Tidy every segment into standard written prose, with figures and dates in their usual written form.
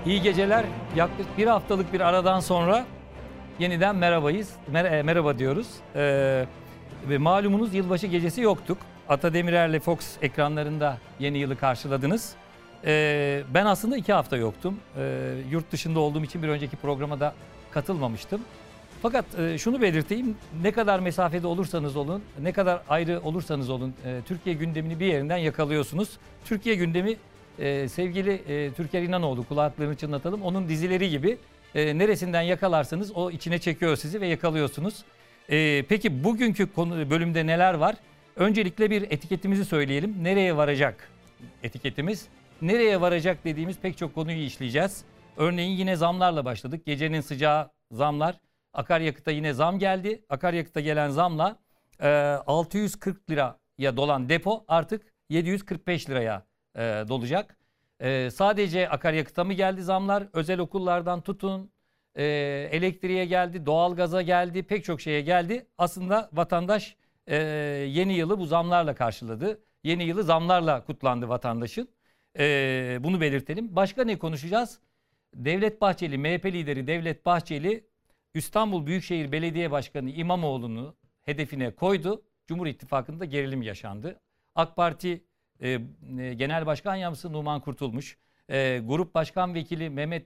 İyi geceler. Yaklaşık bir haftalık bir aradan sonra yeniden merhaba diyoruz. Ve malumunuz yılbaşı gecesi yoktuk. Ata Demirer'le Fox ekranlarında yeni yılı karşıladınız. Ben aslında 2 hafta yoktum. Yurt dışında olduğum için bir önceki programa da katılmamıştım. Fakat şunu belirteyim, ne kadar mesafede olursanız olun, ne kadar ayrı olursanız olun, Türkiye gündemini bir yerinden yakalıyorsunuz. Türkiye gündemi sevgili Türker İnanoğlu, kulaklarını çınlatalım, onun dizileri gibi neresinden yakalarsanız o içine çekiyor sizi ve yakalıyorsunuz. Peki bugünkü bölümde neler var? Öncelikle bir etiketimizi söyleyelim. Nereye varacak etiketimiz? Nereye varacak dediğimiz pek çok konuyu işleyeceğiz. Örneğin yine zamlarla başladık. Gecenin sıcağı zamlar. Akaryakıta yine zam geldi. Akaryakıta gelen zamla 640 liraya dolan depo artık 745 liraya dolacak. Sadece akaryakıta mı geldi zamlar? Özel okullardan tutun, elektriğe geldi, doğalgaza geldi, pek çok şeye geldi. Aslında vatandaş yeni yılı bu zamlarla karşıladı. Yeni yılı zamlarla kutlandı vatandaşın. Bunu belirtelim. Başka ne konuşacağız? Devlet Bahçeli, MHP lideri Devlet Bahçeli, İstanbul Büyükşehir Belediye Başkanı İmamoğlu'nu hedefine koydu. Cumhur İttifakı'nda gerilim yaşandı. AK Parti Genel Başkan Yardımcısı Numan Kurtulmuş, Grup Başkan Vekili Muhammed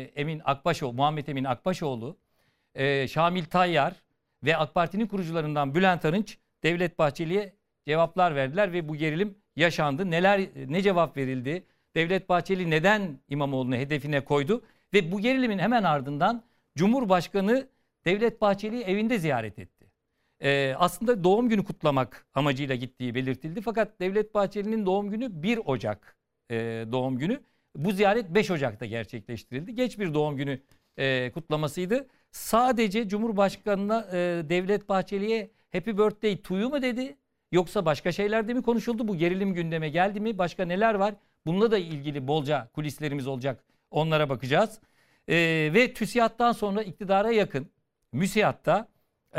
Emin Akbaşoğlu, Şamil Tayyar ve AK Parti'nin kurucularından Bülent Arınç Devlet Bahçeli'ye cevaplar verdiler ve bu gerilim yaşandı. Ne cevap verildi? Devlet Bahçeli neden İmamoğlu'nu hedefine koydu? Ve bu gerilimin hemen ardından Cumhurbaşkanı Devlet Bahçeli'yi evinde ziyaret etti. Aslında doğum günü kutlamak amacıyla gittiği belirtildi. Fakat Devlet Bahçeli'nin doğum günü 1 Ocak doğum günü. Bu ziyaret 5 Ocak'ta gerçekleştirildi. Geç bir doğum günü kutlamasıydı. Sadece Cumhurbaşkanı'na Devlet Bahçeli'ye Happy Birthday to you mu dedi? Yoksa başka şeyler de mi konuşuldu? Bu gerilim gündeme geldi mi? Başka neler var? Bununla da ilgili bolca kulislerimiz olacak. Onlara bakacağız. Ve TÜSİAD'dan sonra iktidara yakın MÜSİAD'da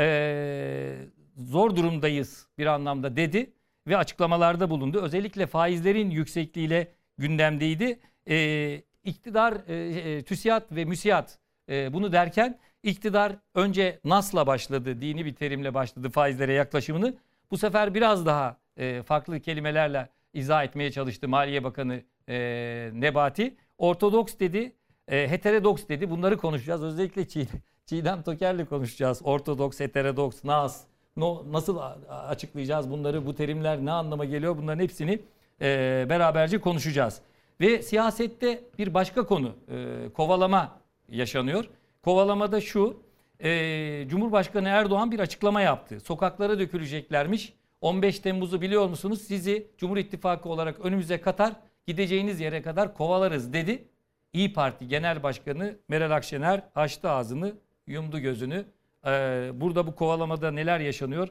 zor durumdayız bir anlamda dedi ve açıklamalarda bulundu. Özellikle faizlerin yüksekliğiyle gündemdeydi. İktidar, TÜSİAD ve MÜSİAD bunu derken iktidar önce NAS'la başladı, dini bir terimle başladı faizlere yaklaşımını. Bu sefer biraz daha farklı kelimelerle izah etmeye çalıştı Maliye Bakanı Nebati. Ortodoks dedi, heterodoks dedi. Bunları konuşacağız. Özellikle Çiğdem Toker'le konuşacağız. Ortodoks, heterodoks, nas. Nasıl açıklayacağız bunları? Bu terimler ne anlama geliyor? Bunların hepsini beraberce konuşacağız. Ve siyasette bir başka konu, kovalama yaşanıyor. Kovalamada şu, Cumhurbaşkanı Erdoğan bir açıklama yaptı. Sokaklara döküleceklermiş. 15 Temmuz'u biliyor musunuz? Sizi Cumhur İttifakı olarak önümüze katar, gideceğiniz yere kadar kovalarız dedi. İYİ Parti Genel Başkanı Meral Akşener açtı ağzını, yumdu gözünü. Burada bu kovalamada neler yaşanıyor?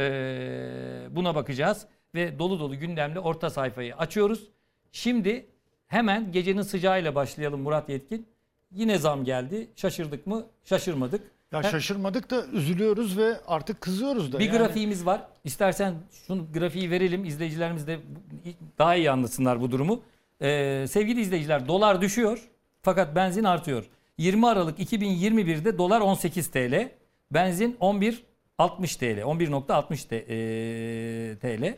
Buna bakacağız. Ve dolu dolu gündemle orta sayfayı açıyoruz. Şimdi hemen gecenin sıcağıyla başlayalım Murat Yetkin. Yine zam geldi. Şaşırdık mı? Şaşırmadık. Ya şaşırmadık da üzülüyoruz ve artık kızıyoruz da. Bir grafiğimiz var. İstersen şunu grafiği verelim. İzleyicilerimiz de daha iyi anlasınlar bu durumu. Sevgili izleyiciler, dolar düşüyor fakat benzin artıyor. 20 Aralık 2021'de dolar 18 TL, benzin 11.60 TL, 11.60 TL.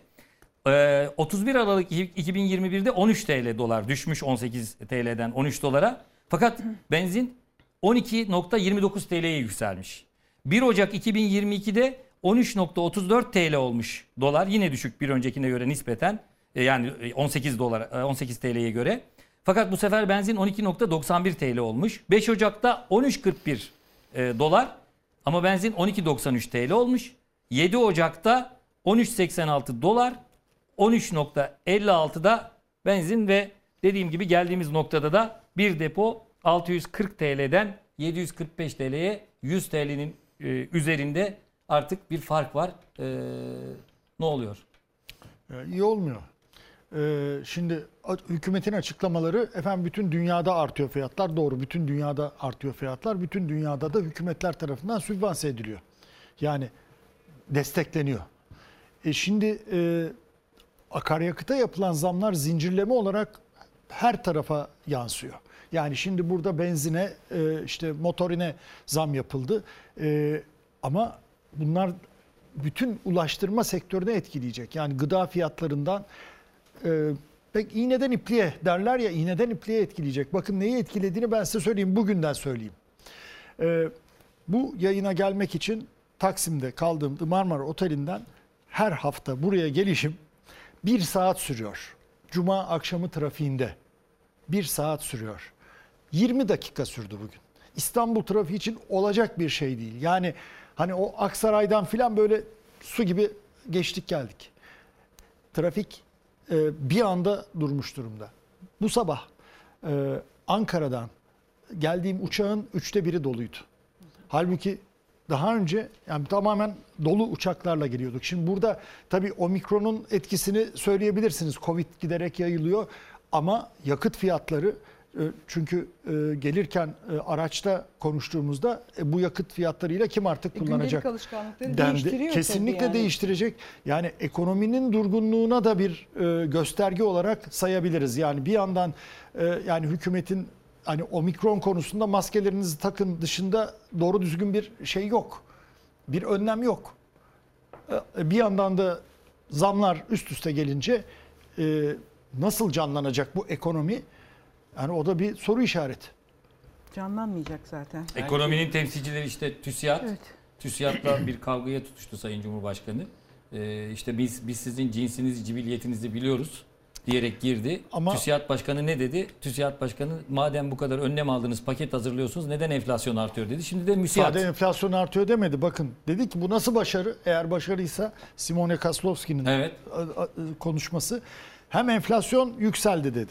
31 Aralık 2021'de 13 TL dolar düşmüş 18 TL'den 13 dolara. Fakat benzin 12.29 TL'ye yükselmiş. 1 Ocak 2022'de 13.34 TL olmuş dolar. Yine düşük bir öncekine göre nispeten. Yani 18 TL'ye göre. Fakat bu sefer benzin 12.91 TL olmuş. 5 Ocak'ta 13.41 dolar ama benzin 12.93 TL olmuş. 7 Ocak'ta 13.86 dolar, 13.56'da benzin ve dediğim gibi geldiğimiz noktada da bir depo 640 TL'den 745 TL'ye 100 TL'nin üzerinde artık bir fark var. Ne oluyor? İyi olmuyor. Şimdi hükümetin açıklamaları, efendim bütün dünyada artıyor fiyatlar. Doğru, bütün dünyada artıyor fiyatlar. Bütün dünyada da hükümetler tarafından sübvanse ediliyor. Yani destekleniyor. Şimdi akaryakıta yapılan zamlar zincirleme olarak her tarafa yansıyor. Yani şimdi burada benzine, işte motorine zam yapıldı. Ama bunlar bütün ulaştırma sektörünü etkileyecek. Yani gıda fiyatlarından pek iğneden ipliğe derler ya, iğneden ipliğe etkileyecek. Bakın neyi etkilediğini ben size söyleyeyim. Bugünden söyleyeyim. Bu yayına gelmek için Taksim'de kaldığım Marmara Oteli'nden her hafta buraya gelişim 1 saat sürüyor. Cuma akşamı trafiğinde 1 saat sürüyor. 20 dakika sürdü bugün. İstanbul trafiği için olacak bir şey değil. Yani hani o Aksaray'dan filan böyle su gibi geçtik geldik. Trafik bir anda durmuş durumda. Bu sabah Ankara'dan geldiğim uçağın 1/3 doluydu. Halbuki daha önce yani tamamen dolu uçaklarla geliyorduk. Şimdi burada tabii omikronun etkisini söyleyebilirsiniz. Covid giderek yayılıyor ama yakıt fiyatları, çünkü gelirken araçta konuştuğumuzda bu yakıt fiyatlarıyla kim artık kullanacak dendi. Kesinlikle yani değiştirecek. Yani ekonominin durgunluğuna da bir gösterge olarak sayabiliriz. Yani bir yandan yani hükümetin hani omikron konusunda maskelerinizi takın dışında doğru düzgün bir şey yok. Bir önlem yok. Bir yandan da zamlar üst üste gelince nasıl canlanacak bu ekonomi? Yani o da bir soru işareti. Canlanmayacak zaten. Ekonominin temsilcileri işte TÜSİAD. Evet. TÜSİAD'la bir kavgaya tutuştu Sayın Cumhurbaşkanı. İşte biz sizin cinsinizi, cibiliyetinizi biliyoruz diyerek girdi. Ama TÜSİAD Başkanı ne dedi? TÜSİAD Başkanı madem bu kadar önlem aldınız, paket hazırlıyorsunuz, neden enflasyon artıyor dedi. Şimdi de müsiat. Sadece enflasyon artıyor demedi. Bakın dedi ki bu nasıl başarı? Eğer başarıysa Simone Kaslovski'nin konuşması. Hem enflasyon yükseldi dedi.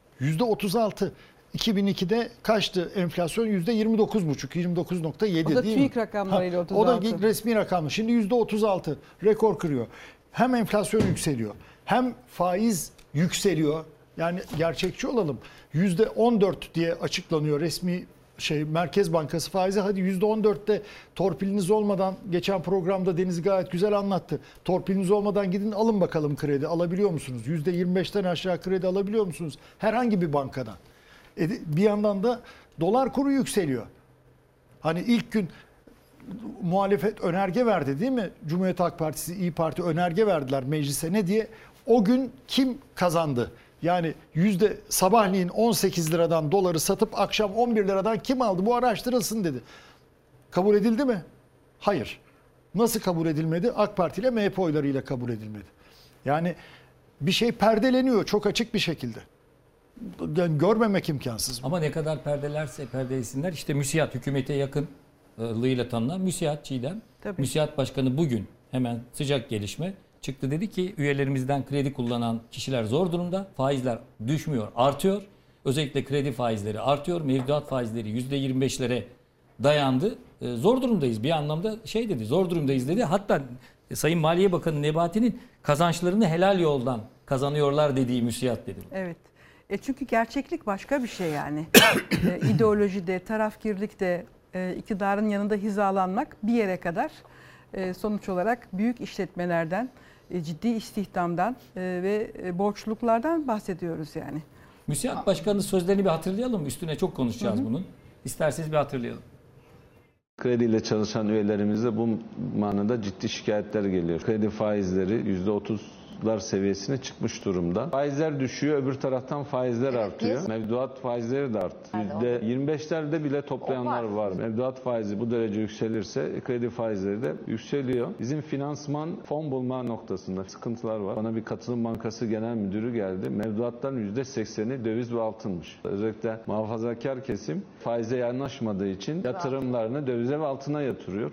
%36. 2002'de kaçtı enflasyon? %29,5, 29,7 o da değil mi? TÜİK rakamlarıyla 36. O da resmi rakam. Şimdi %36 rekor kırıyor. Hem enflasyon yükseliyor, hem faiz yükseliyor. Yani gerçekçi olalım. %14 diye açıklanıyor resmi Merkez Bankası faizi. Hadi %14'te torpiliniz olmadan, geçen programda Deniz gayet güzel anlattı. Torpiliniz olmadan gidin alın bakalım kredi. Alabiliyor musunuz? %25'ten aşağı kredi alabiliyor musunuz? Herhangi bir bankadan. Bir yandan da dolar kuru yükseliyor. Hani ilk gün muhalefet önerge verdi değil mi? Cumhuriyet Halk Partisi, İYİ Parti önerge verdiler meclise. Ne diye? O gün kim kazandı? Yani sabahleyin 18 liradan doları satıp akşam 11 liradan kim aldı? Bu araştırılsın dedi. Kabul edildi mi? Hayır. Nasıl kabul edilmedi? AK Parti ile MHP oylarıyla kabul edilmedi. Yani bir şey perdeleniyor çok açık bir şekilde. Yani görmemek imkansız. Ama ne kadar perdelerse perdelesinler, işte müsiat, hükümete yakınlığıyla tanınan müsiat Çiğdem. Tabii. Müsiat Başkanı bugün hemen sıcak gelişme çıktı, dedi ki üyelerimizden kredi kullanan kişiler zor durumda. Faizler düşmüyor, artıyor. Özellikle kredi faizleri artıyor. Mevduat faizleri %25'lere dayandı. Zor durumdayız. Bir anlamda dedi, zor durumdayız dedi. Hatta Sayın Maliye Bakanı Nebati'nin kazançlarını helal yoldan kazanıyorlar dediği müsiat dedi. Evet. Çünkü gerçeklik başka bir şey yani. İdeolojide, tarafkirlikte, iktidarın yanında hizalanmak bir yere kadar, sonuç olarak büyük işletmelerden, ciddi istihdamdan ve borçluluklardan bahsediyoruz yani. Müsiat Başkanı sözlerini bir hatırlayalım. Üstüne çok konuşacağız bunun. İsterseniz bir hatırlayalım. Krediyle çalışan üyelerimize bu manada ciddi şikayetler geliyor. Kredi faizleri %30'lar seviyesine çıkmış durumda. Faizler düşüyor, öbür taraftan faizler artıyor. Mevduat faizleri de arttı. %25'lerde bile toplayanlar var. Mevduat faizi bu derece yükselirse kredi faizleri de yükseliyor. Bizim finansman, fon bulma noktasında sıkıntılar var. Bana bir katılım bankası genel müdürü geldi. Mevduatların %80'i döviz ve altınmış. Özellikle muhafazakar kesim faize yanaşmadığı için yatırımlarını dövize ve altına yatırıyor.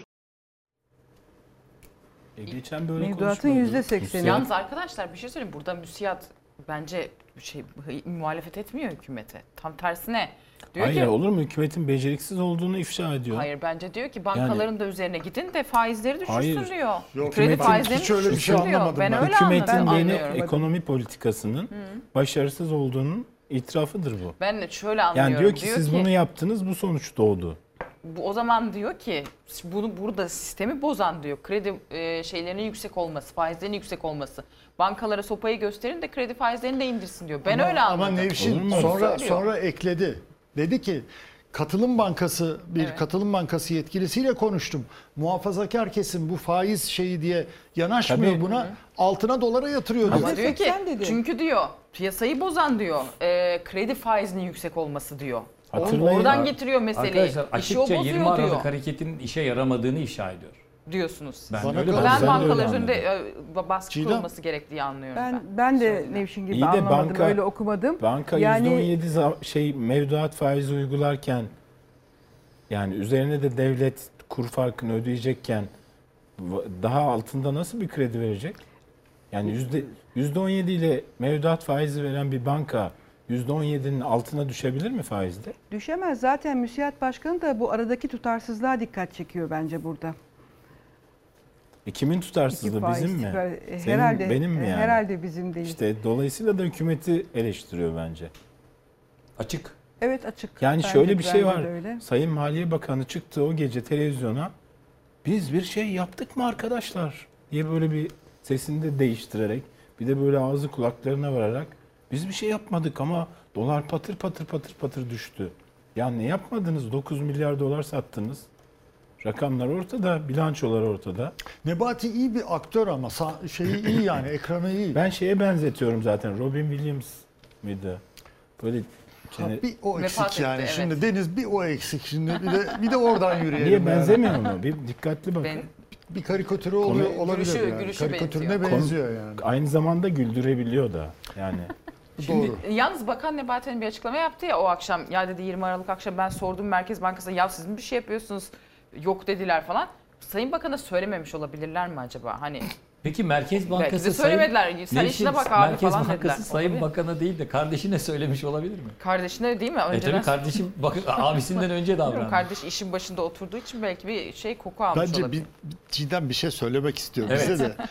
Geçen böyle Mevduatın %80'i. Yalnız arkadaşlar bir şey söyleyeyim. Burada müsiat bence muhalefet etmiyor hükümete. Tam tersine. Diyor hayır ki, olur mu? Hükümetin beceriksiz olduğunu ifşa ediyor. Hayır bence diyor ki bankaların da üzerine gidin de faizleri düşürsün diyor. Yok, kredi faizlerini hiç öyle bir şey anlamadım ben. Öyle Hükümetin anlıyorum. ekonomi politikasının başarısız olduğunun itirafıdır bu. Ben de şöyle anlıyorum. Yani diyor ki siz bunu yaptınız, bu sonuç doğdu. O zaman diyor ki burada sistemi bozan diyor. Kredi şeylerinin yüksek olması, faizlerinin yüksek olması. Bankalara sopayı gösterin de kredi faizlerini de indirsin diyor. Ben öyle anladım. Ama Nevşin sonra ekledi. Dedi ki katılım bankası Evet. katılım bankası yetkilisiyle konuştum. Muhafazakar kesim bu faiz şeyi diye yanaşmıyor Tabii. buna. Altına dolara yatırıyor dedi. Ama diyor ki %80 dedi. çünkü diyor piyasayı bozan diyor kredi faizinin yüksek olması diyor. Hatırlayın. Oradan getiriyor meseleyi. Arkadaşlar İşi o açıkça 20 bozuyor Aralık diyor hareketinin işe yaramadığını ifşa ediyor. diyorsunuz siz. Ben Bana öyle kalırsa- Ben Ben de bankalar öyle üzerinde anladım. baskı Çiğdem. kurulması gerektiği anlıyorum ben. Ben de Söyle. Nevşin gibi İyi de anlamadım, banka- öyle okumadım. Banka Yani- %17 mevduat faizi uygularken, yani üzerine de devlet kur farkını ödeyecekken daha altında nasıl bir kredi verecek? Yani %17 ile mevduat faizi veren bir banka %17'nin altına düşebilir mi faizde? Düşemez. Zaten müsiat başkanı da bu aradaki tutarsızlığa dikkat çekiyor bence burada. Kimin tutarsızlığı, faiz bizim mi? Senin, Herhalde, benim mi yani? herhalde bizim değil. İşte dolayısıyla da hükümeti eleştiriyor bence. Açık. Evet, açık. Yani Bence- şöyle bir şey bence var. de öyle. Sayın Maliye Bakanı çıktı o gece televizyona. Biz bir şey yaptık mı arkadaşlar diye böyle bir sesini de değiştirerek, bir de böyle ağzı kulaklarına vararak, biz bir şey yapmadık ama dolar patır patır patır patır düştü. Ya ne yapmadınız? 9 milyar dolar sattınız. Rakamlar ortada, bilançolar ortada. Nebati iyi bir aktör ama şeyi iyi yani ekranı iyi. Ben şeye benzetiyorum zaten. Robin Williams mıydı? Böyle Ha, bir o Vefat eksik etti, yani. evet. Şimdi Deniz bir o eksik. Şimdi bir de oradan yürüyelim. niye yani. benzemiyor mu? Bir dikkatli bakın. Ben Bir karikatürü oluyor, olabilir Gülüşü- yani. gülüşü Karikatürüne benziyor. benziyor yani. Aynı zamanda güldürebiliyor da yani. Doğru. Yalnız Bakan Nebati'nin bir açıklama yaptı ya o akşam. Ya dedi 20 Aralık akşam ben sordum Merkez Bankası'na, ya siz mi bir şey yapıyorsunuz? Yok dediler falan. Sayın Bakan'a söylememiş olabilirler mi acaba? Hani Peki Merkez Bankası belki de söylemediler. Sen işine bak abi Merkez falan Bankası dediler. Sayın Olabilir. Bakan'a değil de kardeşine söylemiş olabilir mi? Kardeşine değil mi? Önceden Tabii kardeşim abisinden önce Bilmiyorum, davrandı. kardeş işin başında oturduğu için belki bir şey koku almış Bence olabilir. Çiğdem bir şey söylemek istiyor Evet. bize de.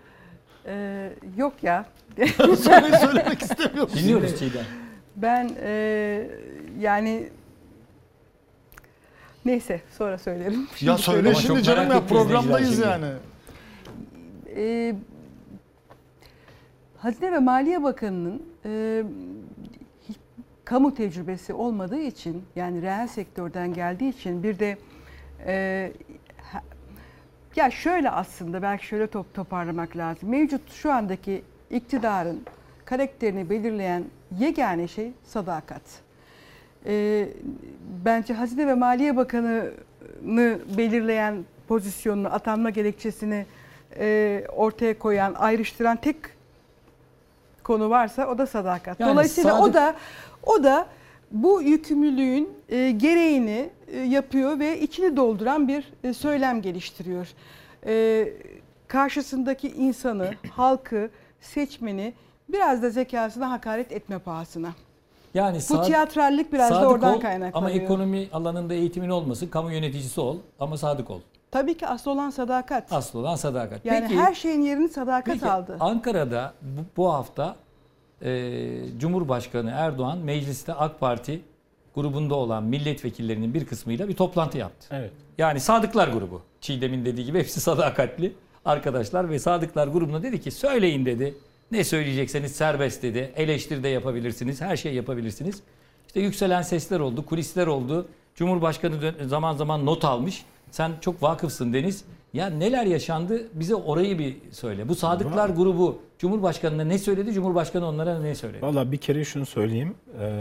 Yok ya. Söylemek istemiyorum. Dinliyoruz Çiğdem. Ben yani neyse sonra söylerim. Ya söyle Ama şimdi çok canım merak ya etti programdayız izleyiciler yani. Hazine ve Maliye Bakanı'nın kamu tecrübesi olmadığı için, yani reel sektörden geldiği için, bir de ya şöyle, aslında belki şöyle toparlamak lazım. Mevcut şu andaki iktidarın karakterini belirleyen yegane şey sadakat. Bence Hazine ve Maliye Bakanı'nı belirleyen pozisyonunu, atanma gerekçesini ortaya koyan, ayrıştıran tek konu varsa o da sadakat. Yani Dolayısıyla o da bu yükümlülüğün gereğini yapıyor ve içini dolduran bir söylem geliştiriyor. Karşısındaki insanı, halkı, seçmeni biraz da zekasına hakaret etme pahasına. Yani Bu tiyatrallik biraz da sadık oradan ol, kaynaklanıyor. ama ekonomi alanında eğitimin olmasın, kamu yöneticisi ol ama sadık ol. Tabii ki asıl olan sadakat. Asıl olan sadakat. Yani Peki, her şeyin yerini sadakat peki, aldı. Ankara'da bu hafta Cumhurbaşkanı Erdoğan mecliste AK Parti grubunda olan milletvekillerinin bir kısmıyla bir toplantı yaptı. Evet. Yani Sadıklar grubu. Çiğdem'in dediği gibi hepsi sadakatli arkadaşlar ve Sadıklar grubuna dedi ki söyleyin dedi. Ne söyleyecekseniz serbest dedi. Eleştiri de yapabilirsiniz. Her şeyi yapabilirsiniz. İşte yükselen sesler oldu, kulisler oldu. Cumhurbaşkanı zaman zaman not almış. Sen çok vakıfsın Deniz. Ya neler yaşandı? Bize orayı bir söyle. Bu Sadıklar grubu Cumhurbaşkanı'na ne söyledi? Cumhurbaşkanı onlara ne söyledi? Valla bir kere şunu söyleyeyim.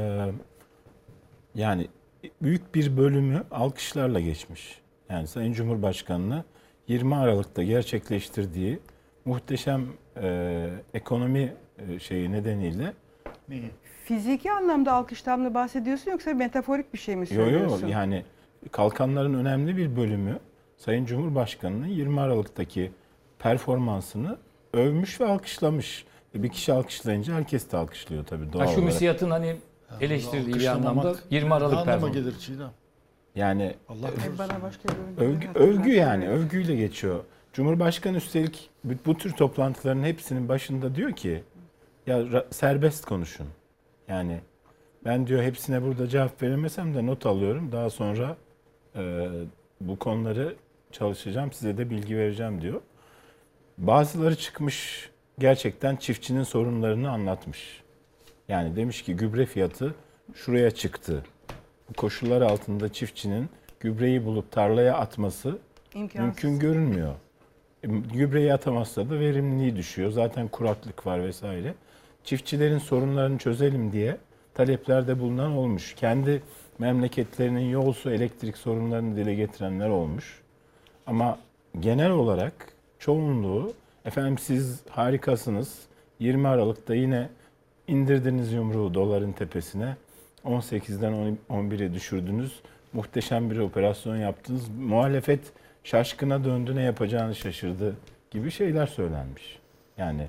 Yani büyük bir bölümü alkışlarla geçmiş. Yani Sayın Cumhurbaşkanı'nı 20 Aralık'ta gerçekleştirdiği muhteşem ekonomi şeyi nedeniyle. Neyi? Fiziki anlamda alkıştan mı bahsediyorsun, yoksa metaforik bir şey mi söylüyorsun? Yani kalkanların önemli bir bölümü Sayın Cumhurbaşkanı'nın 20 Aralık'taki performansını övmüş ve alkışlamış. Bir kişi alkışlayınca herkes de alkışlıyor tabii doğal Şu olarak. müsiyatın hani eleştirdiği bir Alkışlamamak anlamda 20 Aralık ne anlama performansı. gelir Çiğdem? Yani Allah korusun. Bana başka bir övgü yani övgüyle geçiyor. Cumhurbaşkanı üstelik bu tür toplantıların hepsinin başında diyor ki ya serbest konuşun. Yani ben diyor hepsine burada cevap veremesem de not alıyorum. Daha sonra bu konuları çalışacağım, size de bilgi vereceğim diyor. Bazıları çıkmış gerçekten çiftçinin sorunlarını anlatmış. Yani demiş ki gübre fiyatı şuraya çıktı. bu koşullar altında çiftçinin gübreyi bulup tarlaya atması İmkansız. mümkün görünmüyor. Gübreyi atamazsa da verimliliği düşüyor. Zaten kuraklık var vesaire. Çiftçilerin sorunlarını çözelim diye taleplerde bulunan olmuş. Kendi memleketlerinin yol, su, elektrik sorunlarını dile getirenler olmuş. Ama genel olarak çoğunluğu efendim siz harikasınız. 20 Aralık'ta yine indirdiniz yumruğu doların tepesine. 18'den 11'e düşürdünüz. Muhteşem bir operasyon yaptınız. Muhalefet şaşkına döndü, ne yapacağını şaşırdı gibi şeyler söylenmiş. Yani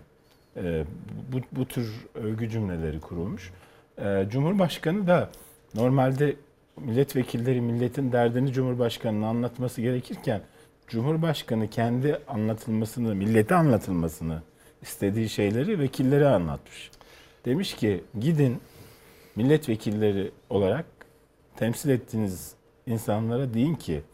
bu tür övgü cümleleri kurulmuş. Cumhurbaşkanı da normalde milletvekilleri milletin derdini Cumhurbaşkanı'na anlatması gerekirken Cumhurbaşkanı kendi anlatılmasını, millete anlatılmasını istediği şeyleri vekillere anlatmış. Demiş ki gidin milletvekilleri olarak temsil ettiğiniz insanlara deyin ki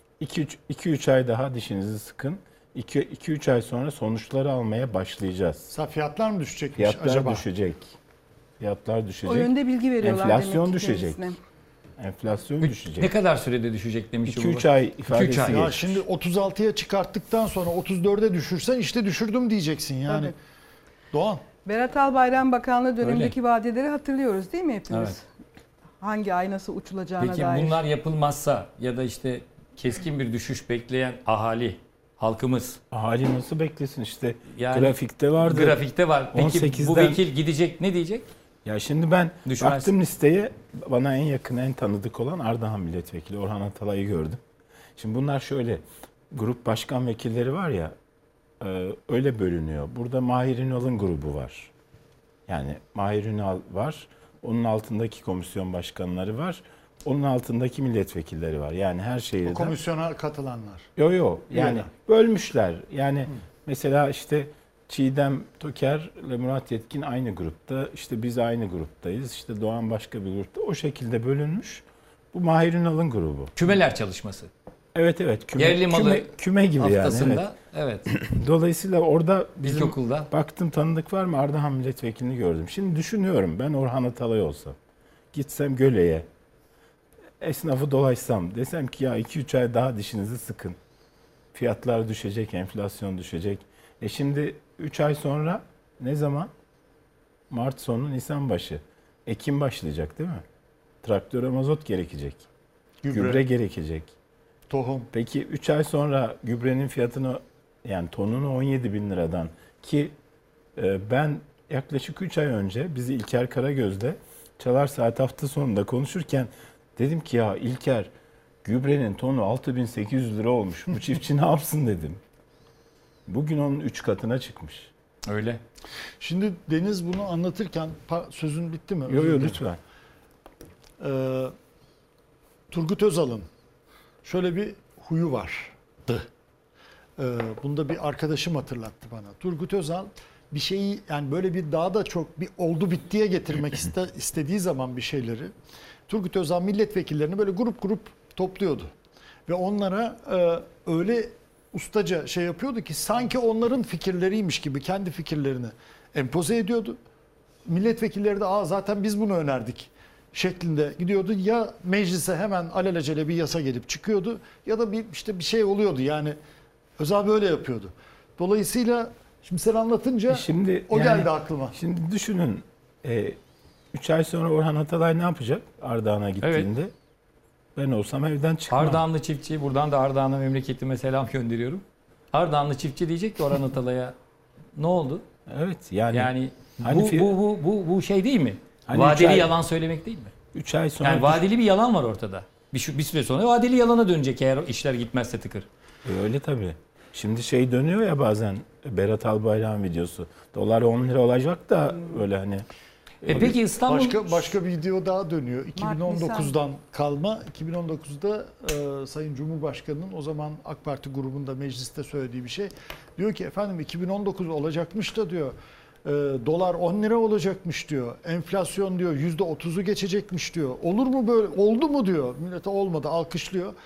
2-3 ay daha dişinizi sıkın. 2-3 ay sonra sonuçları almaya başlayacağız. Fiyatlar mı düşecekmiş Fiyatlar acaba? düşecek. Fiyatlar düşecek. O yönde bilgi veriyorlar Enflasyon demek ki düşecek. kendisine. Enflasyon Ne düşecek. kadar sürede düşecek demiş 2-3 Cumhurbaşkanı. ay ifadesi 2-3 ay. Ya geçmiş. şimdi 36'ya çıkarttıktan sonra 34'e düşürsen işte düşürdüm diyeceksin yani. Tabii. Doğan. Berat Albayrak Bakanlığı dönemindeki vadeleri hatırlıyoruz değil mi hepimiz? Evet. Hangi ay nasıl uçulacağına Peki dair. bunlar yapılmazsa ya da işte keskin bir düşüş bekleyen ahali, halkımız, Ahali nasıl beklesin işte yani grafikte vardı. grafikte var. Peki bu 18'den vekil gidecek, ne diyecek? Ya şimdi ben Düşmez. baktım listeye, bana en yakın, en tanıdık olan Ardahan Milletvekili Orhan Atalay'ı gördüm. Şimdi bunlar şöyle, grup başkan vekilleri var ya, öyle bölünüyor. Burada Mahir Ünal'ın grubu var. Yani Mahir Ünal var, onun altındaki komisyon başkanları var, onun altındaki milletvekilleri var. Yani her Bu şehirden. komisyona katılanlar. Yo yani Öyle. bölmüşler. Yani mesela işte Çiğdem Toker ile Murat Yetkin aynı grupta. İşte biz aynı gruptayız. İşte Doğan başka bir grupta. O şekilde bölünmüş. Bu Mahir Ünal'ın grubu. Kümeler çalışması. Evet. Yerli malı küme gibi yani. haftasında. Evet. Dolayısıyla orada bizim İlkokulda. baktım tanıdık var mı? Ardahan milletvekilini gördüm. Şimdi düşünüyorum, ben Orhan Atalay olsam. Gitsem Göle'ye. Esnafı dolaşsam. Desem ki ya 2-3 ay daha dişinizi sıkın. Fiyatlar düşecek, enflasyon düşecek. Şimdi 3 ay sonra ne zaman? Mart sonu, Nisan başı. Ekim başlayacak değil mi? Traktöre mazot gerekecek. Gübre gerekecek. Tohum. Peki 3 ay sonra gübrenin fiyatını, yani tonunu 17 bin liradan, ki ben yaklaşık 3 ay önce bizi İlker Karagöz'de Çalar Saat hafta sonunda konuşurken dedim ki ya İlker, gübrenin tonu 6.800 lira olmuş. Bu çiftçi ne yapsın dedim. Bugün onun 3 katına çıkmış. Öyle. Şimdi Deniz bunu anlatırken sözün bitti mi? Yok Özür dilerim. lütfen. Turgut Özal'ın şöyle bir huyu vardı. Bunu da bir arkadaşım hatırlattı bana. Turgut Özal bir şeyi, yani böyle bir daha da çok bir oldu bittiye getirmek istediği zaman bir şeyleri, Turgut Özal milletvekillerini böyle grup grup topluyordu. Ve onlara öyle ustaca şey yapıyordu ki sanki onların fikirleriymiş gibi kendi fikirlerini empoze ediyordu. Milletvekilleri de zaten biz bunu önerdik şeklinde gidiyordu. Ya meclise hemen alelacele bir yasa gelip çıkıyordu ya da bir şey oluyordu. Yani Özal böyle yapıyordu. Dolayısıyla şimdi sen anlatınca Şimdi o geldi aklıma. Şimdi düşünün, 3 ay sonra Orhan Atalay ne yapacak Ardahan'a gittiğinde? Evet. Ben olsam evden çıkmam. Ardahanlı çiftçi, buradan da Ardahan'a memleketime selam gönderiyorum. Ardahanlı çiftçi diyecek ki Orhan Atalay'a ne oldu? Evet yani hani bu şey değil mi? Hani vadeli yalan söylemek değil mi? 3 ay sonra yani vadeli bir yalan var ortada. Bir süre sonra vadeli yalana dönecek eğer işler gitmezse tıkır. Öyle tabii. Şimdi şey dönüyor ya bazen, Berat Albayrak'ın videosu. Dolar 10 lira olacak da öyle hani. Peki İstanbul... Başka bir video daha dönüyor. 2019'dan kalma. 2019'da Sayın Cumhurbaşkanı'nın o zaman AK Parti grubunda mecliste söylediği bir şey. Diyor ki efendim 2019 olacakmış da diyor. Dolar 10 lira olacakmış diyor. Enflasyon diyor %30'u geçecekmiş diyor. Olur mu böyle? Oldu mu diyor. Millete olmadı, alkışlıyor.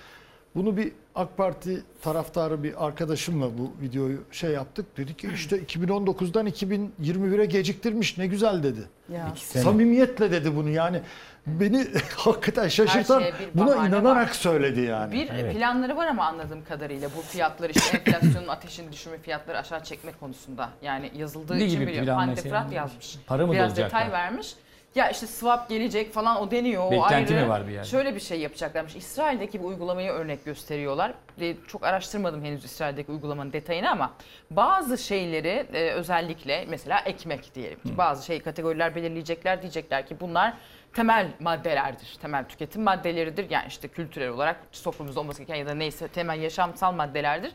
Bunu bir AK Parti taraftarı bir arkadaşımla bu videoyu yaptık. Dedi ki işte 2019'dan 2021'e geciktirmiş, ne güzel dedi. Ya. Samimiyetle dedi bunu, yani beni hakikaten şaşırtan, şeye bir buna bahane inanarak var. söyledi yani. Bir planları var ama anladığım kadarıyla bu fiyatları işte enflasyonun ateşini düşürme, fiyatları aşağı çekme konusunda. Yani yazıldığı Ne için gibi biliyorum. plan Hande mesela? Fırat yazmış. Para mı Biraz dolacaklar? detay vermiş. Ya işte swap gelecek falan, o deniyor. O Beklenti ayrı. mi var bir yerde? Şöyle bir şey yapacaklarmış. İsrail'deki bir uygulamayı örnek gösteriyorlar. Çok araştırmadım henüz İsrail'deki uygulamanın detayını ama bazı şeyleri özellikle mesela ekmek diyelim ki bazı kategoriler belirleyecekler, diyecekler ki bunlar temel maddelerdir. Temel tüketim maddeleridir. Yani işte kültürel olarak toplumumuzda olması gereken ya da neyse temel yaşamsal maddelerdir.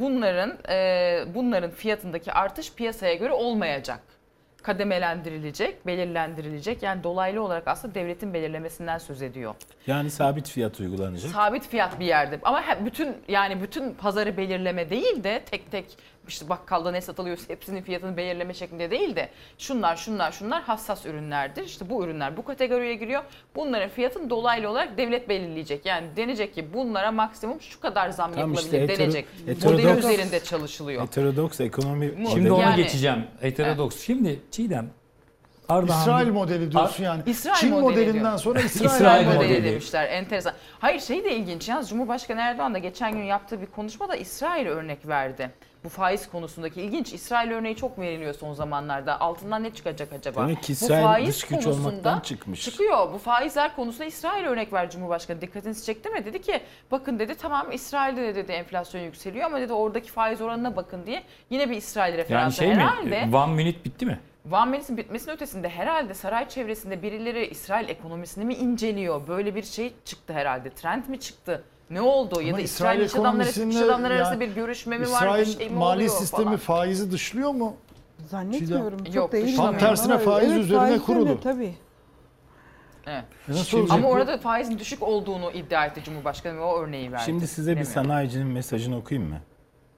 Bunların fiyatındaki artış piyasaya göre olmayacak. Kademelendirilecek, belirlendirilecek. Yani dolaylı olarak aslında devletin belirlemesinden söz ediyor. Yani sabit fiyat uygulanacak. Sabit fiyat bir yerde. Ama bütün pazarı belirleme değil de tek tek işte bakkalda ne satılıyorsa hepsinin fiyatını belirleme şeklinde değil de şunlar hassas ürünlerdir. İşte bu ürünler bu kategoriye giriyor. Bunların fiyatını dolaylı olarak devlet belirleyecek. Yani denecek ki bunlara maksimum şu kadar zam yapılabilir denecek. Modeli üzerinde çalışılıyor. Heterodoks ekonomi. Şimdi ona Yani- geçeceğim. Heterodoks. Şimdi Çiğdem, Ardahan İsrail modeli diyorsun yani. İsrail Çin modeli modelinden diyor. sonra İsrail İsrail modeli modeli. modeli. demişler. Enteresan. Hayır de ilginç. Yalnız Cumhurbaşkanı Erdoğan da geçen gün yaptığı bir konuşmada İsrail örnek verdi. Bu faiz konusundaki ilginç. İsrail örneği çok veriliyor son zamanlarda. Altından ne çıkacak acaba? Demek ki Bu İsrail faiz dış güç konusunda olmaktan çıkmış. Çıkıyor. Bu faizler konusunda İsrail örnek verdi Cumhurbaşkanı. Dikkatinizi çekti mi? Dedi ki bakın dedi tamam İsrail'de de dedi enflasyon yükseliyor ama dedi oradaki faiz oranına bakın diye yine bir İsrail yani referansı. şey Herhalde mi? One minute bitti mi? Van Melis'in bitmesinin ötesinde herhalde saray çevresinde birileri İsrail ekonomisini mi inceliyor? Böyle bir şey çıktı herhalde. Trend mi çıktı? Ne oldu? Ya Ama da İsrail İsrail iş adamları arasında yani bir görüşme mi var? İsrail Bir şey mi mali oluyor sistemi falan? faizi dışlıyor mu? Zannetmiyorum. Yok, Çok da iyi tam bilmiyorum tersine ama faiz evet, üzerine faiz kurulu. üzerine tabii. Evet. Nasıl olacak Ama bu? orada faizin düşük olduğunu iddia etti Cumhurbaşkanı ve o örneği verdi. Şimdi size bir Bilemiyorum. sanayicinin mesajını okuyayım mı?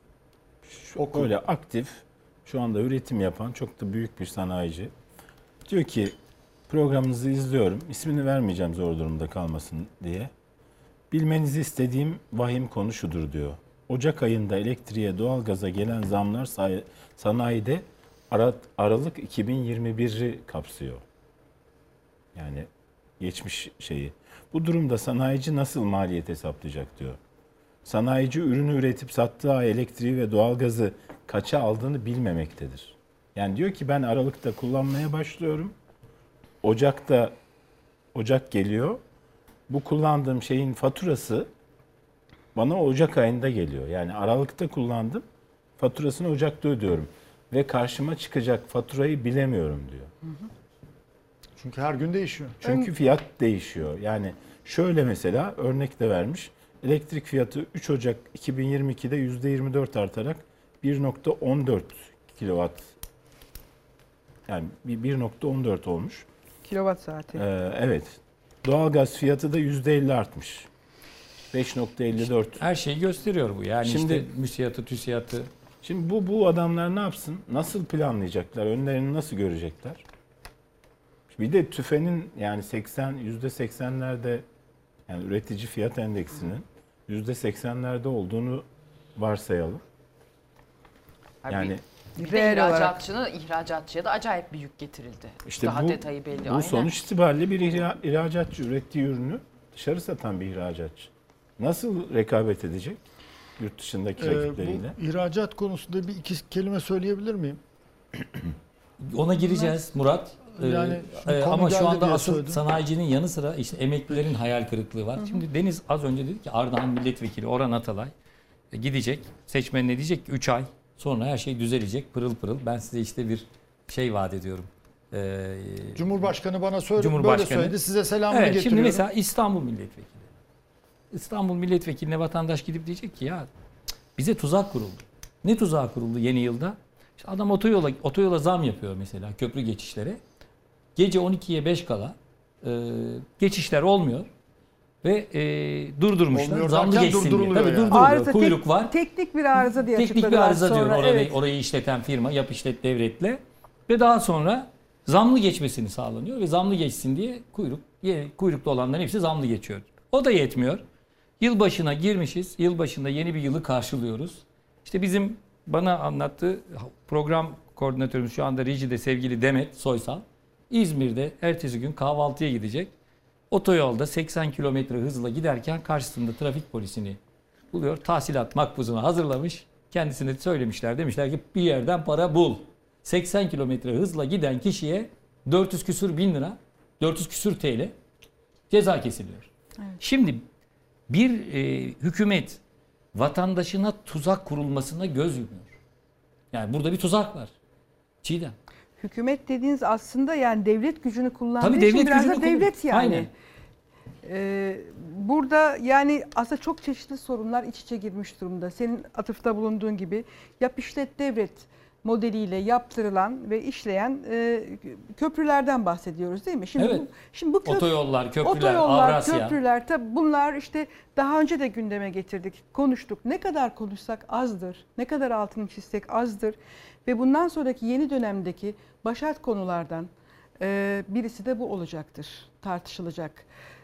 Böyle aktif, şu anda üretim yapan çok da büyük bir sanayici. Diyor ki programınızı izliyorum. İsmini vermeyeceğim zor durumda kalmasın diye. Bilmenizi istediğim vahim konu şudur diyor. Ocak ayında elektriğe, doğalgaza gelen zamlar sanayide Aralık 2021'i kapsıyor. Yani geçmiş şeyi. Bu durumda sanayici nasıl maliyet hesaplayacak diyor. Sanayici ürünü üretip sattığı ay elektriği ve doğalgazı kaça aldığını bilmemektedir. Yani diyor ki ben Aralık'ta kullanmaya başlıyorum. Ocak geliyor. Bu kullandığım şeyin faturası bana Ocak ayında geliyor. Yani Aralık'ta kullandım. Faturasını Ocak'ta ödüyorum. Ve karşıma çıkacak faturayı bilemiyorum diyor. Çünkü her gün değişiyor. Çünkü fiyat değişiyor. Yani şöyle mesela örnek de vermiş. Elektrik fiyatı 3 Ocak 2022'de %24 artarak 1.14 kilowatt. Yani 1.14 olmuş. Kilowatt saati. Evet. Doğalgaz fiyatı da %50 artmış. 5.54. Her şeyi gösteriyor bu. Yani Şimdi- işte müsiyatı, tüsiyatı. Şimdi bu adamlar ne yapsın? Nasıl planlayacaklar? Önlerini nasıl görecekler? Bir de TÜFE'nin yani %80'lerde yani üretici fiyat endeksinin %80'lerde olduğunu varsayalım. Yani bir de Reel olarak. ihracatçıya da acayip bir yük getirildi. işte daha bu, detayı belli. bu Aynen. sonuç itibariyle bir ihracatçı ürettiği ürünü dışarı satan bir ihracatçı. Nasıl rekabet edecek yurt dışındaki rakipleriyle? Bu ihracat konusunda bir iki kelime söyleyebilir miyim? Ona gireceğiz Murat. Yani konu Ama geldi şu anda diye asıl söyledim. sanayicinin yanı sıra işte emeklilerin hayal kırıklığı var. Şimdi Deniz az önce dedi ki Ardahan Milletvekili Orhan Atalay gidecek. Seçmenine diyecek ki 3 ay sonra her şey düzelecek pırıl pırıl. Ben size işte bir şey vaat ediyorum. Cumhurbaşkanı bana böyle Cumhurbaşkanı. söyledi. Size selamını Evet, getiriyorum. şimdi mesela İstanbul Milletvekili. İstanbul Milletvekiline vatandaş gidip diyecek ki ya bize tuzak kuruldu. Ne tuzağı kuruldu yeni yılda? İşte adam otoyola zam yapıyor mesela köprü geçişlere. Gece 12'ye 5 kala geçişler olmuyor ve durdurmuşlar. Olmuyor Zamlı derken geçsin diye. durduruluyor Tabii yani. durduruluyor. Arıza, Kuyruk var. Teknik bir arıza diye Teknik bir açıkladılar arıza diyor sonra. Evet. orayı işleten firma yap işlet devretle ve daha sonra zamlı geçmesini sağlanıyor ve zamlı geçsin diye kuyrukta olanların hepsi zamlı geçiyor. O da yetmiyor. Yılbaşına girmişiz. Yılbaşında yeni bir yılı karşılıyoruz. İşte bana anlattığı program koordinatörümüz şu anda Reci'de sevgili Demet Soysal. İzmir'de ertesi gün kahvaltıya gidecek. Otoyolda 80 kilometre hızla giderken karşısında trafik polisini buluyor. Tahsilat makbuzunu hazırlamış. Kendisine söylemişler. Demişler ki bir yerden para bul. 80 kilometre hızla giden kişiye 400 küsür bin lira, 400 küsür TL ceza kesiliyor. Evet. Şimdi bir hükümet vatandaşına tuzak kurulmasına göz yumuyor. Yani burada bir tuzak var. Çiğdem. Hükümet dediğiniz aslında yani devlet gücünü kullandığı Tabii için devlet biraz gücünü da devlet yani. Aynen. Burada yani aslında çok çeşitli sorunlar iç içe girmiş durumda. Senin atıfta bulunduğun gibi yap işlet devret modeliyle yaptırılan ve işleyen köprülerden bahsediyoruz değil mi? Şimdi evet. Şimdi bu otoyollar, Avrasya. köprüler tabii bunlar işte daha önce de gündeme getirdik, konuştuk. Ne kadar konuşsak azdır, ne kadar altını çizsek azdır ve bundan sonraki yeni dönemdeki başat konulardan birisi de bu olacaktır, tartışılacak.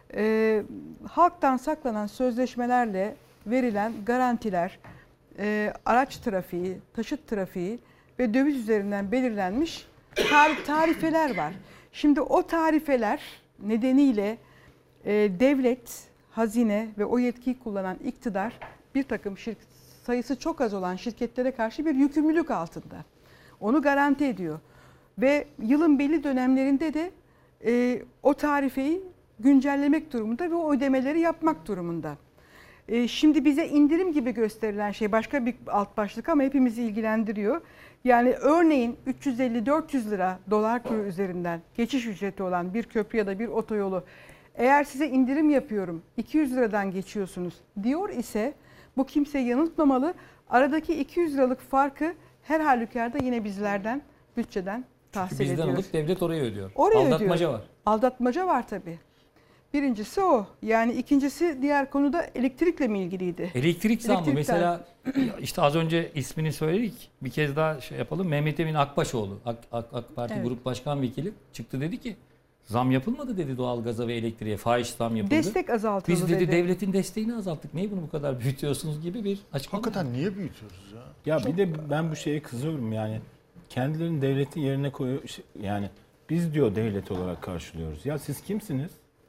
Halktan saklanan sözleşmelerle verilen garantiler, araç trafiği, taşıt trafiği ve döviz üzerinden belirlenmiş tarifeler var. Şimdi o tarifeler nedeniyle devlet, hazine ve o yetkiyi kullanan iktidar bir takım sayısı çok az olan şirketlere karşı bir yükümlülük altında. Onu garanti ediyor. Ve yılın belli dönemlerinde de o tarifeyi güncellemek durumunda ve o ödemeleri yapmak durumunda. Şimdi bize indirim gibi gösterilen şey başka bir alt başlık ama hepimizi ilgilendiriyor. Yani örneğin 350-400 lira dolar kuru üzerinden geçiş ücreti olan bir köprü ya da bir otoyolu eğer size indirim yapıyorum 200 liradan geçiyorsunuz diyor ise bu kimseyi yanıltmamalı. Aradaki 200 liralık farkı her halükarda yine bizlerden, bütçeden tahsil ediyoruz. Bizden alıp devlet oraya ödüyor. Aldatmaca ödüyor. Var. Aldatmaca var tabii. Birincisi o. Yani ikincisi diğer konuda elektrikle mi ilgiliydi? Elektrik zammı mesela işte az önce ismini söyledik. Bir kez daha şey yapalım. Mehmet Emin Akbaşoğlu AK Parti Grup Başkan Vekili çıktı dedi ki zam yapılmadı dedi doğalgaza ve elektriğe. Fahiş zam yapıldı. Destek azaltıldı Biz dedi devletin desteğini azalttık. Niye bunu bu kadar büyütüyorsunuz gibi bir açıklama. Hakikaten niye büyütüyoruz ya? Ya bir de ben bu şeye kızıyorum yani. Kendilerini devletin yerine koyuyor. Yani biz diyor devlet olarak karşılıyoruz. Ya siz kimsiniz?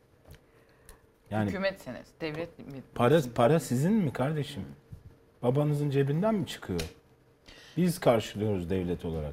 Yani hükümetsiniz, devlet mi? Para sizin mi kardeşim? Babanızın cebinden mi çıkıyor? Biz karşılıyoruz devlet olarak.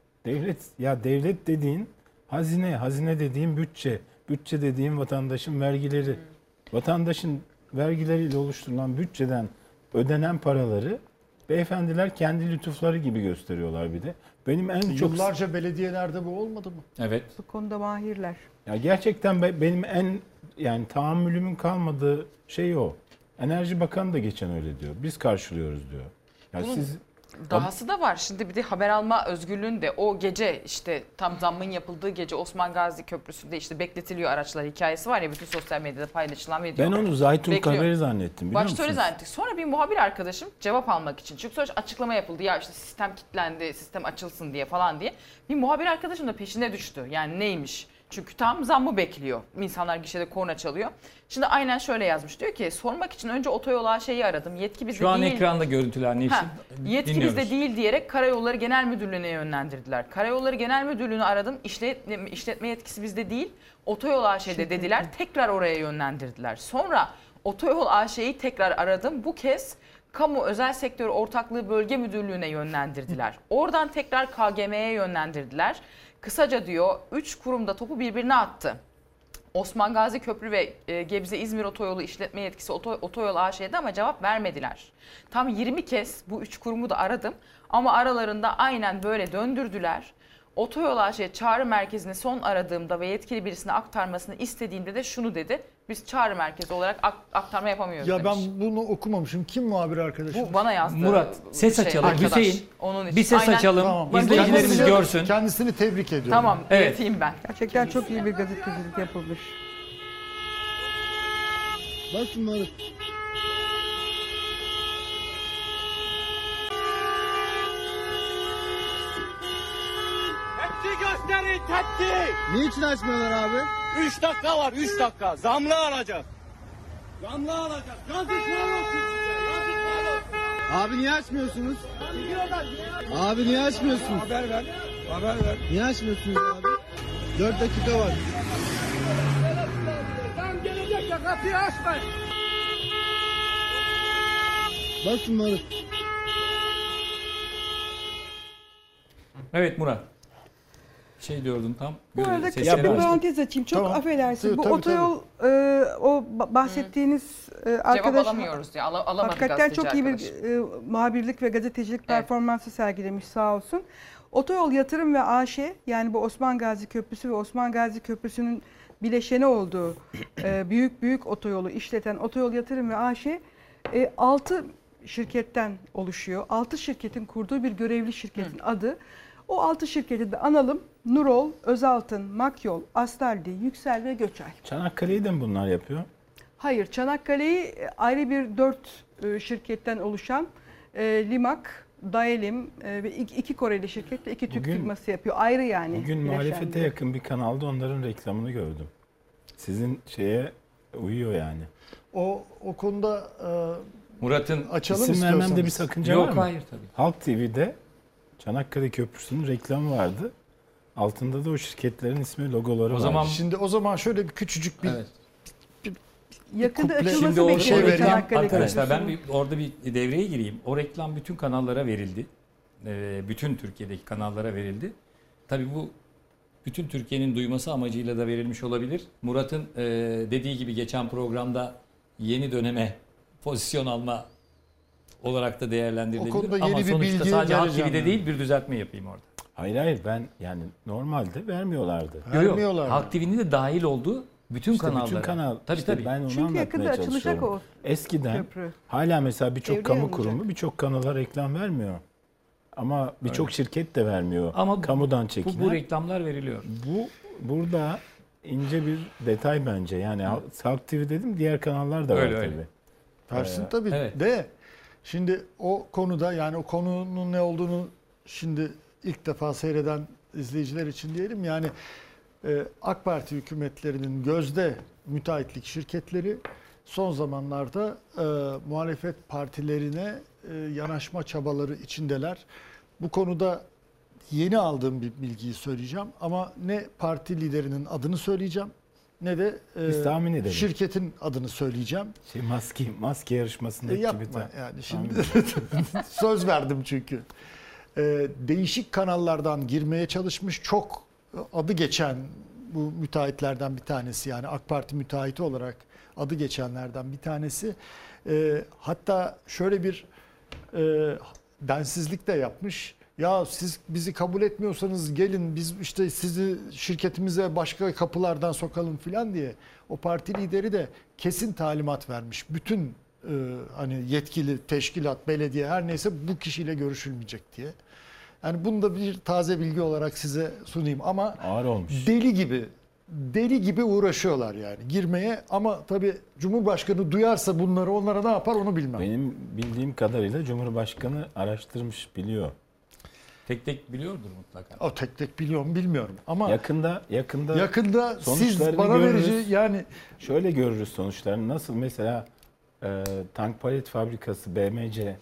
Devlet dediğin hazine dediğin bütçe dediğin vatandaşın vergileri. Vatandaşın vergileriyle oluşturulan bütçeden ödenen paraları beyefendiler kendi lütufları gibi gösteriyorlar bir de. Benim en çok yıllarca belediyelerde bu olmadı mı? Evet. Bu konuda mahirler. Ya gerçekten benim yani tahammülümün kalmadığı şey o. Enerji Bakanı da geçen öyle diyor. Biz karşılıyoruz diyor. Ya Bunun siz dahası da var. Şimdi bir de haber alma özgürlüğünde o gece işte tam zammın yapıldığı gece Osman Gazi Köprüsü'nde işte bekletiliyor araçlar hikayesi var ya bütün sosyal medyada paylaşılan video. Ben onu Zaytun haberi zannettim biliyor musunuz? Başta öyle zannettik. Sonra bir muhabir arkadaşım cevap almak için. Çünkü sonuçta açıklama yapıldı. Ya işte sistem kilitlendi, sistem açılsın diye falan diye. Bir muhabir arkadaşım da peşine düştü. Yani neymiş? Çünkü tam zammı bekliyor. İnsanlar gişede korna çalıyor. Şimdi aynen şöyle yazmış. Diyor ki sormak için önce otoyol AŞ'yi aradım. Yetki bizde değil. Şu an ekranda görüntüler Nevşin. Yetki dinliyoruz. bizde değil diyerek Karayolları Genel Müdürlüğü'ne yönlendirdiler. Karayolları Genel Müdürlüğü'nü aradım. İşletme yetkisi bizde değil. Otoyol AŞ'de dediler. Tekrar oraya yönlendirdiler. Sonra Otoyol AŞ'yi tekrar aradım. Bu kez Kamu Özel Sektör Ortaklığı Bölge Müdürlüğü'ne yönlendirdiler. Oradan tekrar KGM'ye yönlendirdiler. Kısaca diyor 3 kurumda topu birbirine attı. Osman Gazi Köprü ve Gebze İzmir Otoyolu işletme yetkisi Otoyol AŞ'de ama cevap vermediler. Tam 20 kez bu 3 kurumu da aradım ama aralarında aynen böyle döndürdüler. Otoyol AŞ çağrı merkezine son aradığımda ve yetkili birisine aktarmasını istediğimde de şunu dedi. Biz çağrı merkezi olarak aktarma yapamıyoruz ya demiş. Ben bunu okumamışım. Kim muhabir arkadaşım? Bu bana yazdı. Murat ses açalım. arkadaş. Hüseyin Onun bir ses aynen. açalım. Tamam. İzleyicilerimiz Kendisini- görsün. Kendisini tebrik ediyorum. Tamam, Evet. ileteyim ben. Gerçekten çok iyi bir gazetecilik yapılmış. Bak şunları. Tepki gösterin tepki. Niçin açmıyorlar abi? 3 dakika var 3 dakika. Zamlı alacak. Gamla alacak. Yazıklar olsun size. Yazıklar olsun. Abi niye açmıyorsunuz? Abi niye açmıyorsunuz? Haber ver. Haber ver. Niye açmıyorsunuz abi? 4 dakika var. Tam gelecek ya kapıyı açmayın. Basın moruk. Evet Murat. Şey diyordun tam. Bu arada Sesleri kısa bir açtım. parantez açayım. Çok Tamam. affedersin. Bu Tabii, otoyol o bahsettiğiniz Cevap arkadaş alamıyoruz ya. Alamadık hakikaten çok iyi arkadaş. bir muhabirlik ve gazetecilik performansı sergilemiş sağ olsun. Otoyol Yatırım ve AŞ, yani bu Osman Gazi Köprüsü ve Osman Gazi Köprüsü'nün bileşeni olduğu büyük otoyolu işleten Otoyol Yatırım ve AŞ 6 şirketten oluşuyor. 6 şirketin kurduğu bir görevli şirketin adı. O 6 şirketi de analım. Nurol, Özaltın, Makyol, Astaldi, Yüksel ve Göçay. Çanakkale'yi de mi bunlar yapıyor? Hayır, Çanakkale'yi ayrı bir 4 şirketten oluşan Limak, Daelim ve 2 Koreli şirket ve 2 Türk Bugün- firması yapıyor. Ayrı yani. Bugün muhalefete bileşenleri. yakın bir kanalda onların reklamını gördüm. Sizin şeye uyuyor yani. O konuda Murat'ın açalım İsim istiyorsanız. vermemde bir sakınca var yok mı? hayır tabii. Halk TV'de Çanakkale Köprüsü'nün reklamı vardı. Altında da o şirketlerin ismi, logoları O var. zaman- Şimdi o zaman şöyle bir küçücük bir Evet. Yakında kuple- açılması Şimdi o şey bekleniyor vereyim. Çanakkale arkadaşlar ben Köprüsü'nün. orada bir devreye gireyim. O reklam bütün kanallara verildi. Bütün Türkiye'deki kanallara verildi. Tabii bu bütün Türkiye'nin duyması amacıyla da verilmiş olabilir. Murat'ın dediği gibi geçen programda yeni döneme pozisyon alma olarak da değerlendirilebilir. O konuda Ama yeni bir sonuçta bilgi sadece Halk vereceğim TV'de yani. değil bir düzeltme yapayım orada. Hayır ben yani normalde vermiyorlardı. Yok, yok. vermiyorlar. Halk TV'nin de dahil olduğu bütün İşte kanallara. bütün kanal. Tabii işte tabii. ben onu Çünkü yakında anlatmaya açılacak çalışıyorum. o Eskiden köprü. hala mesela birçok Devreye kamu alınacak. kurumu birçok kanala reklam vermiyor. Ama birçok şirket de vermiyor. Ama Kamudan çekilen. bu reklamlar veriliyor. Burada ince bir detay bence. Yani Halk TV dedim, diğer kanallar da Öyle, var öyle. tabii. Versin tabii evet. de şimdi o konuda, yani o konunun ne olduğunu şimdi ilk defa seyreden izleyiciler için diyelim, yani AK Parti hükümetlerinin gözde müteahhitlik şirketleri son zamanlarda muhalefet partilerine yanaşma çabaları içindeler. Bu konuda yeni aldığım bir bilgiyi söyleyeceğim ama ne parti liderinin adını söyleyeceğim ne de Biz tahmin edelim. şirketin adını söyleyeceğim. Maske yarışmasındaki gibi. Yapma yani şimdi söz verdim çünkü. Değişik kanallardan girmeye çalışmış, çok adı geçen bu müteahhitlerden bir tanesi, yani AK Parti müteahhiti olarak adı geçenlerden bir tanesi. Hatta şöyle bir densizlik de yapmış. Ya siz bizi kabul etmiyorsanız gelin biz işte sizi şirketimize başka kapılardan sokalım filan diye. O parti lideri de kesin talimat vermiş. Bütün hani yetkili teşkilat, belediye her neyse bu kişiyle görüşülmeyecek diye. Yani bunu da bir taze bilgi olarak size sunayım ama Ağır olmuş. deli gibi uğraşıyorlar yani girmeye, ama tabii Cumhurbaşkanı duyarsa bunları onlara ne yapar onu bilmem. Benim bildiğim kadarıyla Cumhurbaşkanı araştırmış, biliyor. Tek tek biliyordur mutlaka. O tek tek biliyorum bilmiyorum ama Yakında yakında siz sonuçlarını bana görürüz. verici yani şöyle görürüz sonuçlarını. Nasıl mesela tank palet fabrikası BMC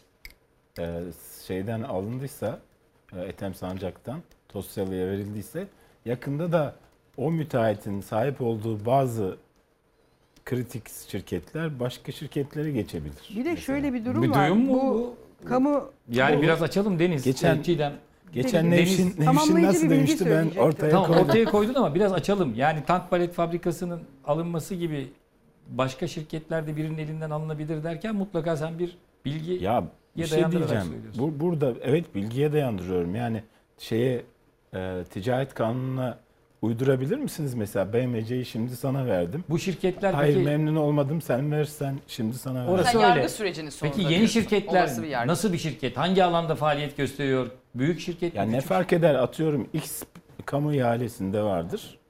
şeyden alındıysa, Ethem Sancak'tan Tosyalı'ya verildiyse, yakında da o müteahhitin sahip olduğu bazı kritik şirketler başka şirketlere geçebilir. Bir de mesela. şöyle bir durum Bir var. duyum mu Bu bu? kamu Yani biraz açalım Deniz. Geçen- Çiğdem. Geçen Deniz, Nevşin tamamlayıcı nasıl bir bilgi demişti, ben söyleyecektim. ortaya Tamam koydum. ortaya koydun ama biraz açalım. Yani tank palet fabrikasının alınması gibi başka şirketlerde birinin elinden alınabilir derken mutlaka sen bir bilgi Ya bir şey dayandırarak diyeceğim. söylüyorsun. Burada evet bilgiye dayandırıyorum. Yani ticaret kanununa uydurabilir misiniz mesela? BMC'yi şimdi sana verdim. Bu şirketler Hayır peki memnun olmadım, sen versen şimdi sana verdim. Orası Sen öyle. yargı sürecinin sonunda peki yeni diyorsun. şirketler Olası bir yargı. nasıl bir şirket? Hangi alanda faaliyet gösteriyor? Büyük şirket mi? Yani ne küçük fark eder, atıyorum X kamu ihalesinde vardır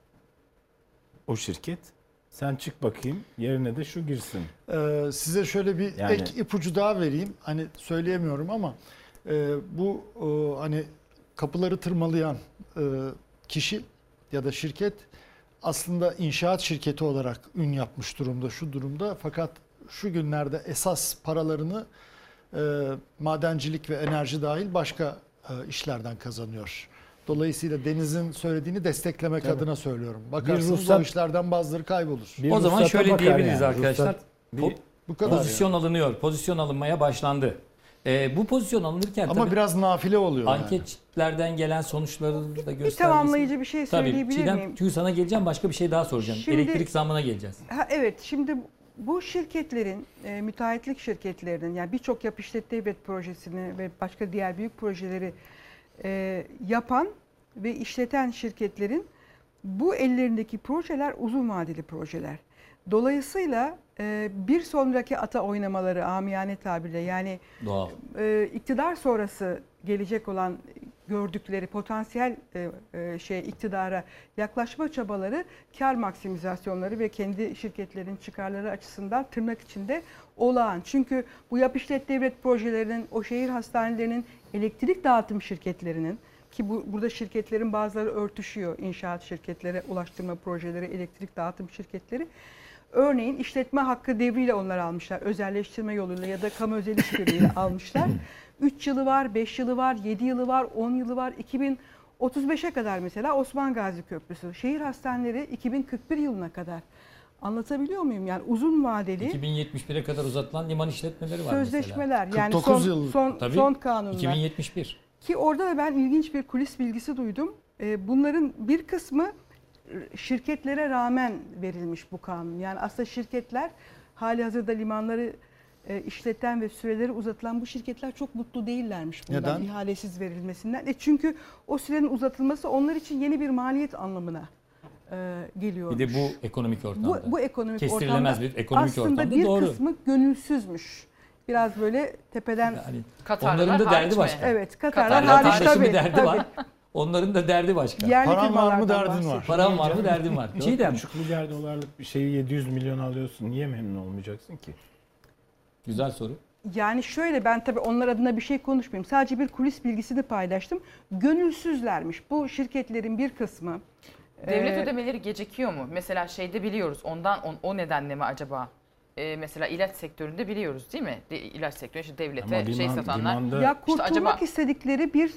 o şirket. Sen çık bakayım, yerine de şu girsin. size şöyle bir Yani- ek ipucu daha vereyim. Hani söyleyemiyorum ama bu hani kapıları tırmalayan kişi ya da şirket aslında inşaat şirketi olarak ün yapmış durumda, şu durumda. Fakat şu günlerde esas paralarını madencilik ve enerji dahil başka işlerden kazanıyor. Dolayısıyla Deniz'in söylediğini desteklemek adına söylüyorum. Bakarsınız o işlerden bazıları kaybolur. O zaman şöyle diyebiliriz arkadaşlar. Bu kadar pozisyon alınıyor. Pozisyon alınmaya başlandı. Bu pozisyon alınırken ama biraz nafile oluyor. Anketlerden gelen sonuçları da göstergesi. Bir tamamlayıcı bir şey söyleyebilir miyim? Çünkü sana geleceğim, başka bir şey daha soracağım. Şimdi, elektrik zammına geleceğiz. Evet, şimdi bu şirketlerin, müteahhitlik şirketlerinin, yani birçok yap işlet devlet projesini ve başka diğer büyük projeleri yapan ve işleten şirketlerin bu ellerindeki projeler uzun vadeli projeler. Dolayısıyla bir sonraki ata oynamaları, amiyane tabirle, yani doğal, iktidar sonrası gelecek olan gördükleri potansiyel iktidara yaklaşma çabaları, kar maksimizasyonları ve kendi şirketlerin çıkarları açısından tırnak içinde olağan. Çünkü bu yap işlet devlet projelerinin, o şehir hastanelerinin, elektrik dağıtım şirketlerinin, ki burada şirketlerin bazıları örtüşüyor, inşaat şirketleri, ulaştırma projeleri, elektrik dağıtım şirketleri. Örneğin işletme hakkı devriyle onlar almışlar. Özelleştirme yoluyla ya da kamu özel işbirliğiyle almışlar. 3 yılı var, 5 yılı var, 7 yılı var, 10 yılı var. 2035'e kadar mesela Osman Gazi Köprüsü. Şehir hastaneleri 2041 yılına kadar. Anlatabiliyor muyum? Yani uzun vadeli 2071'e kadar uzatılan liman işletmeleri var sözleşmeler. mesela. Yani 49 yıl. son kanunlar. 2071. Ki orada da ben ilginç bir kulis bilgisi duydum. Bunların bir kısmı şirketlere rağmen verilmiş bu kanun. Yani aslında şirketler, halihazırda limanları işleten ve süreleri uzatılan bu şirketler çok mutlu değillermiş bundan. Neden? İhalesiz verilmesinden. Çünkü o sürenin uzatılması onlar için yeni bir maliyet anlamına geliyor. Bir de bu ekonomik ortamda. Bu ekonomik kestirilemez ortamda bir ekonomik aslında ortamda bir doğru. kısmı gönülsüzmüş. Biraz böyle tepeden. Yani Katarlılar onların da derdi hariç başka. mi? Evet, Katarlar Katarlar hariç tabii. tabii. derdi tabii. var. Onların da derdi başka. Yerli Paran var mı, firmalardan derdin var. bahsediyorum. Param var mı, derdim var. Çiğdem. 4,5 milyar dolarlık bir şeyi 700 milyon alıyorsun. Niye memnun olmayacaksın ki? Güzel soru. Yani şöyle, ben tabii onlar adına bir şey konuşmayayım. Sadece bir kulis bilgisini paylaştım. Gönülsüzlermiş. Bu şirketlerin bir kısmı. Devlet ödemeleri gecikiyor mu? Mesela şeyde biliyoruz. O nedenle mi acaba? Mesela ilaç sektöründe biliyoruz değil mi? İlaç sektörü işte devlete şey satanlar. Ya kurtulmak acaba istedikleri bir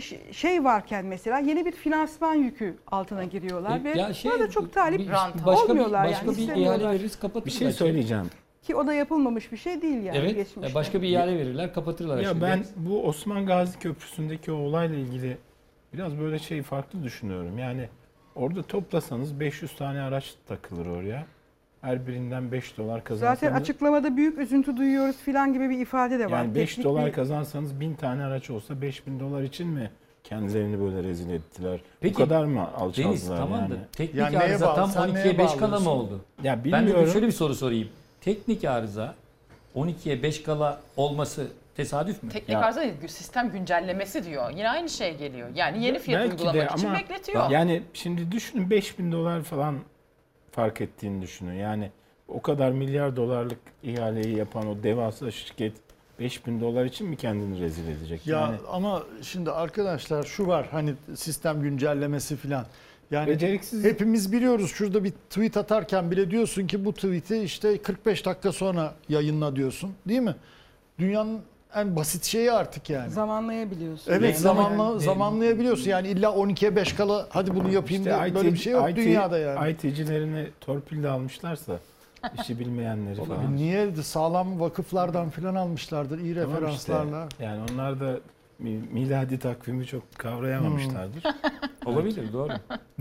şey varken mesela yeni bir finansman yükü altına giriyorlar ve buna da çok talip olmuyorlar. Başka yani, bir ihale veririz, kapatırlar. Bir şey söyleyeceğim. Ki o da yapılmamış bir şey değil yani. Evet, geçmişte. başka bir ihale verirler, kapatırlar. Ya ben bu Osman Gazi Köprüsü'ndeki o olayla ilgili biraz böyle farklı düşünüyorum. Yani orada toplasanız 500 tane araç takılır oraya. Her birinden 5 dolar kazansanız. Zaten açıklamada büyük üzüntü duyuyoruz filan gibi bir ifade de var. Yani 5 Teknik dolar bir... kazansanız 1000 tane araç olsa 5000 dolar için mi kendilerini böyle rezil ettiler? Peki, bu kadar mı alçaldılar Deniz, tamam yani? da teknik Yani neye arıza bağlı? tam Sen 12'ye neye 5 kala bağlıyorsun? mı oldu? Ya Ben de bilmiyorum. şöyle bir soru sorayım. Teknik arıza 12'ye 5 kala olması tesadüf mü? teknik arıza değil, sistem güncellemesi diyor. Yine aynı şey geliyor. Yani yeni fiyat Belki de uygulamak için ama bekletiyor. Yani şimdi düşünün 5000 dolar falan fark ettiğini düşünün. Yani o kadar milyar dolarlık ihaleyi yapan o devasa şirket 5000 dolar için mi kendini rezil edecek? Ya Yani ama şimdi arkadaşlar şu var, hani sistem güncellemesi filan. Yani beceriksiz. hepimiz biliyoruz, şurada bir tweet atarken bile diyorsun ki bu tweet'i işte 45 dakika sonra yayınla diyorsun, değil mi? Dünyanın en basit şeyi artık yani. Zamanlayabiliyorsun. Evet, Yani zamanlayabiliyorsun. Yani illa 12'ye 5 kala hadi bunu yapayım diye böyle bir şey yok dünyada yani. IT'cilerini torpille almışlarsa işi bilmeyenleri falan. Niye sağlam vakıflardan filan almışlardır iyi Tamam referanslarla. işte, yani onlar da miladi takvimi çok kavrayamamışlardır. Olabilir, doğru.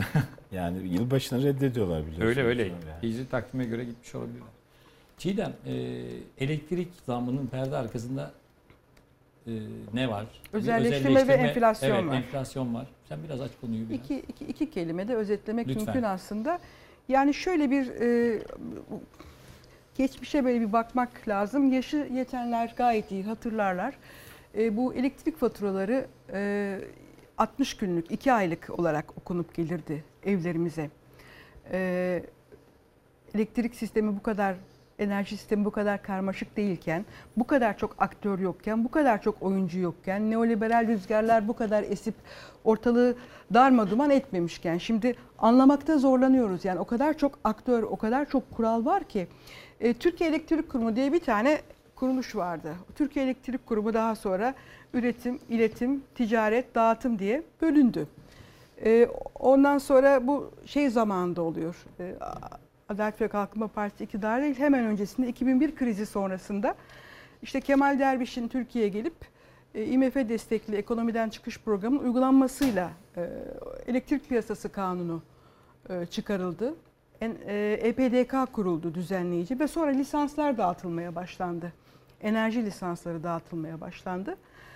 Yani yılbaşını reddediyorlar biliyorsunuz. Öyle. Yani. Hicri takvime göre gitmiş olabilirler. Çiğdem, elektrik zammının perde arkasında ne var? Bir Özelleştirme ve enflasyon var. Enflasyon var. Sen biraz aç konuyu biraz. İki kelimede özetlemek Lütfen. mümkün aslında. Yani şöyle bir geçmişe böyle bir bakmak lazım. Yaşı yetenler gayet iyi hatırlarlar. Bu elektrik faturaları 60 günlük, 2 aylık olarak okunup gelirdi evlerimize. Elektrik sistemi bu kadar, enerji sistemi bu kadar karmaşık değilken, bu kadar çok aktör yokken, bu kadar çok oyuncu yokken, neoliberal rüzgarlar bu kadar esip ortalığı darmaduman etmemişken, şimdi anlamakta zorlanıyoruz. Yani o kadar çok aktör, o kadar çok kural var ki Türkiye Elektrik Kurumu diye bir tane kuruluş vardı. Türkiye Elektrik Kurumu daha sonra üretim, iletim, ticaret, dağıtım diye bölündü. Ondan sonra bu şey zamanında oluyor. Adalet ve Kalkınma Partisi iktidarı değil, hemen öncesinde 2001 krizi sonrasında işte Kemal Derviş'in Türkiye'ye gelip IMF destekli ekonomiden çıkış programının uygulanmasıyla elektrik piyasası kanunu çıkarıldı. EPDK kuruldu düzenleyici ve sonra lisanslar dağıtılmaya başlandı. Enerji lisansları dağıtılmaya başlandı.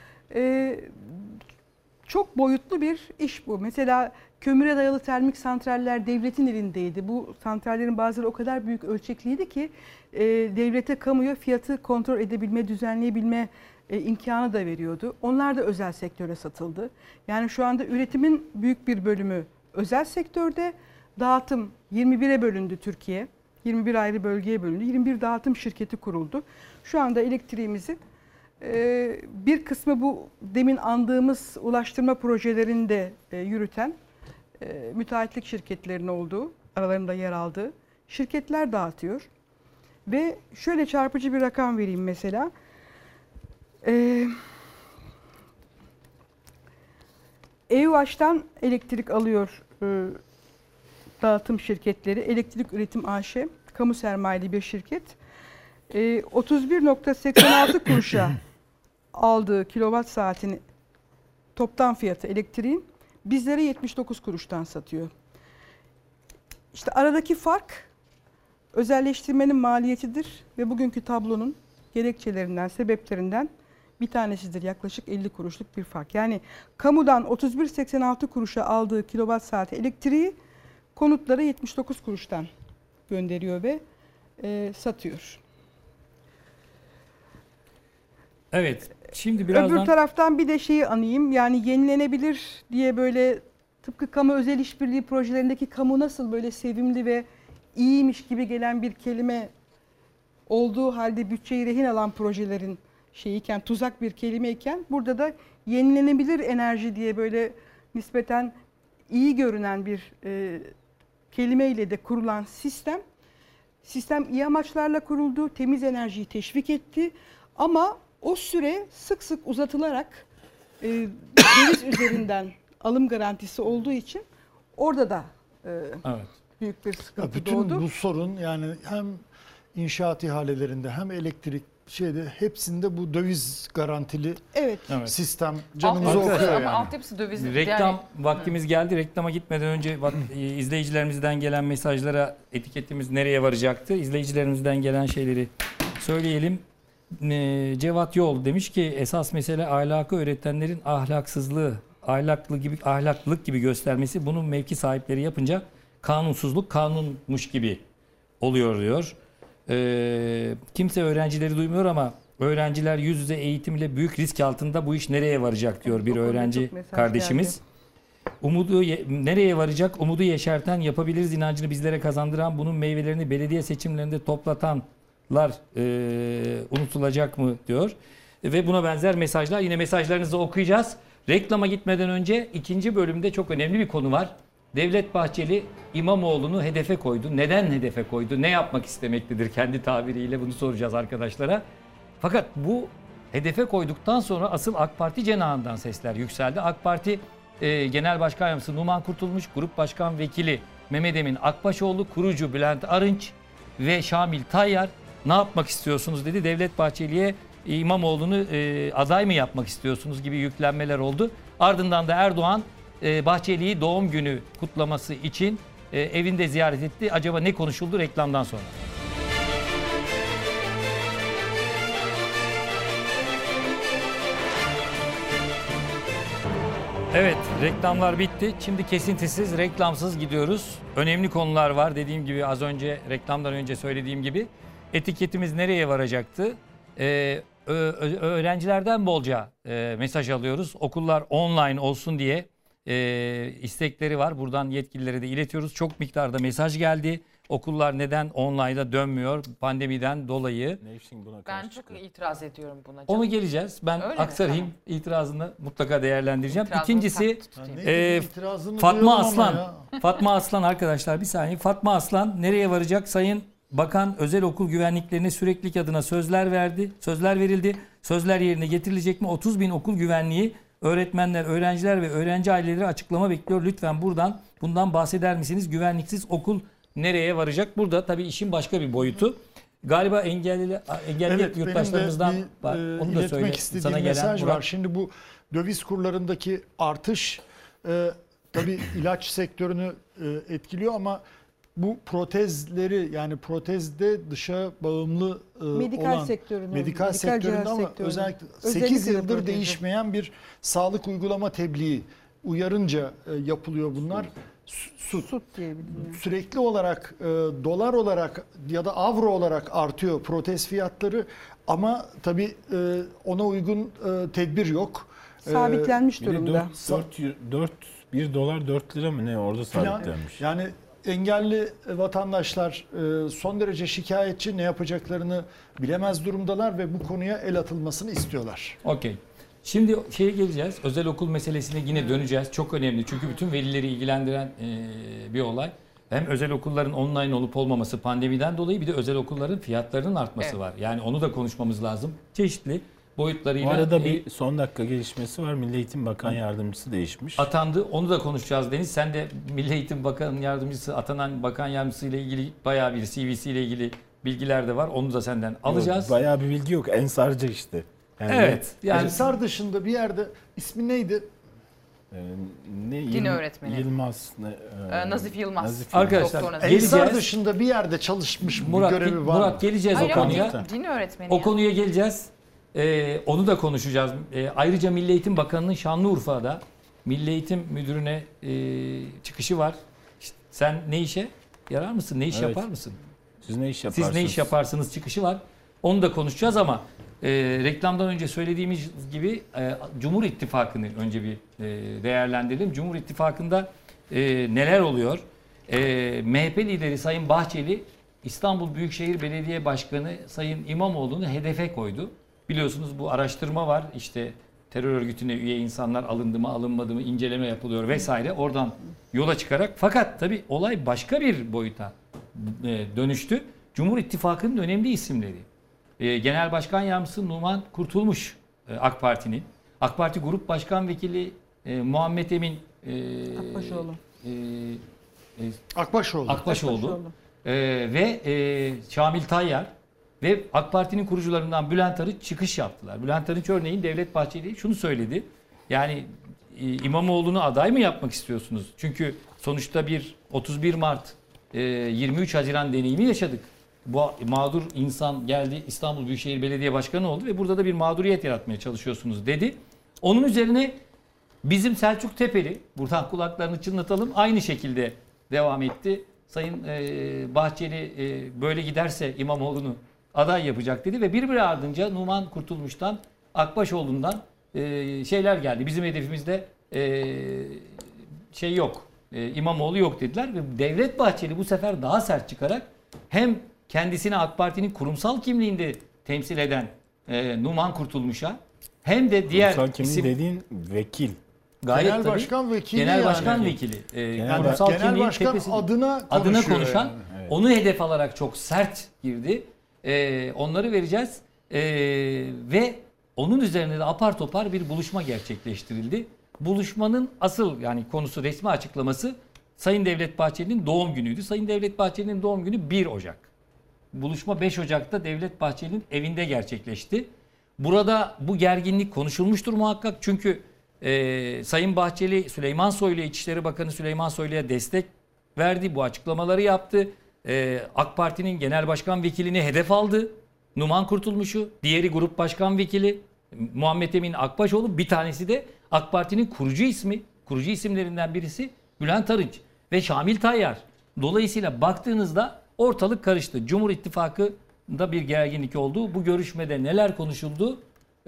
Çok boyutlu bir iş bu. Mesela kömüre dayalı termik santraller devletin elindeydi. Bu santrallerin bazıları o kadar büyük ölçekliydi ki devlete, kamuya fiyatı kontrol edebilme, düzenleyebilme imkanı da veriyordu. Onlar da özel sektöre satıldı. Yani şu anda üretimin büyük bir bölümü özel sektörde. Dağıtım 21'e bölündü Türkiye. 21 ayrı bölgeye bölündü. 21 dağıtım şirketi kuruldu. Şu anda elektriğimizi bir kısmı bu demin andığımız ulaştırma projelerini de yürüten müteahhitlik şirketlerinin olduğu, aralarında yer aldığı şirketler dağıtıyor. Ve şöyle çarpıcı bir rakam vereyim mesela. EÜAŞ'tan elektrik alıyor dağıtım şirketleri. Elektrik Üretim AŞ, kamu sermayeli bir şirket. 31.86 kuruşa aldığı kilowatt saatini toptan fiyatı elektriğin bizlere 79 kuruştan satıyor. İşte aradaki fark özelleştirmenin maliyetidir ve bugünkü tablonun gerekçelerinden, sebeplerinden bir tanesidir. Yaklaşık 50 kuruşluk bir fark. Yani kamudan 31.86 kuruşa aldığı kilowatt saati elektriği konutlara 79 kuruştan gönderiyor ve satıyor. Evet. Şimdi birazdan... Öbür taraftan bir de şeyi anayım. Yani yenilenebilir diye böyle tıpkı kamu özel işbirliği projelerindeki kamu nasıl böyle sevimli ve iyiymiş gibi gelen bir kelime olduğu halde bütçeyi rehin alan projelerin şeyiken, tuzak bir kelimeyken burada da yenilenebilir enerji diye böyle nispeten iyi görünen bir kelimeyle de kurulan sistem iyi amaçlarla kuruldu, temiz enerjiyi teşvik etti ama o süre sık sık uzatılarak döviz üzerinden alım garantisi olduğu için orada da evet, büyük bir sıkıntı bütün doğdu. Bu sorun yani hem inşaat ihalelerinde hem elektrik hepsinde bu döviz garantili Evet. sistem canımızı Altyapısı okuyor ama yani. altyapısı döviz. Reklam vaktimiz geldi. Reklama gitmeden önce izleyicilerimizden gelen mesajlara etiketimiz nereye varacaktı? İzleyicilerimizden gelen şeyleri söyleyelim. Cevat Yol demiş ki esas mesele ahlakı öğretenlerin ahlaksızlığı, ahlaklılık gibi göstermesi. Bunun mevki sahipleri yapınca kanunsuzluk kanunmuş gibi oluyor diyor. Kimse öğrencileri duymuyor ama öğrenciler yüz yüze eğitimle büyük risk altında, bu iş nereye varacak diyor bir öğrenci kardeşimiz. Umudu nereye varacak? Umudu yeşerten, yapabiliriz inancını bizlere kazandıran, bunun meyvelerini belediye seçimlerinde toplatanlar unutulacak mı diyor. Ve buna benzer mesajlar, yine mesajlarınızı okuyacağız. Reklama gitmeden önce ikinci bölümde çok önemli bir konu var. Devlet Bahçeli İmamoğlu'nu hedefe koydu. Neden hedefe koydu? Ne yapmak istemektedir kendi tabiriyle, bunu soracağız arkadaşlara. Fakat bu hedefe koyduktan sonra asıl AK Parti cenahından sesler yükseldi. AK Parti Genel Başkan Yardımcısı Numan Kurtulmuş, Grup Başkan Vekili Mehmet Emin Akbaşoğlu, kurucu Bülent Arınç ve Şamil Tayyar ne yapmak istiyorsunuz dedi. Devlet Bahçeli'ye İmamoğlu'nu aday mı yapmak istiyorsunuz gibi yüklenmeler oldu. Ardından da Erdoğan Bahçeli'yi doğum günü kutlaması için evinde ziyaret etti. Acaba ne konuşuldu reklamdan sonra? Evet, reklamlar bitti. Şimdi kesintisiz, reklamsız gidiyoruz. Önemli konular var. Dediğim gibi az önce, reklamdan önce söylediğim gibi. Etiketimiz nereye varacaktı? Öğrencilerden bolca mesaj alıyoruz. Okullar online olsun diye istekleri var. Buradan yetkililere de iletiyoruz. Çok miktarda mesaj geldi. Okullar neden online'a dönmüyor pandemiden dolayı? Ben çok itiraz ediyorum buna. Canım. Onu geleceğiz. Ben Öyle aktarayım. Tamam. İtirazını mutlaka değerlendireceğim. İtirazını İkincisi İtirazını Fatma duyalım ama Aslan. ya. Fatma Aslan arkadaşlar bir saniye. Fatma Aslan nereye varacak? Sayın Bakan özel okul güvenliklerine süreklilik adına sözler verildi. Sözler yerine getirilecek mi? 30 bin okul güvenliği, öğretmenler, öğrenciler ve öğrenci aileleri açıklama bekliyor. Lütfen bundan bahseder misiniz? Güvenliksiz okul nereye varacak? Burada tabii işin başka bir boyutu. Galiba engelli Evet, yurttaşlarımızdan benim de var. Onu da söyle. iletmek istediğim Sana gelen mesaj Murat. var. Şimdi bu döviz kurlarındaki artış tabii ilaç sektörünü etkiliyor ama bu protezleri, yani protezde dışa bağımlı Medikal olan sektörünün, medikal sektöründe cihaz ama sektörünün. özellikle Özellikle 8 de yıldır protezi. değişmeyen bir sağlık uygulama tebliği uyarınca yapılıyor bunlar. Sut diye biliniyor. Sürekli olarak dolar olarak ya da avro olarak artıyor protez fiyatları ama tabii ona uygun tedbir yok. Sabitlenmiş Bir de durumda. 1 dolar 4 lira mı ne orada Falan. sabitlenmiş. Yani engelli vatandaşlar son derece şikayetçi, ne yapacaklarını bilemez durumdalar ve bu konuya el atılmasını istiyorlar. Okey. Şimdi şeye geleceğiz. Özel okul meselesine yine döneceğiz. Çok önemli. Çünkü bütün velileri ilgilendiren bir olay. Hem özel okulların online olup olmaması pandemiden dolayı, bir de özel okulların fiyatlarının artması Evet. var. Yani onu da konuşmamız lazım. Çeşitli boyutlarıyla. Bu arada bir son dakika gelişmesi var. Milli Eğitim Bakan Yardımcısı değişmiş. Atandı. Onu da konuşacağız Deniz. Sen de Milli Eğitim Bakan Yardımcısı, atanan bakan yardımcısı ile ilgili bayağı bir CV'si ile ilgili bilgiler de var. Onu da senden alacağız. Yok, bayağı bir bilgi yok. Ensarcı işte. Yani Evet. Yani Ensar dışında bir yerde ismi neydi? Din öğretmeni. Yılmaz. Nazif Yılmaz. Nazif Arkadaşlar, Doktor Nazif. Geleceğiz. Ensar dışında bir yerde çalışmış bir görevi var mı? Murat geleceğiz Hayır o ama konuya. din öğretmeni. O konuya geleceğiz. Onu da konuşacağız. Ayrıca Milli Eğitim Bakanı'nın Şanlıurfa'da Milli Eğitim Müdürü'ne çıkışı var. İşte sen ne işe yarar mısın? Ne iş Evet. yapar mısın? Siz ne iş yaparsınız? Siz ne iş yaparsınız çıkışı var. Onu da konuşacağız ama reklamdan önce söylediğimiz gibi Cumhur İttifakı'nı önce bir değerlendirelim. Cumhur İttifakı'nda neler oluyor? MHP lideri Sayın Bahçeli İstanbul Büyükşehir Belediye Başkanı Sayın İmamoğlu'nu hedefe koydu. Biliyorsunuz bu araştırma var. İşte terör örgütüne üye insanlar alındı mı alınmadı mı inceleme yapılıyor vesaire. Oradan yola çıkarak, fakat tabii olay başka bir boyuta dönüştü. Cumhur İttifakı'nın önemli isimleri. Genel Başkan Yardımcısı Numan Kurtulmuş AK Parti'nin. AK Parti Grup Başkan Vekili Muhammed Emin Akbaşoğlu. Akbaşoğlu. Ve Şamil Tayyar ve AK Parti'nin kurucularından Bülent Arınç çıkış yaptılar. Bülent Arınç örneğin Devlet Bahçeli şunu söyledi. Yani İmamoğlu'nu aday mı yapmak istiyorsunuz? Çünkü sonuçta 31 Mart 23 Haziran deneyimi yaşadık. Bu mağdur insan geldi, İstanbul Büyükşehir Belediye Başkanı oldu ve burada da bir mağduriyet yaratmaya çalışıyorsunuz dedi. Onun üzerine bizim Selçuk Tepeli, buradan kulaklarını çınlatalım, aynı şekilde devam etti. Sayın Bahçeli böyle giderse İmamoğlu'nu aday yapacak dedi ve birbiri ardınca Numan Kurtulmuş'tan, Akbaşoğlu'ndan şeyler geldi. Bizim hedefimizde şey yok, İmamoğlu yok dediler ve Devlet Bahçeli bu sefer daha sert çıkarak hem kendisini AK Parti'nin kurumsal kimliğinde temsil eden Numan Kurtulmuş'a hem de diğer Kurumsal kimliği isim dediğin vekil. gayet Genel tabii, Başkan Vekili Genel yani. Başkan Vekili. Kurumsal Genel kimliğin Başkan tepesi- adına konuşan yani. Evet. onu hedef alarak çok sert girdi. Onları vereceğiz. Ve onun üzerine de apar topar bir buluşma gerçekleştirildi. Buluşmanın asıl yani konusu, resmi açıklaması Sayın Devlet Bahçeli'nin doğum günüydü. Sayın Devlet Bahçeli'nin doğum günü 1 Ocak. Buluşma 5 Ocak'ta Devlet Bahçeli'nin evinde gerçekleşti. Burada bu gerginlik konuşulmuştur muhakkak. Çünkü Sayın Bahçeli Süleyman Soylu, İçişleri Bakanı Süleyman Soylu'ya destek verdi. Bu açıklamaları yaptı. AK Parti'nin Genel Başkan Vekilini hedef aldı. Numan Kurtulmuş'u. Diğeri Grup Başkan Vekili Muhammed Emin Akbaşoğlu. Bir tanesi de AK Parti'nin kurucu isimlerinden birisi Bülent Arınç ve Şamil Tayyar. Dolayısıyla baktığınızda ortalık karıştı. Cumhur İttifakı'nda bir gerginlik oldu. Bu görüşmede neler konuşuldu?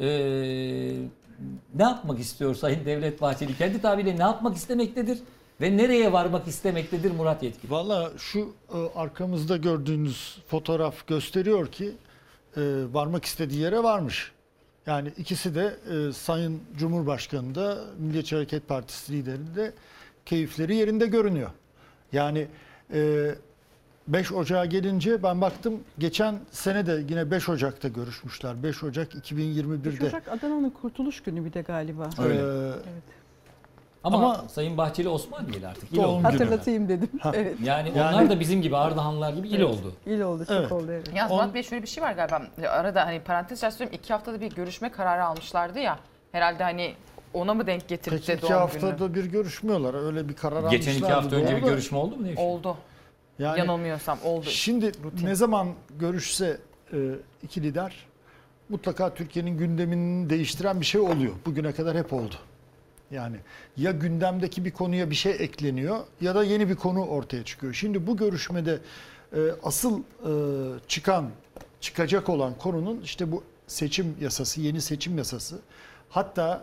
Ne yapmak istiyor Sayın Devlet Bahçeli? Kendi tabiriyle ne yapmak istemektedir? Ve nereye varmak istemektedir Murat Yetkin? Valla şu arkamızda gördüğünüz fotoğraf gösteriyor ki varmak istediği yere varmış. Yani ikisi de Sayın Cumhurbaşkanı da Milliyetçi Hareket Partisi lideri de keyifleri yerinde görünüyor. Yani 5 Ocak'a gelince ben baktım geçen sene de yine 5 Ocak'ta görüşmüşler. 5 Ocak 2021'de. 5 Ocak Adana'nın kurtuluş günü bir de galiba. Öyle. Evet. Ama Sayın Bahçeli Osman değil artık. İl oldu. Hatırlatayım dedim. Evet. Yani onlar da bizim gibi Ardahanlılar gibi il oldu. İl oldu, çok Evet. oldu. Evet. Yalnız Murat Bey şöyle bir şey var galiba. Arada hani parantez içerisinde söyleyeyim, 2 haftada bir görüşme kararı almışlardı ya. Herhalde hani ona mı denk getirdi Peki 2 doğum günü? haftada bir görüşmüyorlar. Öyle bir karar almışlardı. Geçen 2 hafta önce bir doğru da. görüşme oldu mu Nevşin? Oldu. Yani Yanılmıyorsam oldu. şimdi ne zaman görüşse iki lider mutlaka Türkiye'nin gündemini değiştiren bir şey oluyor. Bugüne kadar hep oldu. Yani ya gündemdeki bir konuya bir şey ekleniyor ya da yeni bir konu ortaya çıkıyor. Şimdi bu görüşmede asıl çıkacak olan konunun işte bu seçim yasası, yeni seçim yasası. Hatta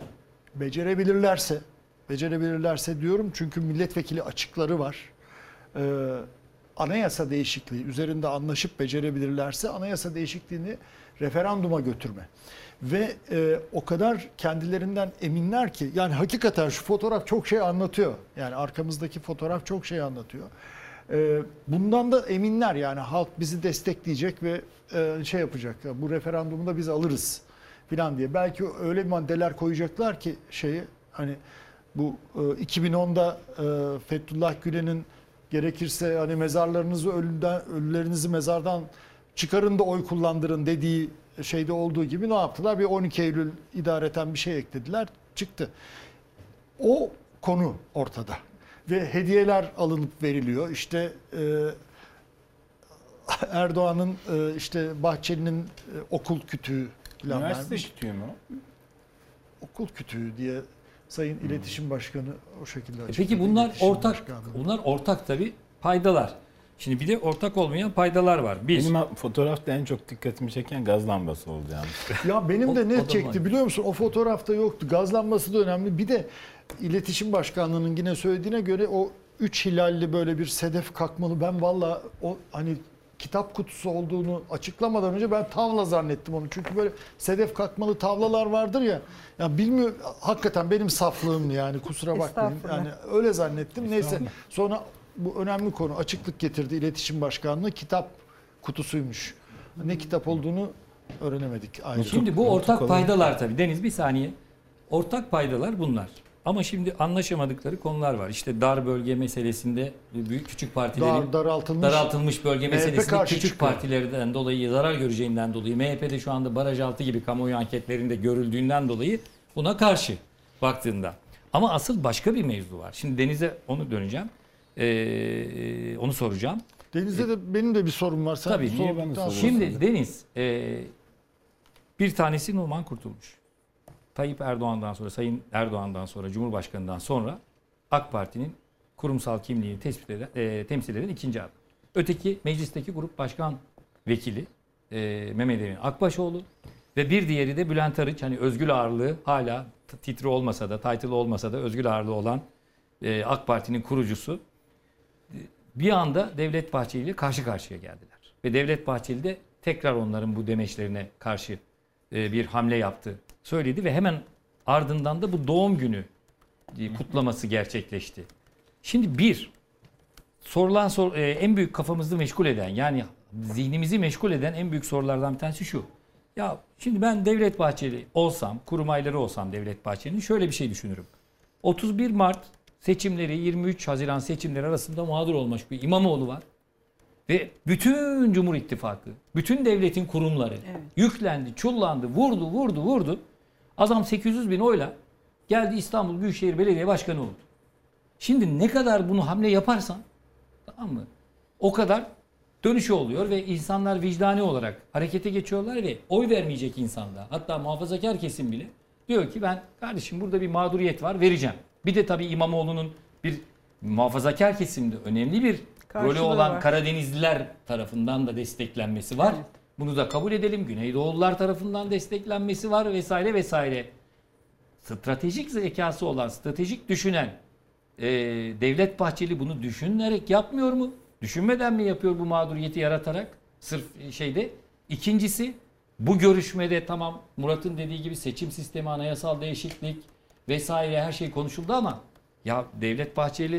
becerebilirlerse diyorum çünkü milletvekili açıkları var. Anayasa değişikliği üzerinde anlaşıp becerebilirlerse anayasa değişikliğini referanduma götürme. Ve o kadar kendilerinden eminler ki yani hakikaten şu fotoğraf çok şey anlatıyor. Yani arkamızdaki fotoğraf çok şey anlatıyor. Bundan da eminler yani halk bizi destekleyecek ve şey yapacak. Bu referandumu da biz alırız filan diye. Belki öyle maddeler koyacaklar ki hani bu 2010'da Fethullah Gülen'in gerekirse hani ölülerinizi mezardan çıkarın da oy kullandırın dediği şeyde olduğu gibi ne yaptılar? Bir 12 Eylül idareten bir şey eklediler. Çıktı. O konu ortada. Ve hediyeler alınıp veriliyor. İşte Erdoğan'ın işte Bahçeli'nin okul kütüğü falan Üniversite vermiş. kütüğü mü? Okul kütüğü diye Sayın İletişim Başkanı o şekilde açıkladı. Peki bunlar İletişim ortak. Başkanı. Bunlar ortak tabii paydalar. Şimdi bir de ortak olmayan paydalar var. Benim fotoğrafta en çok dikkatimi çeken gaz lambası oldu yani. Ya benim de O ne da çekti var. biliyor musun? O fotoğrafta yoktu. Gaz lambası da önemli. Bir de İletişim Başkanlığı'nın yine söylediğine göre o 3 hilalli böyle bir sedef kalkmalı. Ben valla o hani kitap kutusu olduğunu açıklamadan önce ben tavla zannettim onu. Çünkü böyle sedef kalkmalı tavlalar vardır ya. Ya bilmiyorum hakikaten benim saflığım yani kusura bakmayın. Estağfurullah. Yani öyle zannettim. Neyse sonra bu önemli konu açıklık getirdi İletişim Başkanlığı. Kitap kutusuymuş. Ne kitap olduğunu öğrenemedik ayrıca. Şimdi bu ortak paydalar tabii. Deniz bir saniye. Ortak paydalar bunlar. Ama şimdi anlaşamadıkları konular var. İşte dar bölge meselesinde büyük küçük partilerin daraltılmış bölge meselesinde küçük çıkıyor. partilerden dolayı zarar göreceğinden dolayı MHP'de şu anda baraj altı gibi kamuoyu anketlerinde görüldüğünden dolayı buna karşı baktığında. Ama asıl başka bir mevzu var. Şimdi Deniz'e onu döneceğim. Onu soracağım. Deniz'de de benim de bir sorum var. Sen Tabii. Niye bana sorduktan soruyorsun? Şimdi Deniz bir tanesi Numan Kurtulmuş. Tayyip Erdoğan'dan sonra, Sayın Erdoğan'dan sonra, Cumhurbaşkanı'ndan sonra AK Parti'nin kurumsal kimliğini temsil eden ikinci adam. Öteki meclisteki grup başkan vekili Mehmet Emin Akbaşoğlu ve bir diğeri de Bülent Arınç. Hani özgül ağırlığı hala titri olmasa da, title olmasa da özgül ağırlığı olan AK Parti'nin kurucusu. Bir anda Devlet Bahçeli ile karşı karşıya geldiler. Ve Devlet Bahçeli de tekrar onların bu demeçlerine karşı bir hamle yaptı. Söyledi ve hemen ardından da bu doğum günü kutlaması gerçekleşti. Şimdi sorulan en büyük kafamızı meşgul eden yani zihnimizi meşgul eden en büyük sorulardan bir tanesi şu. Ya şimdi ben Devlet Bahçeli olsam, kurmayları olsam Devlet Bahçeli'nin şöyle bir şey düşünürüm. 31 Mart seçimleri 23 Haziran seçimleri arasında mağdur olmuş bir İmamoğlu var. Ve bütün Cumhur İttifakı, bütün devletin kurumları yüklendi, çullandı, vurdu. Adam 800 bin oyla geldi İstanbul Büyükşehir Belediye Başkanı oldu. Şimdi ne kadar bunu hamle yaparsan tamam mı? O kadar dönüşü oluyor ve insanlar vicdani olarak harekete geçiyorlar ve oy vermeyecek insanda hatta muhafazakar kesim bile diyor ki ben kardeşim burada bir mağduriyet var vereceğim. Bir de tabii İmamoğlu'nun bir muhafazakar kesimde önemli bir rolü olan var. Karadenizliler tarafından da desteklenmesi var. Evet. Bunu da kabul edelim. Güneydoğulular tarafından desteklenmesi var vesaire vesaire. Stratejik zekası olan, stratejik düşünen Devlet Bahçeli bunu düşünerek yapmıyor mu? Düşünmeden mi yapıyor bu mağduriyeti yaratarak? Sırf şeyde. İkincisi bu görüşmede tamam Murat'ın dediği gibi seçim sistemi, anayasal değişiklik vesaire her şey konuşuldu ama ya Devlet Bahçeli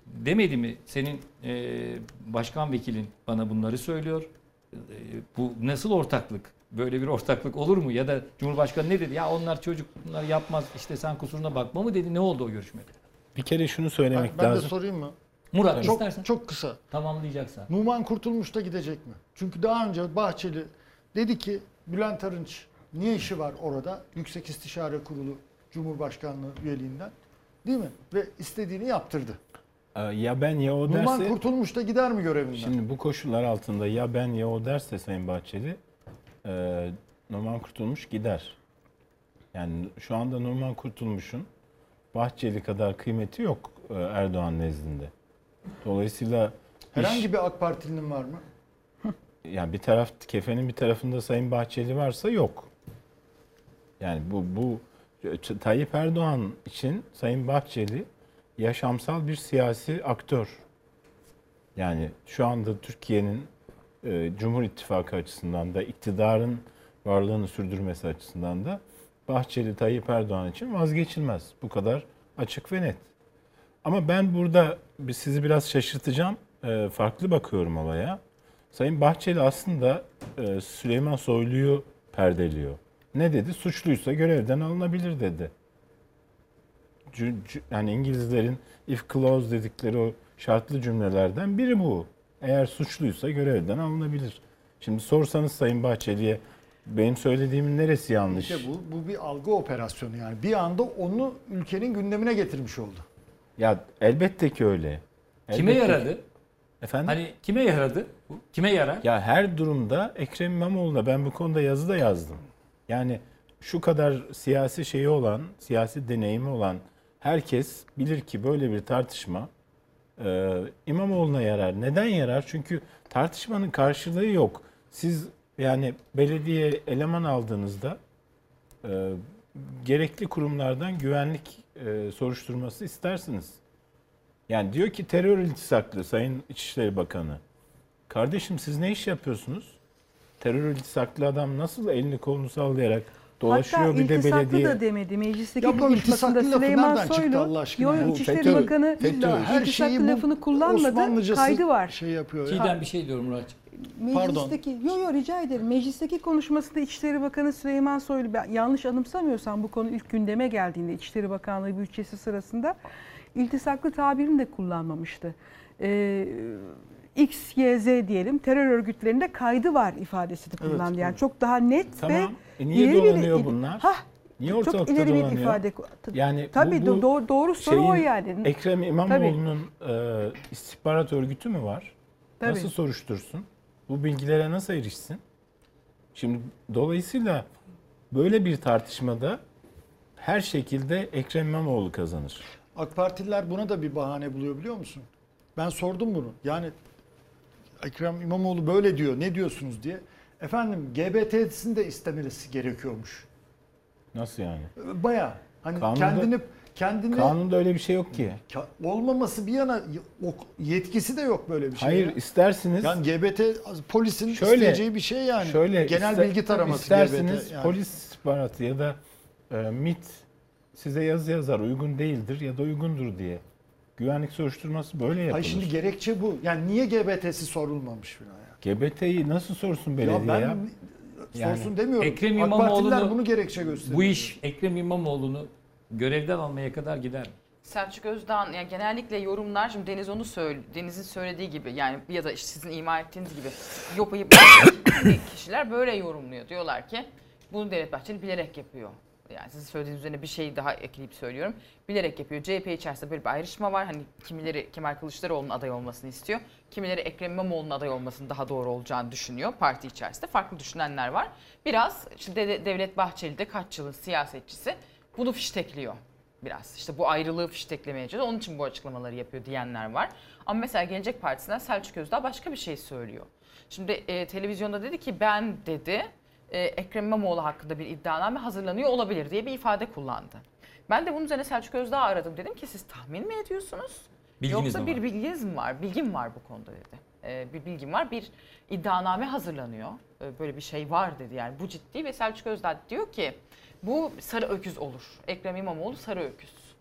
demedi mi senin başkan vekilin bana bunları söylüyor. Bu nasıl ortaklık? Böyle bir ortaklık olur mu? Ya da Cumhurbaşkanı ne dedi? Ya onlar çocuk, bunlar yapmaz, işte sen kusuruna bakma mı dedi? Ne oldu o görüşmede? Bir kere şunu söylemek Ben de lazım. sorayım mı? Murat istersen Çok kısa. tamamlayacaksan. Numan Kurtulmuş da gidecek mi? Çünkü daha önce Bahçeli dedi ki Bülent Arınç niye işi var orada? Yüksek İstişare Kurulu Cumhurbaşkanlığı üyeliğinden. Değil mi? Ve istediğini yaptırdı. Ya ben ya o Numan derse... Kurtulmuş da gider mi görevinden? Şimdi bu koşullar altında ya ben ya o derse Sayın Bahçeli, Numan Kurtulmuş gider. Yani şu anda Numan Kurtulmuş'un Bahçeli kadar kıymeti yok Erdoğan nezdinde. Dolayısıyla herhangi bir AK Partilinin var mı? yani bir taraf, kefenin bir tarafında Sayın Bahçeli varsa yok. Yani bu Tayyip Erdoğan için Sayın Bahçeli yaşamsal bir siyasi aktör. Yani şu anda Türkiye'nin Cumhur İttifakı açısından da iktidarın varlığını sürdürmesi açısından da Bahçeli Tayyip Erdoğan için vazgeçilmez. Bu kadar açık ve net. Ama ben burada sizi biraz şaşırtacağım. Farklı bakıyorum olaya. Sayın Bahçeli aslında Süleyman Soylu'yu perdeliyor. Ne dedi? Suçluysa görevden alınabilir dedi. Yani İngilizlerin if clause dedikleri o şartlı cümlelerden biri bu. Eğer suçluysa görevden alınabilir. Şimdi sorsanız Sayın Bahçeli'ye benim söylediğimin neresi yanlış? İşte bu bir algı operasyonu yani. Bir anda onu ülkenin gündemine getirmiş oldu. Ya elbette ki öyle. Kime Elbette yaradı? ki. Efendim? Hani kime yaradı? Kime yarar? Ya her durumda Ekrem İmamoğlu'na ben bu konuda yazı da yazdım. Yani şu kadar siyasi şeyi olan, siyasi deneyimi olan herkes bilir ki böyle bir tartışma İmamoğlu'na yarar. Neden yarar? Çünkü tartışmanın karşılığı yok. Siz yani belediye eleman aldığınızda gerekli kurumlardan güvenlik soruşturması istersiniz. Yani diyor ki terör iltisaklı Sayın İçişleri Bakanı. Kardeşim siz ne iş yapıyorsunuz? Terör iltisaklı adam nasıl elini kolunu sallayarak dolaşıyor hatta bir de belediye. Hatta iltisaklı da demedi. Meclisteki Ya bu konuşmasında iltisaklı lafı Süleyman nereden çıktı Soylu, Allah aşkına? yok Bu İçişleri FETÖ, Bakanı Her şeyi iltisaklı lafını kullanmadı. Osmanlıcası Kaydı var. şey yapıyor. Ya. Çiğdem bir şey diyorum Muratçığım. Meclisteki, rica ederim. Meclisteki konuşmasında İçişleri Bakanı Süleyman Soylu, ben yanlış anımsamıyorsam bu konu ilk gündeme geldiğinde İçişleri Bakanlığı bütçesi sırasında iltisaklı tabirini de kullanmamıştı. X, Y, Z diyelim terör örgütlerinde kaydı var ifadesini kullandı. Evet, yani çok daha net Tamam. ve Niye ileri dolanıyor bunlar? Niye çok ortalıkta ileri bir dolanıyor? ifade. Yani Tabii doğru soru o yani. Ekrem İmamoğlu'nun istihbarat örgütü mü var? Tabii. Nasıl soruştursun? Bu bilgilere nasıl erişsin? Şimdi dolayısıyla böyle bir tartışmada her şekilde Ekrem İmamoğlu kazanır. AK Partililer buna da bir bahane buluyor biliyor musun? Ben sordum bunu. Yani Ekrem İmamoğlu böyle diyor. Ne diyorsunuz diye. Efendim GBT'sini de istemesi gerekiyormuş. Nasıl yani? Bayağı. Hani Kanunda- kendini Kanunda öyle bir şey yok ki. olmaması bir yana yetkisi de yok böyle bir şey. Hayır ya. istersiniz. Yani GBT polisin Şöyle- isteyeceği bir şey yani. Genel bilgi taraması isterseniz GBT. Yani. polis istihbaratı ya da MİT size yazı yazar uygun değildir ya da uygundur diye. Güvenlik soruşturması böyle yapılır. Hayır şimdi gerekçe bu. Yani niye GBT'si sorulmamış falan ya? GBT'yi nasıl sorsun belediye Ya ben ya? sorsun demiyorum. Ekrem AK Partililer İmamoğlu'nu bunu gerekçe gösteriyor. Bu iş Ekrem İmamoğlu'nu görevden almaya kadar gider mi? Selçuk Özdağ'ın yani genellikle yorumlar, şimdi Deniz onu Deniz'in söylediği gibi yani ya da işte sizin ima ettiğiniz gibi YOPA'yı kişiler böyle yorumluyor. Diyorlar ki bunu Devlet Bahçeli bilerek yapıyor. Yani sizin söylediğiniz üzerine bir şey daha ekleyip söylüyorum. Bilerek yapıyor. CHP içerisinde böyle bir ayrışma var. Hani kimileri Kemal Kılıçdaroğlu'nun aday olmasını istiyor. Kimileri Ekrem İmamoğlu'nun aday olmasının daha doğru olacağını düşünüyor. Parti içerisinde farklı düşünenler var. Biraz işte Devlet Bahçeli de kaç yılın siyasetçisi bunu fiştekliyor. Biraz işte bu ayrılığı fişteklemeye çalışıyor. Onun için bu açıklamaları yapıyor diyenler var. Ama mesela Gelecek Partisi'nden Selçuk Özdağ başka bir şey söylüyor. Şimdi televizyonda dedi ki ben dedi Ekrem İmamoğlu hakkında bir iddianame hazırlanıyor olabilir diye bir ifade kullandı. Ben de bunun üzerine Selçuk Özdağ'ı aradım. Dedim ki siz tahmin mi ediyorsunuz? Bilginiz Yoksa mi bir var? bilginiz mi var? Bilgim var bu konuda dedi. Bir bilgim var. Bir iddianame hazırlanıyor. Böyle bir şey var dedi. Yani bu ciddi ve Selçuk Özdağ diyor ki bu sarı öküz olur. Ekrem İmamoğlu sarı öküz.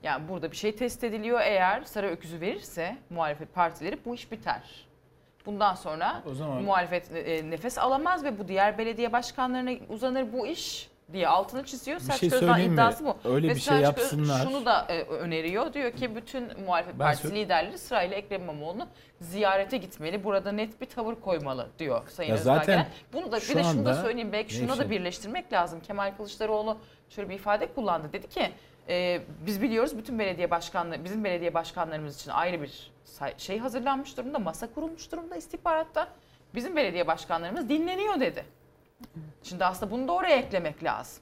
Yani burada bir şey test ediliyor. Eğer sarı öküzü verirse muhalefet partileri bu iş biter. Bundan sonra O zaman muhalefet nefes alamaz ve bu diğer belediye başkanlarına uzanır bu iş diye altını çiziyor. bir Selçuk şey Özdağ söyleyeyim mi? iddiası bu. Öyle Ve bir şey Selçuk yapsınlar. Şunu da öneriyor. Diyor ki bütün muhalefet partisi liderleri sırayla Ekrem İmamoğlu'nu ziyarete gitmeli. Burada net bir tavır koymalı diyor Sayın Ya Özdağ. zaten Bunu da bir şu de şunu da anda söyleyeyim. Belki şuna da birleştirmek lazım. Kemal Kılıçdaroğlu şöyle bir ifade kullandı. Dedi ki biz biliyoruz bütün bizim belediye başkanlarımız için ayrı bir şey hazırlanmış durumda. Masa kurulmuş durumda istihbaratta. Bizim belediye başkanlarımız dinleniyor dedi. Şimdi aslında bunu da oraya eklemek lazım.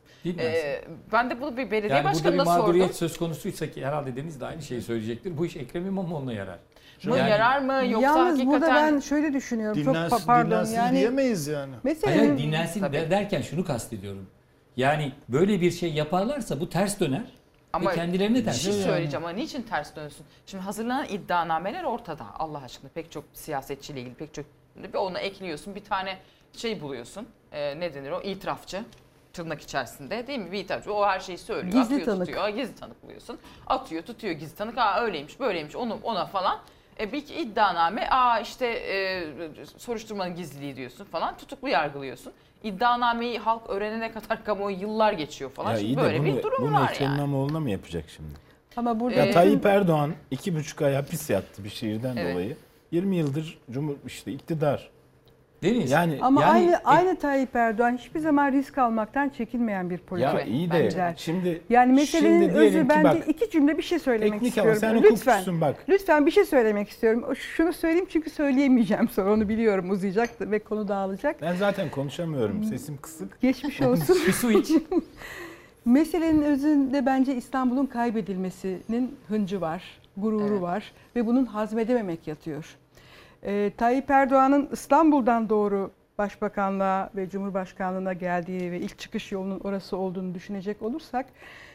Ben de bunu bir belediye Yani burada bir başkanına mağduriyet sordum. söz konusuysa ki herhalde Deniz de aynı şeyi söyleyecektir. Bu iş Ekrem İmamoğlu'na yarar. Yarar mı yoksa Yalnız hakikaten... burada ben şöyle düşünüyorum. Çok pardon dinlensin yani. diyemeyiz yani. Mesela Hayır, dinlensin derken şunu kastediyorum. Yani böyle bir şey yaparlarsa bu ters döner. Ama ve kendilerine bir ters şey döner. söyleyeceğim ama niçin ters dönsün? Şimdi hazırlanan iddianameler ortada. Allah aşkına pek çok siyasetçiyle ilgili pek çok... Onu ekliyorsun bir tane şey buluyorsun. Ne denir o? İtirafçı. Tırnak içerisinde değil mi? Bir itirafçı. O her şeyi söylüyor. Gizli atıyor, tanık. tutuyor. Gizli tanık buluyorsun. Atıyor tutuyor gizli tanık. Öyleymiş böyleymiş ona falan. Bir iddianame işte soruşturmanın gizliliği diyorsun falan. Tutuklu yargılıyorsun. İddianameyi halk öğrenene kadar kamuoyu yıllar geçiyor falan. Ya Şimdi iyi de böyle bunu, bir durum bunu var Ekrem yani. İmamoğlu'na mı yapacak şimdi? ama burada Ya Tayyip Erdoğan 2,5 ay hapis yattı bir şiirden Evet. dolayı. 20 yıldır iktidar. Deniz. Yani ama Yani aynı Tayyip Erdoğan hiçbir zaman risk almaktan çekinmeyen bir politik. ya iyi de lider. şimdi Yani meselenin şimdi diyelim özü ki bence bak, iki cümle bir şey söylemek teknik ama istiyorum. sen Lütfen. hukukçusun bak. Lütfen bir şey söylemek istiyorum. Şunu söyleyeyim çünkü söyleyemeyeceğim sonra onu biliyorum uzayacak ve konu dağılacak. Ben zaten konuşamıyorum. Sesim kısık. Geçmiş olsun. bir su iç. Meselenin özünde bence İstanbul'un kaybedilmesinin hıncı var, gururu var ve bunun hazmedememek yatıyor. Tayyip Erdoğan'ın İstanbul'dan doğru Başbakanlığa ve Cumhurbaşkanlığına geldiği ve ilk çıkış yolunun orası olduğunu düşünecek olursak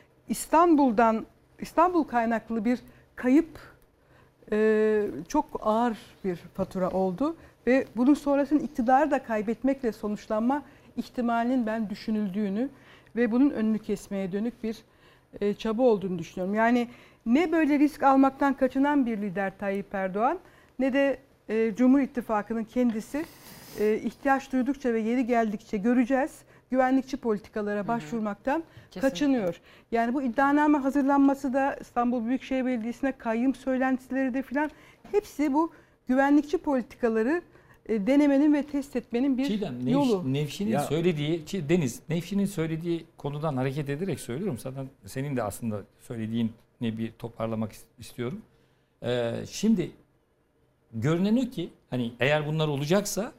İstanbul kaynaklı bir kayıp çok ağır bir fatura oldu ve bunun sonrasının iktidarı da kaybetmekle sonuçlanma ihtimalinin ben düşünüldüğünü ve bunun önünü kesmeye dönük bir çaba olduğunu düşünüyorum. Yani ne böyle risk almaktan kaçınan bir lider Tayyip Erdoğan ne de Cumhur İttifakı'nın kendisi ihtiyaç duydukça ve yeri geldikçe göreceğiz güvenlikçi politikalara başvurmaktan kaçınıyor. Yani bu iddianame hazırlanması da İstanbul Büyükşehir Belediyesi'ne kayyum söylentileri de filan hepsi bu güvenlikçi politikaları denemenin ve test etmenin bir Çiğdem, yolu. Nevşin'in söylediği, Deniz, Nevşin'in söylediği konudan hareket ederek söylüyorum. Zaten senin de aslında söylediğini bir toparlamak istiyorum. Şimdi görünen o ki hani eğer bunlar olacaksa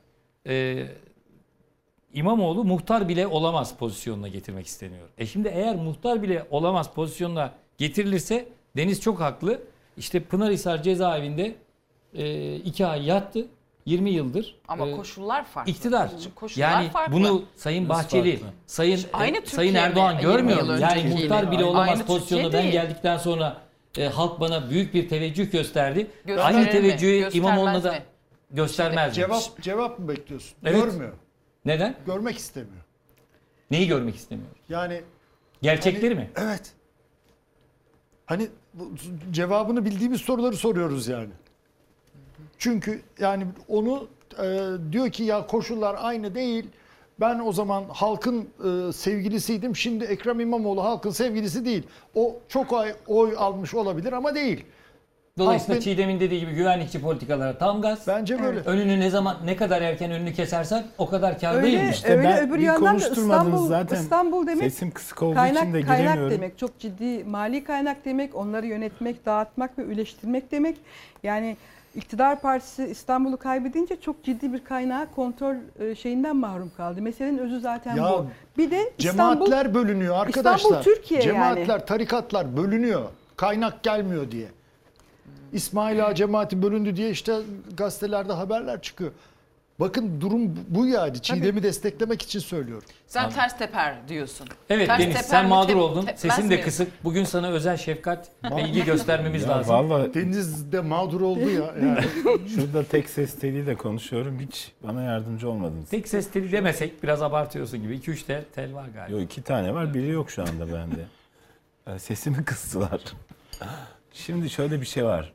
İmamoğlu muhtar bile olamaz pozisyonuna getirmek isteniyor. Şimdi eğer muhtar bile olamaz pozisyonuna getirilirse Deniz çok haklı. İşte Pınarhisar cezaevinde 2 ay yattı. 20 yıldır. Ama koşullar farklı. İktidar. Koşullar Yani farklı. bunu Sayın Bahçeli, Aynı Sayın Türkiye Erdoğan mi? görmüyor 20 mu? yıl Yani öncekiyle. muhtar bile olamaz Aynı pozisyonda Türkiye ben değil. geldikten sonra halk bana büyük bir teveccüh gösterdi. Gösterir Aynı mi? teveccühü Göstermez İmamoğlu'na da mi? göstermez mi? Cevap mı bekliyorsun? Evet. Görmüyor. Neden? Görmek istemiyor. Neyi görmek istemiyor? Yani Gerçekleri mi? evet. Hani cevabını bildiğimiz soruları soruyoruz yani. Çünkü yani onu diyor ki ya koşullar aynı değil. Ben o zaman halkın sevgilisiydim. Şimdi Ekrem İmamoğlu halkın sevgilisi değil. O çok oy almış olabilir ama değil. Dolayısıyla Halk Çiğdem'in dediği gibi güvenlikçi politikalara tam gaz. bence böyle. Önünü ne kadar erken önünü kesersen o kadar kar değil mi? Öyle ben öbür bir yandan da konuşturmadınız zaten. İstanbul demek Sesim kısık olduğu için de kaynak giremiyorum. demek. Çok ciddi mali kaynak demek. Onları yönetmek, dağıtmak ve üleştirmek demek. Yani İktidar Partisi İstanbul'u kaybedince çok ciddi bir kaynağı kontrol şeyinden mahrum kaldı. Meselenin özü zaten Ya, bu. Bir de İstanbul, Cemaatler bölünüyor arkadaşlar. İstanbul Türkiye Cemaatler, yani. tarikatlar bölünüyor. Kaynak gelmiyor diye. İsmail Ağa cemaati bölündü diye işte gazetelerde haberler çıkıyor. Bakın durum bu yani. Çiğdem'i desteklemek için söylüyorum. Sen ters teper diyorsun. Evet Ters Deniz teper sen mi, mağdur oldun. tepmez Sesin de mi? kısık. Bugün sana özel şefkat ve ilgi göstermemiz Ya lazım. vallahi Deniz de mağdur oldu ya. Yani. şurada tek ses teliyle konuşuyorum. Hiç bana yardımcı olmadınız. Tek ses teli demesek biraz abartıyorsun gibi. 2-3 tel var galiba. Yok 2 tane var. Biri yok şu anda bende. Sesimi kıstılar. Şimdi şöyle bir şey var.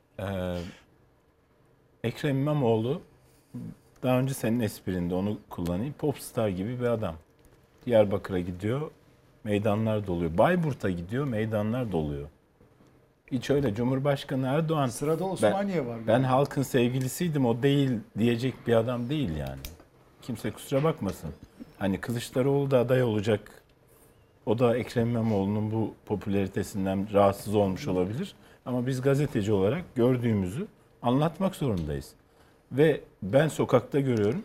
Ekrem İmamoğlu, daha önce senin esprinde onu kullanayım, popstar gibi bir adam. Diyarbakır'a gidiyor, meydanlar doluyor. Bayburt'a gidiyor, meydanlar doluyor. Hiç öyle. Cumhurbaşkanı Erdoğan, Sırada Osmaniye var. ben halkın sevgilisiydim, o değil diyecek bir adam değil yani. Kimse kusura bakmasın. Hani Kılıçdaroğlu da aday olacak. O da Ekrem İmamoğlu'nun bu popülaritesinden rahatsız olmuş olabilir. Ama biz gazeteci olarak gördüğümüzü anlatmak zorundayız. Ve ben sokakta görüyorum,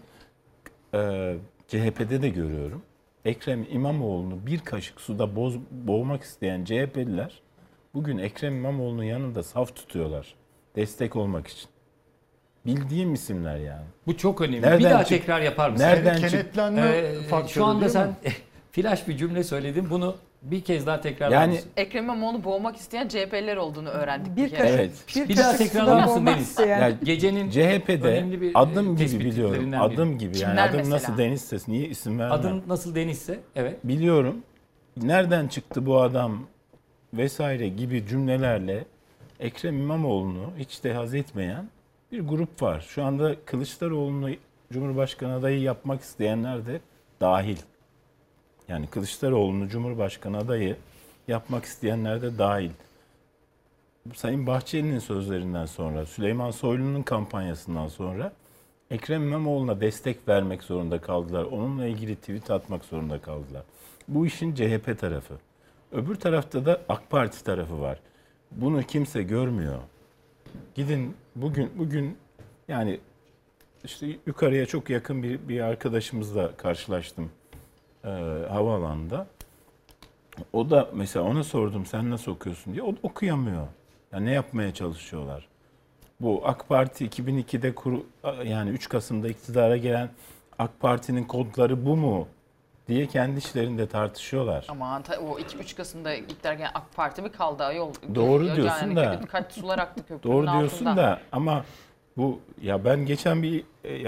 CHP'de de görüyorum. Ekrem İmamoğlu'nu bir kaşık suda boğmak isteyen CHP'liler bugün Ekrem İmamoğlu'nun yanında saf tutuyorlar. Destek olmak için. Bildiğim isimler yani. Bu çok önemli. Nereden bir daha çık- tekrar yapar mısın? Nereden Kenetlenme faktörü Şu anda değil sen mi? flash bir cümle söyledin. Bunu bir kez daha tekrar Yani Ekrem İmamoğlu'nu boğmak isteyen CHP'liler olduğunu öğrendik. Bir kere. kaşık, Evet. Bir daha kaşık tekrarlar suda mısın boğmak Deniz? isteyen- Yani Gecenin CHP'de önemli bir adım gibi tespitlerinden biliyorum. biri. Adım gibi yani. Kimler Adım mesela? nasıl Deniz'se niye isim vermem? Adın nasıl Deniz'se evet. Biliyorum. Nereden çıktı bu adam vesaire gibi cümlelerle Ekrem İmamoğlu'nu hiç de haz etmeyen bir grup var. Şu anda Kılıçdaroğlu'nu Cumhurbaşkanı adayı yapmak isteyenler de dahil. Yani Kılıçdaroğlu'nu Cumhurbaşkanı adayı yapmak isteyenler de dahil. Sayın Bahçeli'nin sözlerinden sonra, Süleyman Soylu'nun kampanyasından sonra Ekrem İmamoğlu'na destek vermek zorunda kaldılar. Onunla ilgili tweet atmak zorunda kaldılar. Bu işin CHP tarafı. Öbür tarafta da AK Parti tarafı var. Bunu kimse görmüyor. Gidin bugün yani işte yukarıya çok yakın bir arkadaşımızla karşılaştım havaalanında. O da mesela ona sordum sen nasıl okuyorsun diye. O da okuyamıyor. Yani ne yapmaya çalışıyorlar? Bu AK Parti 2002'de yani 3 Kasım'da iktidara gelen AK Parti'nin kodları bu mu diye kendi işlerinde tartışıyorlar. Aman o 2-3 Kasım'da iktidar gelen AK Parti mi kaldı ayol? Doğru Yani diyorsun da. Kaç sular aktı köprünün Doğru diyorsun altında. da ama bu ya ben geçen bir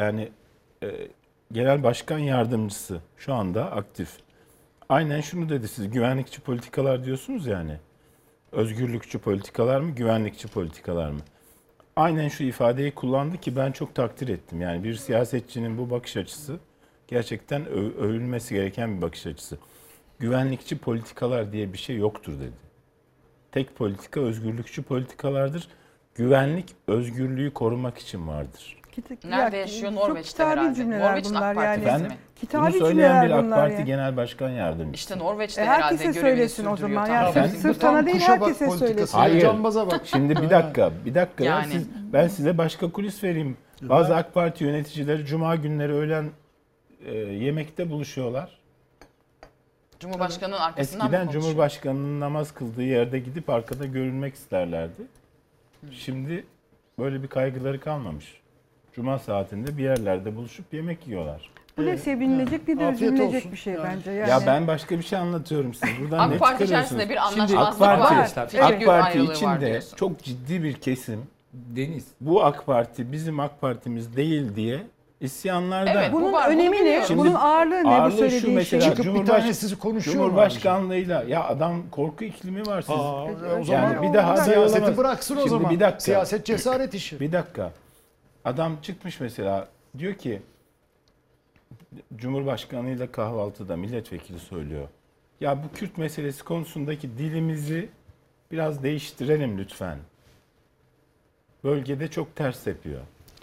genel başkan yardımcısı şu anda aktif. Aynen şunu dedi, siz güvenlikçi politikalar diyorsunuz yani. Özgürlükçü politikalar mı, güvenlikçi politikalar mı? Aynen şu ifadeyi kullandı ki ben çok takdir ettim. Yani bir siyasetçinin bu bakış açısı gerçekten övülmesi gereken bir bakış açısı. Güvenlikçi politikalar diye bir şey yoktur dedi. Tek politika özgürlükçü politikalardır. Güvenlik özgürlüğü korumak için vardır. Nerede yaşıyor? Çok Norveç'te kitabi herhalde. cümleler Norveç'in bunlar AK Partisi yani. mi? Efendim? Kitabi Bunu söyleyen bir cümleler AK bunlar Parti yani. Genel Başkan Yardımcısı. İşte Norveç'te Herkese herhalde görevini söylesin o sürdürüyor. zaman. Tamam. Yani sırf sana değil kuşa bak herkese politikası. söylesin. Hayır. Cambaza bak. Şimdi bir dakika ya. Yani. Ben size başka kulis vereyim. Bazı AK Parti yöneticileri Cuma günleri öğlen yemekte buluşuyorlar. Cumhurbaşkanının arkasından mı Eskiden konuşuyor? Cumhurbaşkanının namaz kıldığı yerde gidip arkada görünmek isterlerdi. Şimdi böyle bir kaygıları kalmamış. Cuma saatinde bir yerlerde buluşup yemek yiyorlar. Bu ne sevinilecek bir de Afiyet üzülecek olsun. bir şey Yani. bence. Yani. Ya ben başka bir şey anlatıyorum size. Buradan ne AK Parti çıkarıyorsunuz? içerisinde bir Şimdi anlaşmazlık AK Parti, var. Evet. Fikir AK Parti ayrılığı var içinde diyorsun. çok ciddi bir kesim Deniz. bu AK Parti bizim AK Parti'miz değil diye isyanlarda. Evet, Bunun bu var, bunu önemi ne? biliyorum. Şimdi Bunun ağırlığı ne bu ağırlığı şu söylediği mesela, şey? Çıkıp bir tanesi konuşuyor mu Cumhurbaşkanlığıyla ya adam korku iklimi var siz. O zaman Yani bir daha siyaseti olamaz. bıraksın o Şimdi zaman. bir dakika. Siyaset cesaret işi. Bir dakika. Adam çıkmış mesela diyor ki Cumhurbaşkanıyla kahvaltıda milletvekili söylüyor. Ya bu Kürt meselesi konusundaki dilimizi biraz değiştirelim lütfen. Bölgede çok ters yapıyor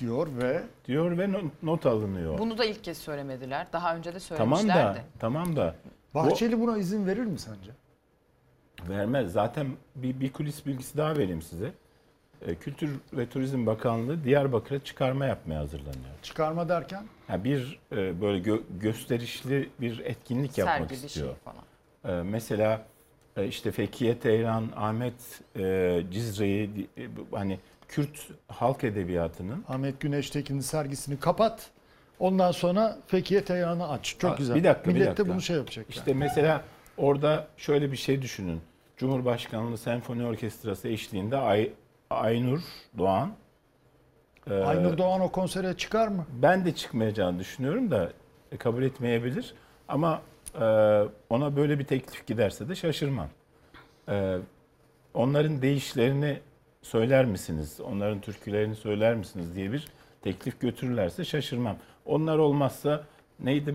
diyor ve not alınıyor. Bunu da ilk kez söylemediler. Daha önce de Tamam söylemişlerdi. da Bahçeli buna izin verir mi sence? vermez. Zaten bir kulis bilgisi daha vereyim size. Kültür ve Turizm Bakanlığı Diyarbakır'a çıkarma yapmaya hazırlanıyor. Çıkarma derken? Yani bir böyle gösterişli bir etkinlik yapmak Sergi bir istiyor. şey falan. Mesela işte Fekhiye Teyran, Ahmet Cizre'yi hani Kürt halk edebiyatının Ahmet Güneştekin'in sergisini kapat. Ondan sonra Fekhiye Teyran'ı aç. Çok güzel. Bir dakika, Millet bir dakika. de bunu şey yapacak. İşte mesela orada şöyle bir şey düşünün. Cumhurbaşkanlığı Senfoni Orkestrası eşliğinde Aynur Doğan. Aynur Doğan o konsere çıkar mı? Ben de çıkmayacağını düşünüyorum da kabul etmeyebilir. Ama ona böyle bir teklif giderse de şaşırmam. onların deyişlerini söyler misiniz, onların türkülerini söyler misiniz diye bir teklif götürürlerse şaşırmam. Onlar olmazsa neydi,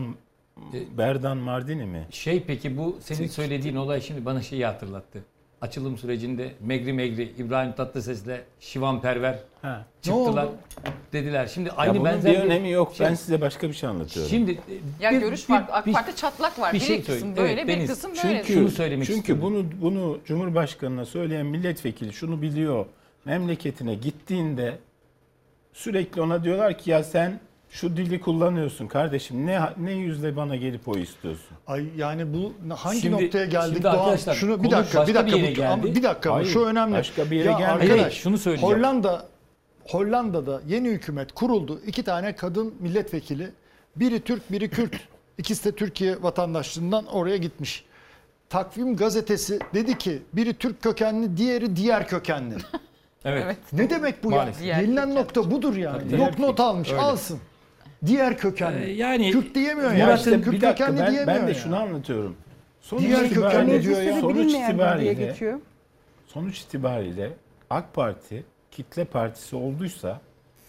Berdan Mardini mi? Peki bu senin söylediğin olay şimdi bana şeyi hatırlattı. Açılım sürecinde Megri Megri, İbrahim Tatlıses'le Şivan Perver çıktılar. Dediler. Şimdi aynı bunun benzer bir önemi yok. şey. Ben size başka bir şey anlatıyorum. Şimdi Görüş farklı. AK Parti çatlak var. bir Bir şey kısım söyle. böyle, Evet, bir Deniz. kısım böyle. Şunu söylemek Çünkü istiyorum. bunu Cumhurbaşkanı'na söyleyen milletvekili şunu biliyor. Memleketine gittiğinde sürekli ona diyorlar ki ya sen şu dili kullanıyorsun kardeşim. Ne yüzle bana gelip o istiyorsun? Ay yani bu hangi Şimdi- noktaya geldik şimdi Doğan? arkadaşlar, Şunu bir konu dakika başka bir yere bu, ama geldi. bir dakika Hayır, şu önemli. başka bir yere gelmedi. arkadaş, Hayır, şunu söyleyeceğim. Hollanda'da yeni hükümet kuruldu. 2 tane kadın milletvekili. Biri Türk, biri Kürt. İkisi de Türkiye vatandaşlığından oraya gitmiş. Takvim gazetesi dedi ki biri Türk kökenli, diğeri diğer kökenli. Evet. Ne demek bu Maalesef. ya? Gelinen nokta budur yani. Yok not almış, Öyle. alsın. Diğer kökenli. Yani Kürt diyemiyor Murat'ın- ya. İşte Kürt bir dakika, kökenli diyemiyor ben de ya. şunu anlatıyorum. Diğer kökenli diyor ya. Sonuç Bilinmeyen diye itibariyle geçiyor. Sonuç itibariyle AK Parti kitle partisi olduysa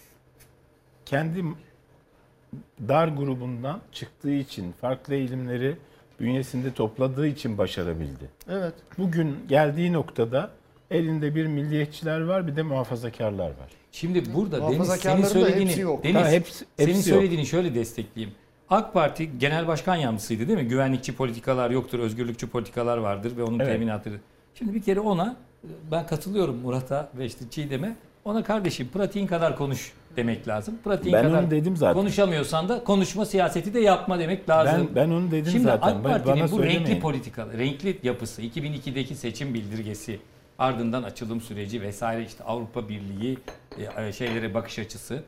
kendi dar grubundan çıktığı için, farklı eğilimleri bünyesinde topladığı için başarabildi. Evet. Bugün geldiği noktada elinde bir milliyetçiler var, bir de muhafazakarlar var. Şimdi burada Deniz senin Muhafazakarların da söylediğini hepsi yok. Deniz, Ha, hepsi senin yok. söylediğini şöyle destekleyeyim. AK Parti genel başkan yardımcısıydı değil mi? Güvenlikçi politikalar yoktur, özgürlükçü politikalar vardır ve onun Evet. teminatıdır. Şimdi bir kere ona ben katılıyorum Murat'a ve işte Çiğdem'e. Ona kardeşim pratiğin kadar konuş demek lazım. Pratiğin Ben kadar onu dedim zaten. konuşamıyorsan da konuşma siyaseti de yapma demek lazım. Ben onu dedim Şimdi zaten. AK Parti'nin Bana bu söylemeyin. renkli politikalar, renkli yapısı, 2002'deki seçim bildirgesi, ardından açılım süreci vesaire işte Avrupa Birliği şeylere bakış açısı,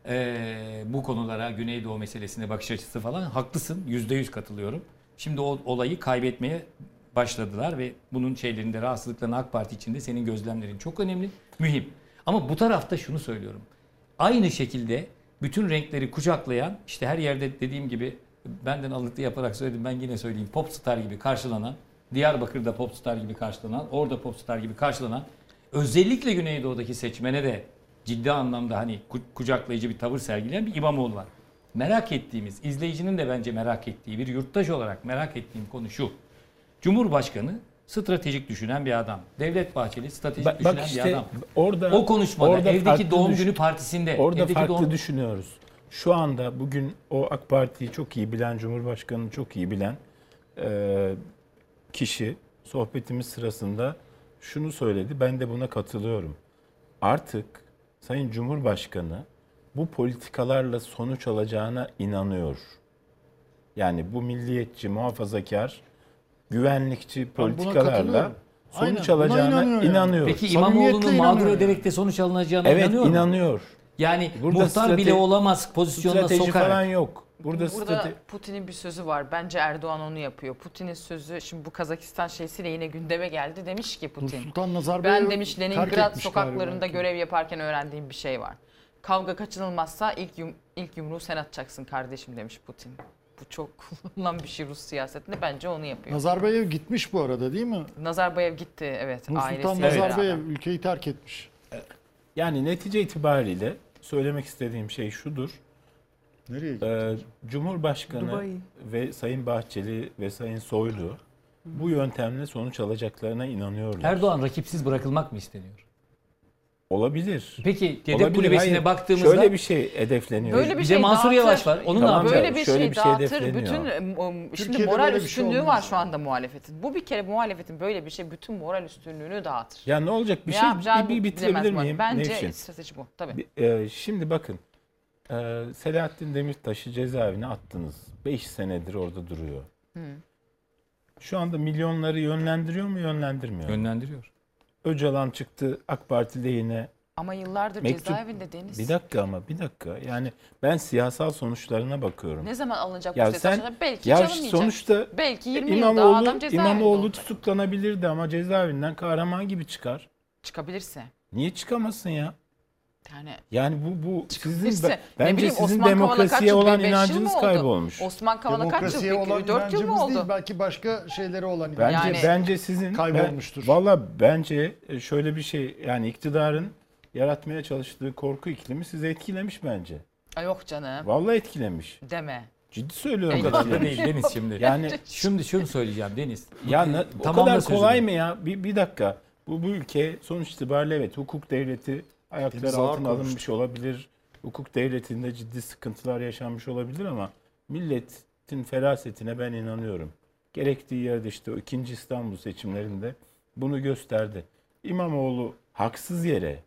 bu konulara Güneydoğu meselesine bakış açısı falan haklısın. %100 katılıyorum. Şimdi o olayı kaybetmeye başladılar ve bunun şeylerinde rahatsızlıklarını AK Parti içinde senin gözlemlerin çok önemli, mühim. Ama bu tarafta şunu söylüyorum. Aynı şekilde bütün renkleri kucaklayan işte her yerde dediğim gibi benden alıntı yaparak söyledim ben yine söyleyeyim popstar gibi karşılanan, Diyarbakır'da popstar gibi karşılanan, orada popstar gibi karşılanan özellikle Güneydoğu'daki seçmene de ciddi anlamda hani kucaklayıcı bir tavır sergileyen bir İmamoğlu var. Merak ettiğimiz, izleyicinin de bence merak ettiği, bir yurttaş olarak merak ettiğim konu şu. Cumhurbaşkanı stratejik düşünen bir adam. Devlet Bahçeli stratejik düşünen bir adam. Orada O konuşmada orada evdeki farklı doğum günü partisinde orada evdeki farklı düşünüyoruz. Şu anda bugün o AK Parti'yi çok iyi bilen, Cumhurbaşkanı'nı çok iyi bilen kişi sohbetimiz sırasında şunu söyledi. Ben de buna katılıyorum. Artık Sayın Cumhurbaşkanı bu politikalarla sonuç alacağına inanıyor. Yani bu milliyetçi, muhafazakar, güvenlikçi buna politikalarla katılıyorum. sonuç Aynen, buna alacağına inanıyor yani. inanıyor. Peki Samimiyetle İmamoğlu'nu mağdur inanıyor ederek de sonuç alınacağına Evet, inanıyor mu? inanıyor. Yani Burada muhtar bile olamaz pozisyonuna Strateji sokarak. falan yok. Burada Burada Putin'in bir sözü var. Bence Erdoğan onu yapıyor. Putin'in sözü şimdi bu Kazakistan şeysiyle yine gündeme geldi. Demiş ki Putin. Sultan Nazarbayev'i Ben demiş terk Leningrad etmiş sokaklarında galiba. görev yaparken öğrendiğim bir şey var. Kavga kaçınılmazsa ilk yumruğu sen atacaksın kardeşim demiş Putin. Bu çok kullanılan bir şey Rus siyasetinde. Bence onu yapıyor. Nazarbayev gitmiş bu arada değil mi? Nazarbayev gitti evet. Sultan Ailesiyle Nazarbayev beraber. ülkeyi terk etmiş. yani netice itibariyle söylemek istediğim şey şudur. Nereye gitti? Cumhurbaşkanı Dubai. ve Sayın Bahçeli ve Sayın Soylu bu yöntemle sonuç alacaklarına inanıyorlar. Erdoğan rakipsiz bırakılmak mı isteniyor? Olabilir. Peki Yedek Olabilir. Kulübesi'ne Hayır, baktığımızda şöyle bir şey hedefleniyor. Böyle bir bir de şey Mansur dağıtır. Yavaş var. Onu ne Tamam, yapacak? Böyle bir şöyle şey bir şey dağıtır. hedefleniyor. Şimdi Türkiye'de moral böyle bir şey üstünlüğü olmaz. var şu anda muhalefetin. Bu bir kere muhalefetin böyle bir şey bütün moral üstünlüğünü dağıtır. Ya ne olacak? Bir Ne şey yapacağını bir bitirebilir bilemez miyim? Bence Nevşin? strateji bu. Tabii. Şimdi bakın. Selahattin Demirtaş'ı cezaevine attınız. 5 senedir orada duruyor. Şu anda milyonları yönlendiriyor mu, yönlendirmiyor mu? Yönlendiriyor. Öcalan çıktı AK Parti lehine. Ama yıllardır Mektup- cezaevinde Deniz. Bir dakika. Yani ben siyasal sonuçlarına bakıyorum. Ne zaman alınacak Ya bu ceza? sen- Belki Ya hiç alınmayacak. sonuçta Belki 20 yıl daha adam cezaevinde İmamoğlu olacak. tutuklanabilirdi ama cezaevinden kahraman gibi çıkar. Çıkabilirse. Niye çıkamasın ya? Yani bu sizin Birisi, ne bence bileyim, sizin Osman Kavala kaç demokrasiye yıl, olan 5 yıl inancınız mı oldu? kaybolmuş. Osman Kavala kaç yıl Demokrasiye olan peki? 4 yıl mı inancımız oldu? değil, belki başka şeylere olan Bence inancımız. bence sizin kaybolmuştur. Valla bence şöyle bir şey, yani iktidarın yaratmaya çalıştığı korku iklimi sizi etkilemiş bence. Ay yok canım. Vallahi etkilemiş. Deme. Ciddi söylüyorum. O kadar da değil Deniz şimdi. Yani Şunu söyleyeceğim Deniz. o Tamamla kadar sözünü. kolay mı ya? Bir dakika. Bu ülke sonuç itibariyle evet hukuk devleti ayaklar Deniz ağır altına konuştu. alınmış olabilir. Hukuk devletinde ciddi sıkıntılar yaşanmış olabilir ama milletin ferasetine ben inanıyorum. Gerektiği yerde işte o 2. İstanbul seçimlerinde bunu gösterdi. İmamoğlu haksız yere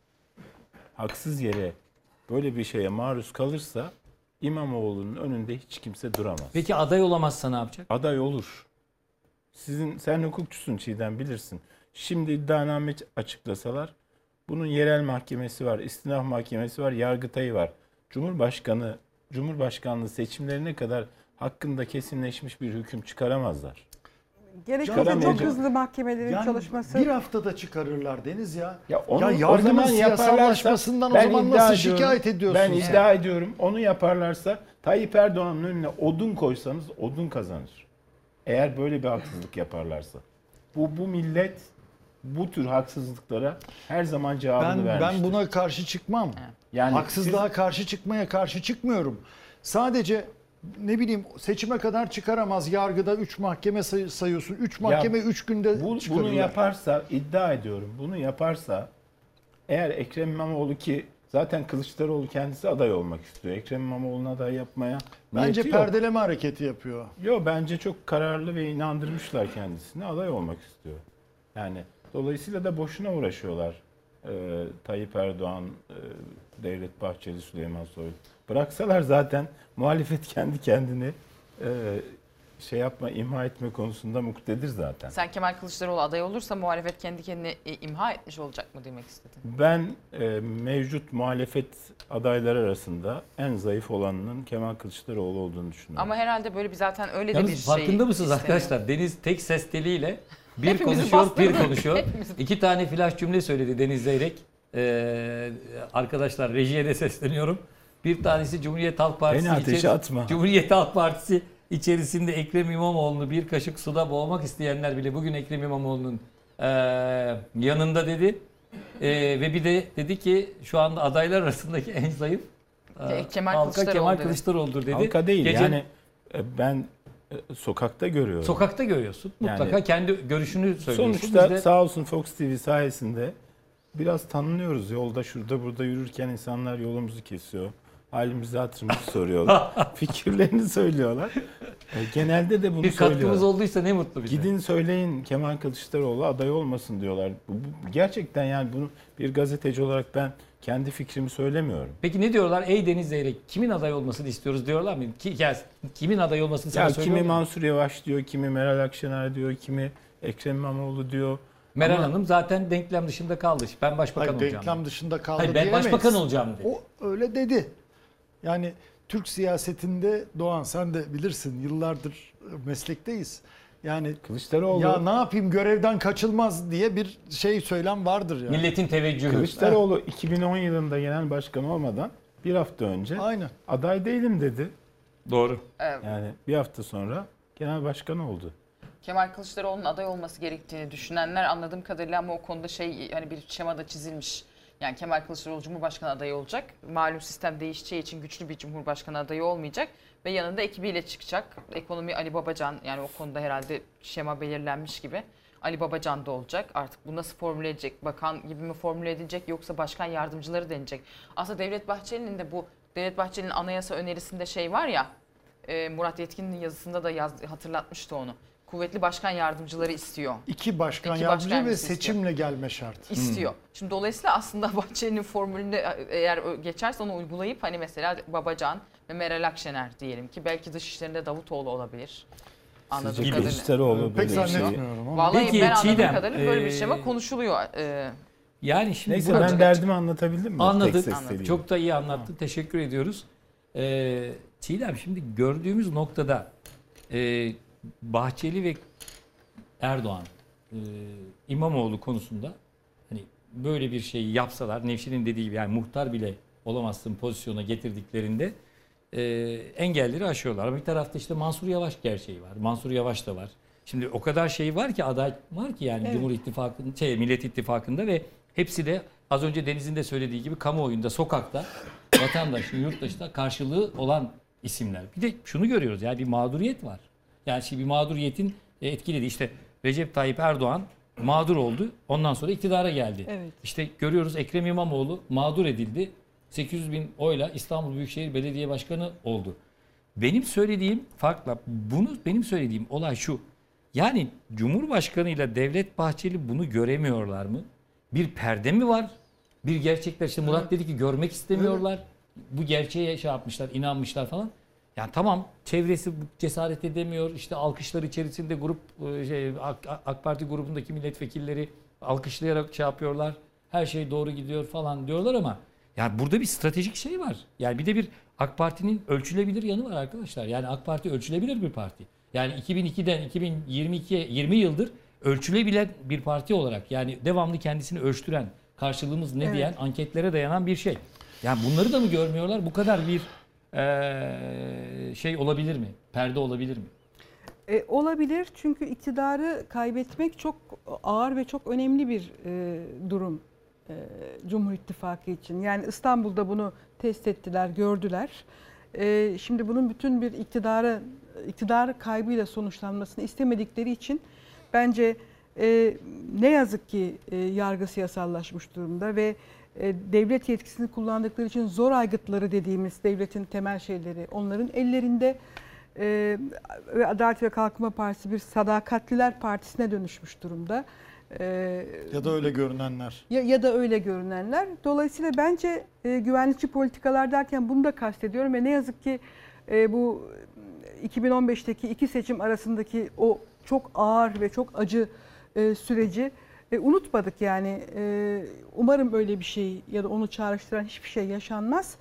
böyle bir şeye maruz kalırsa İmamoğlu'nun önünde hiç kimse duramaz. Peki aday olamazsa ne yapacak? Aday olur. Sen hukukçusun Çiğdem, bilirsin. Şimdi iddianame açıklasalar bunun yerel mahkemesi var, istinaf mahkemesi var, Yargıtay'ı var. Cumhurbaşkanlığı seçimlerine kadar hakkında kesinleşmiş bir hüküm çıkaramazlar. Gerekirse çok Çıkaramayacak. hızlı mahkemelerin Yani çalışması. bir haftada çıkarırlar Deniz ya. Ya onu o yargının zaman siyasallaşmasından o ben zaman iddia nasıl ediyorum, şikayet ediyorsun? Ben iddia ediyorum. Onu yaparlarsa Tayyip Erdoğan'ın önüne odun koysanız odun kazanır. Eğer böyle bir haksızlık yaparlarsa. Bu millet bu tür haksızlıklara her zaman cevabını vermiştir. Ben buna karşı çıkmam. Yani Haksızlığa karşı çıkmıyorum. Sadece ne bileyim seçime kadar çıkaramaz. Yargıda 3 mahkeme sayıyorsun. 3 mahkeme 3 günde bunu çıkarırlar. yaparsa, iddia ediyorum, bunu yaparsa eğer Ekrem İmamoğlu, ki zaten Kılıçdaroğlu kendisi aday olmak istiyor. Ekrem İmamoğlu'na aday yapmaya Bence niyeti yok. perdeleme hareketi yapıyor. Yok, bence çok kararlı ve inandırmışlar kendisini. Aday olmak istiyor. Yani dolayısıyla da boşuna uğraşıyorlar. Tayyip Erdoğan, Devlet Bahçeli, Süleyman Soylu. Bıraksalar zaten muhalefet kendi kendini imha etme konusunda muktedir zaten. Sen Kemal Kılıçdaroğlu aday olursa muhalefet kendi kendini imha etmiş olacak mı demek istedin? Ben mevcut muhalefet adayları arasında en zayıf olanının Kemal Kılıçdaroğlu olduğunu düşünüyorum. Ama herhalde böyle bir zaten öyle de bir Yalnız şey farkında mısınız isteniyor. arkadaşlar? Deniz tek ses teliyle bir Hepimizi konuşuyor, bastırdı. bir konuşuyor. Hepimizi. 2 tane flash cümle söyledi Deniz Zeyrek. Arkadaşlar rejiye de sesleniyorum. Bir tanesi Cumhuriyet Halk Partisi Beni ateşe atma. Cumhuriyet Halk Partisi içerisinde Ekrem İmamoğlu'nu bir kaşık suda boğmak isteyenler bile bugün Ekrem İmamoğlu'nun yanında dedi. Ve bir de dedi ki şu anda adaylar arasındaki en zayıf Kemal halka Kılıçdaroğlu Kemal dedi. Kılıçdaroğlu'dur dedi. Halka değil Gece- yani ben sokakta görüyorum. Sokakta görüyorsun. Mutlaka Yani- kendi görüşünü söylüyorsun. Sonuçta Biz de- sağ olsun Fox TV sayesinde biraz tanınıyoruz. Yolda şurada burada yürürken insanlar yolumuzu kesiyor. Halimizi hatırımızı soruyorlar. Fikirlerini söylüyorlar. Genelde de bunu bir katkımız söylüyorlar. olduysa ne mutlu bize. Gidin söyleyin Kemal Kılıçdaroğlu aday olmasın diyorlar. Gerçekten yani bunu bir gazeteci olarak ben kendi fikrimi söylemiyorum. Peki ne diyorlar? Ey Deniz Zeyrek kimin aday olmasını istiyoruz diyorlar mı? Kimin aday olmasını sana Ya söylüyorlar kimi mı? Mansur Yavaş diyor, kimi Meral Akşener diyor, kimi Ekrem İmamoğlu diyor. Meral Ama- Hanım zaten denklem dışında kaldı. Ben başbakan Hayır, olacağım. denklem dışında kaldı Hayır, ben diyemeyiz. başbakan olacağım dedi. O öyle dedi. Yani Türk siyasetinde Doğan sen de bilirsin yıllardır meslekteyiz. Yani Kılıçdaroğlu, ya ne yapayım görevden kaçılmaz diye bir söylem vardır yani. Milletin teveccühü. Kılıçdaroğlu 2010 yılında genel başkan olmadan bir hafta önce Aynen. aday değilim dedi. Doğru. Yani bir hafta sonra genel başkan oldu. Kemal Kılıçdaroğlu'nun aday olması gerektiğini düşünenler anladığım kadarıyla ama o konuda hani bir şemada çizilmiş. Yani Kemal Kılıçdaroğlu Cumhurbaşkanı adayı olacak. Malum sistem değişeceği için güçlü bir Cumhurbaşkanı adayı olmayacak. Ve yanında ekibiyle çıkacak. Ekonomi Ali Babacan, yani o konuda herhalde şema belirlenmiş gibi. Ali Babacan da olacak. Artık bu nasıl formüle edecek? Bakan gibi mi formüle edilecek yoksa başkan yardımcıları denecek? Aslında Devlet Bahçeli'nin anayasa önerisinde var ya, Murat Yetkin'in yazısında da hatırlatmıştı onu. Kuvvetli başkan yardımcıları istiyor. İki başkan İki yardımcı başkan ve istiyor. seçimle gelme şart. İstiyor. Şimdi dolayısıyla aslında Bahçeli'nin formülünde eğer geçerse onu uygulayıp hani mesela Babacan ve Meral Akşener diyelim ki belki dışişlerinde Davutoğlu olabilir. Anladığım Sizce kadarıyla. Kılıçdaroğlu Pek böyle bir şey. zannetmiyorum ama. Vallahi Peki, ben anladığım Çiğdem, kadarıyla böyle bir şema konuşuluyor. Yani şimdi Neyse burada- ben derdimi anlatabildim mi? Anladık. Tek sesliliği. Çok da iyi anlattın. Teşekkür ediyoruz. Çiğdem şimdi gördüğümüz noktada Bahçeli ve Erdoğan İmamoğlu konusunda hani böyle bir şeyi yapsalar, Nevşin'in dediği gibi yani muhtar bile olamazsın pozisyona getirdiklerinde engelleri aşıyorlar. Ama bir tarafta işte Mansur Yavaş gerçeği var. Mansur Yavaş da var. Şimdi o kadar şey var ki, aday var ki yani Cumhur İttifakı'nda, Millet İttifakı'nda ve hepsi de az önce Deniz'in de söylediği gibi kamuoyunda, sokakta, vatandaşın, yurttaşta karşılığı olan isimler. Bir de şunu görüyoruz, yani bir mağduriyet var. Yani bir mağduriyetin etkiledi. İşte Recep Tayyip Erdoğan mağdur oldu. Ondan sonra iktidara geldi. Evet. İşte görüyoruz, Ekrem İmamoğlu mağdur edildi. 800 bin oyla İstanbul Büyükşehir Belediye Başkanı oldu. Benim söylediğim farkla, benim söylediğim olay şu. Yani Cumhurbaşkanı ile Devlet Bahçeli bunu göremiyorlar mı? Bir perde mi var? Bir gerçekler, işte Murat dedi ki görmek istemiyorlar. Bu gerçeğe şey yapmışlar, inanmışlar falan. Yani tamam, çevresi cesaret edemiyor. İşte alkışlar içerisinde AK Parti grubundaki milletvekilleri alkışlayarak şey yapıyorlar. Her şey doğru gidiyor falan diyorlar ama yani burada bir stratejik şey var. Yani bir de bir AK Parti'nin ölçülebilir yanı var arkadaşlar. Yani AK Parti ölçülebilir bir parti. Yani 2002'den 2022'ye 20 yıldır ölçülebilen bir parti olarak, yani devamlı kendisini ölçtüren, karşılığımız ne diyen anketlere dayanan bir şey. Yani bunları da mı görmüyorlar? Bu kadar bir şey olabilir mi? Perde olabilir mi? Olabilir, çünkü iktidarı kaybetmek çok ağır ve çok önemli bir durum Cumhur İttifakı için. Yani İstanbul'da bunu test ettiler, gördüler. Şimdi bunun bütün bir iktidar kaybıyla sonuçlanmasını istemedikleri için bence ne yazık ki yargı siyasallaşmış durumda ve devlet yetkisini kullandıkları için zor aygıtları dediğimiz devletin temel şeyleri onların ellerinde ve Adalet ve Kalkınma Partisi bir Sadakatliler Partisi'ne dönüşmüş durumda. Ya da öyle görünenler. Ya da öyle görünenler. Dolayısıyla bence güvenlikçi politikalar derken bunu da kastediyorum ve ne yazık ki bu 2015'teki iki seçim arasındaki o çok ağır ve çok acı süreci unutmadık yani. Umarım öyle bir şey ya da onu çağrıştıran hiçbir şey yaşanmaz.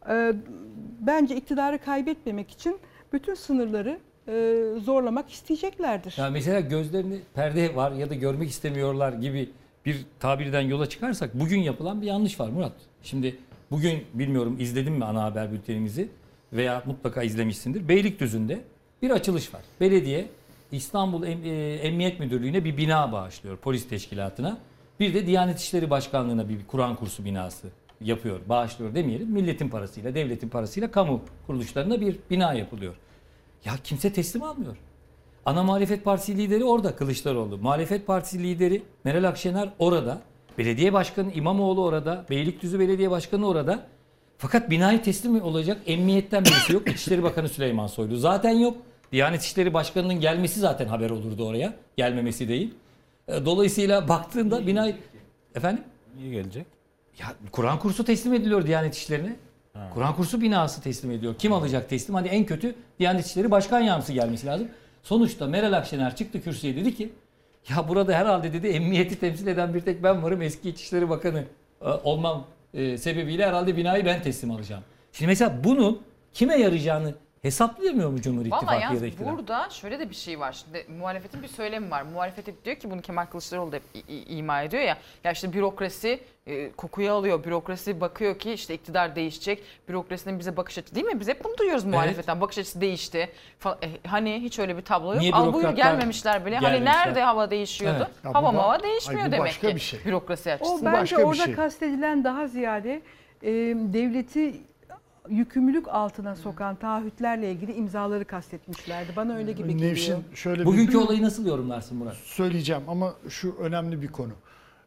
Bence iktidarı kaybetmemek için bütün sınırları zorlamak isteyeceklerdir. Ya mesela gözlerinde perde var ya da görmek istemiyorlar gibi bir tabirden yola çıkarsak bugün yapılan bir yanlış var Murat. Şimdi bugün bilmiyorum izledin mi ana haber bültenimizi veya mutlaka izlemişsindir. Beylikdüzü'nde bir açılış var. Belediye İstanbul Emniyet Müdürlüğü'ne bir bina bağışlıyor, polis teşkilatına. Bir de Diyanet İşleri Başkanlığı'na bir Kur'an kursu binası yapıyor. Bağışlıyor demeyelim. Milletin parasıyla, devletin parasıyla kamu kuruluşlarına bir bina yapılıyor. Ya kimse teslim almıyor. Ana muhalefet partisi lideri orada, Kılıçdaroğlu. Muhalefet partisi lideri Meral Akşener orada. Belediye başkanı İmamoğlu orada. Beylikdüzü Belediye Başkanı orada. Fakat binayı teslim olacak emniyetten birisi yok. İçişleri Bakanı Süleyman Soylu zaten yok. Diyanet İşleri Başkanı'nın gelmesi zaten haber olurdu oraya. Gelmemesi değil. Dolayısıyla baktığında binayı... Efendim? Niye gelecek? Ya Kur'an kursu teslim ediliyor Diyanet İşleri'ne. Kur'an kursu binası teslim ediliyor. Kim alacak teslim? Hadi en kötü Diyanet İşleri Başkan Yardımcısı gelmesi lazım. Sonuçta Meral Akşener çıktı kürsüye, dedi ki ya burada herhalde dedi emniyeti temsil eden bir tek ben varım. Eski İçişleri Bakanı olmam sebebiyle herhalde binayı ben teslim alacağım. Şimdi mesela bunun kime yarayacağını hesaplayamıyor mu Cumhur İttifakı Vallahi ya da iktidar? burada şöyle de bir şey var. Şimdi muhalefetin bir söylemi var. Muhalefet hep diyor ki, bunu Kemal Kılıçdaroğlu da hep ima ediyor ya. Ya işte bürokrasi kokuyu alıyor. Bürokrasi bakıyor ki işte iktidar değişecek. Bürokrasinin bize bakış açısı, değil mi? Biz hep bunu duyuyoruz muhalefetten. Evet. Bakış açısı değişti. Hani hiç öyle bir tablo yok. Al buyur gelmemişler bile. Hani nerede hava değişiyordu? Evet. Hava değişmiyor demek ki. Bir şey. Bürokrasi açısından. O bence orada kastedilen daha ziyade devleti yükümlülük altına sokan taahhütlerle ilgili imzaları kastetmişlerdi. Bana öyle gibi geliyor. Nevşin, şöyle bugünkü olayı nasıl yorumlarsın Murat? Söyleyeceğim ama şu önemli bir konu.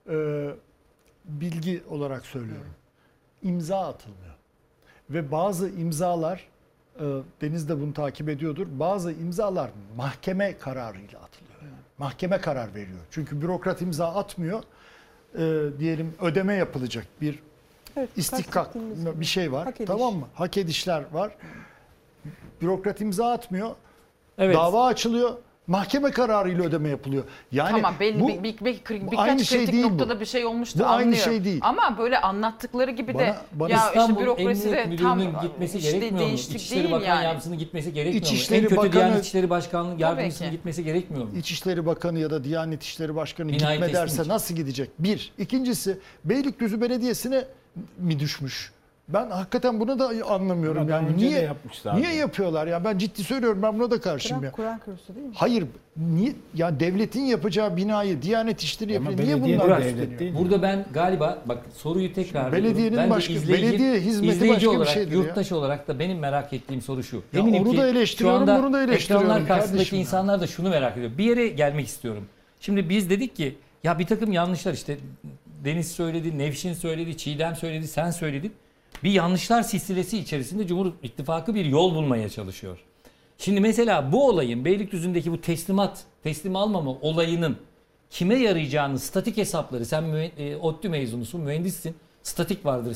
Bilgi olarak söylüyorum. İmza atılmıyor. Ve bazı imzalar, Deniz de bunu takip ediyordur, bazı imzalar mahkeme kararıyla atılıyor. Yani mahkeme karar veriyor. Çünkü bürokrat imza atmıyor. Diyelim ödeme yapılacak bir İstihkak bir şey var. Tamam mı? Hak edişler var. Bürokrat imza atmıyor. Evet. Dava açılıyor. Mahkeme kararıyla ödeme yapılıyor. Yani tamam belli bu, birkaç şey kritik değil noktada bu. bir şey olmuştu Bu aynı anlıyorum. şey değil. Ama böyle anlattıkları gibi de bana ya işte İstanbul bürokrasi Emniyet de tam Müdürlüğü'nün gitmesi işte gerekmiyor mu? değiştik İçişleri değil Bakan yani. Yardımcısının gitmesi gerekmiyor mu? İçişleri En kötü Bakanı- Diyanet İşleri Başkanlığı Yardımcısının ki. gitmesi gerekmiyor mu? İçişleri Bakanı ya da Diyanet İşleri Başkanı Binayı gitme teslim derse için. nasıl gidecek? Bir. İkincisi Beylikdüzü Belediyesi'ne mi düşmüş? Ben hakikaten bunu da anlamıyorum. Daha Yani önce de niye yapmışlardı. niye yapıyorlar ya? Ben ciddi söylüyorum, ben buna da karşıyım ya. Kur'an kursu değil mi? Hayır. Niye ya, devletin yapacağı binayı Diyanet İşleri Ama yapıyor? Niye belediye de bunlar devlet üstleniyor? değil. Burada ben galiba bak soruyu tekrar Belediyenin Bence başka- belediye hizmeti izleyici başka bir olarak, şeydir ya. yurttaş olarak da benim merak ettiğim soru şu. Ya onu da eleştiriyorum, şu anda bunu da eleştiriyorum ekranlar karşısındaki kardeşim ya. insanlar da şunu merak ediyor. Bir yere gelmek istiyorum. Şimdi biz dedik ki ya bir takım yanlışlar, işte Deniz söyledi, Nevşin söyledi, Çiğdem söyledi, sen söyledin. Bir yanlışlar silsilesi içerisinde Cumhur İttifakı bir yol bulmaya çalışıyor. Şimdi mesela bu olayın, Beylikdüzü'ndeki bu teslim almama olayının kime yarayacağını, statik hesapları, sen ODTÜ mezunusun, mühendissin, statik vardır,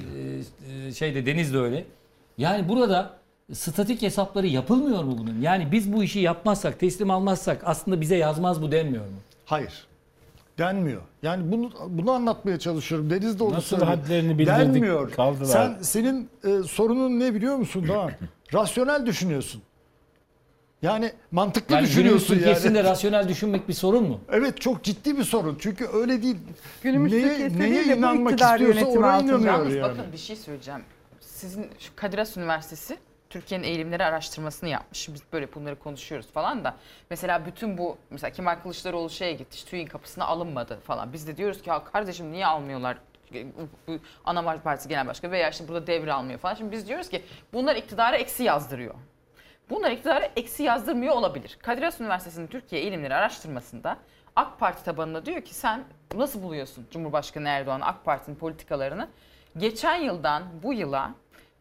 Deniz de öyle. Yani burada statik hesapları yapılmıyor mu bunun? Yani biz bu işi yapmazsak, teslim almazsak aslında bize yazmaz bu denmiyor mu? Hayır. Denmiyor. Yani bunu anlatmaya çalışıyorum. Deniz de onu Nasıl söylüyor. hadlerini bildirdik, Denmiyor. kaldılar. Senin sorunun ne biliyor musun Doğan? Rasyonel düşünüyorsun. Yani mantıklı Yani günümüz düşünüyorsun Türkiye'sinde yani. rasyonel düşünmek bir sorun mu? Evet, çok ciddi bir sorun. Çünkü öyle değil. Günümüz neye Türkiye'sinde değil de bu inanmak iktidar istiyorsa yönetimi oraya altında. inanıyor Yalnız yani. bakın bir şey söyleyeceğim. Sizin şu Kadir Has Üniversitesi Türkiye'nin eğilimleri araştırmasını yapmış. Biz böyle bunları konuşuyoruz falan da. Mesela bütün bu, mesela Kemal Kılıçdaroğlu şeye gitti, işte TÜİ'nin kapısına alınmadı falan. Biz de diyoruz ki ya kardeşim niye almıyorlar? Ana Partisi Genel Başkanı veya işte burada devre almıyor falan. Şimdi biz diyoruz ki bunlar iktidara eksi yazdırıyor. Bunlar iktidara eksi yazdırmıyor olabilir. Kadir Has Üniversitesi'nin Türkiye Eğilimleri Araştırması'nda AK Parti tabanına diyor ki sen nasıl buluyorsun Cumhurbaşkanı Erdoğan AK Parti'nin politikalarını? Geçen yıldan bu yıla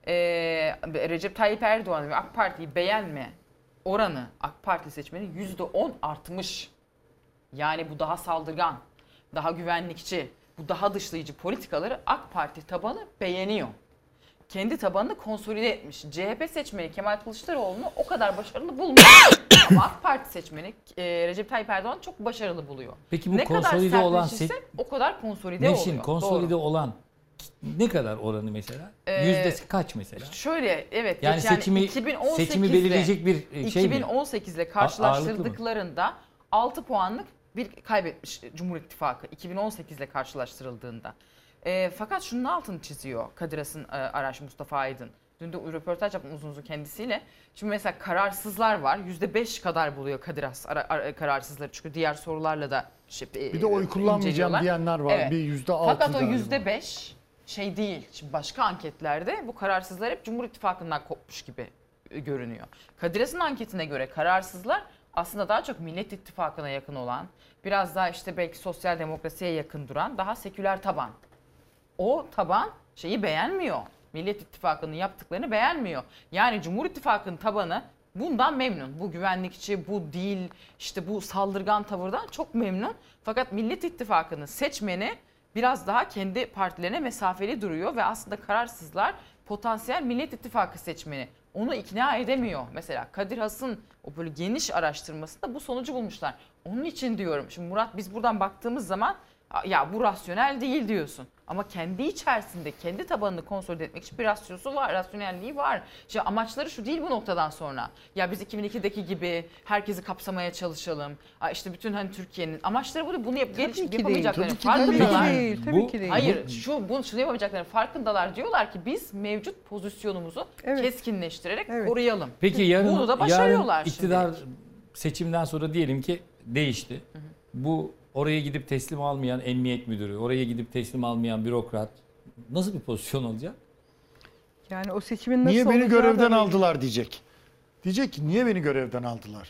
Recep Tayyip Erdoğan ve AK Parti'yi beğenme oranı AK Parti seçmeni %10 artmış. Yani bu daha saldırgan, daha güvenlikçi, bu daha dışlayıcı politikaları AK Parti tabanı beğeniyor. Kendi tabanını konsolide etmiş. CHP seçmeni Kemal Kılıçdaroğlu'nu o kadar başarılı bulmuyor. Ama AK Parti seçmeni Recep Tayyip Erdoğan çok başarılı buluyor. Peki bu ne kadar konsolide olan sertleşirse o kadar konsolide Nevşin, oluyor. konsolide Doğru. olan ne kadar oranı mesela? Yüzdesi kaç mesela? Şöyle evet. Yani seçimi belirleyecek bir şey mi? 2018 ile karşılaştırdıklarında 6 puanlık bir kaybetmiş Cumhur İttifakı 2018 ile karşılaştırıldığında. Fakat şunun altını çiziyor Kadir Has'ın araç Mustafa Aydın. Dün de röportaj yaptım uzun uzun kendisiyle. Şimdi mesela kararsızlar var. %5 kadar buluyor Kadir Has kararsızları. Çünkü diğer sorularla da bir de oy kullanmayacağım diyenler var. Evet. Bir %6 Fakat o galiba. %5 şey değil. Şimdi başka anketlerde bu kararsızlar hep Cumhur İttifakı'ndan kopmuş gibi görünüyor. Kadir Has'ın anketine göre kararsızlar aslında daha çok Millet İttifakı'na yakın olan, biraz daha işte belki sosyal demokrasiye yakın duran, daha seküler taban. O taban şeyi beğenmiyor. Millet İttifakı'nın yaptıklarını beğenmiyor. Yani Cumhur İttifakı'nın tabanı bundan memnun. Bu güvenlikçi, bu dil, işte bu saldırgan tavırdan çok memnun. Fakat Millet İttifakı'nın seçmeni biraz daha kendi partilerine mesafeli duruyor ve aslında kararsızlar potansiyel Millet İttifakı seçmeni. Onu ikna edemiyor. Mesela Kadir Has'ın o böyle geniş araştırmasında bu sonucu bulmuşlar. Onun için diyorum, şimdi Murat biz buradan baktığımız zaman ya bu rasyonel değil diyorsun. Ama kendi içerisinde kendi tabanını konsolide etmek için bir rasyosu var, rasyonelliği var. İşte amaçları şu değil bu noktadan sonra. Ya biz 2002'deki gibi herkesi kapsamaya çalışalım. İşte bütün hani Türkiye'nin amaçları bunu yapamayacaklarını farkındalar. Tabii ki değil. Hayır, şunu yapamayacaklarını farkındalar. Diyorlar ki biz mevcut pozisyonumuzu keskinleştirerek koruyalım. Peki bunu da başarıyorlar yarın iktidar seçimden sonra diyelim ki değişti. Hı hı. Bu oraya gidip teslim almayan emniyet müdürü, oraya gidip teslim almayan bürokrat nasıl bir pozisyon olacak? Yani o seçimin nasıl niye beni görevden aldılar diyecek. Diyecek ki niye beni görevden aldılar?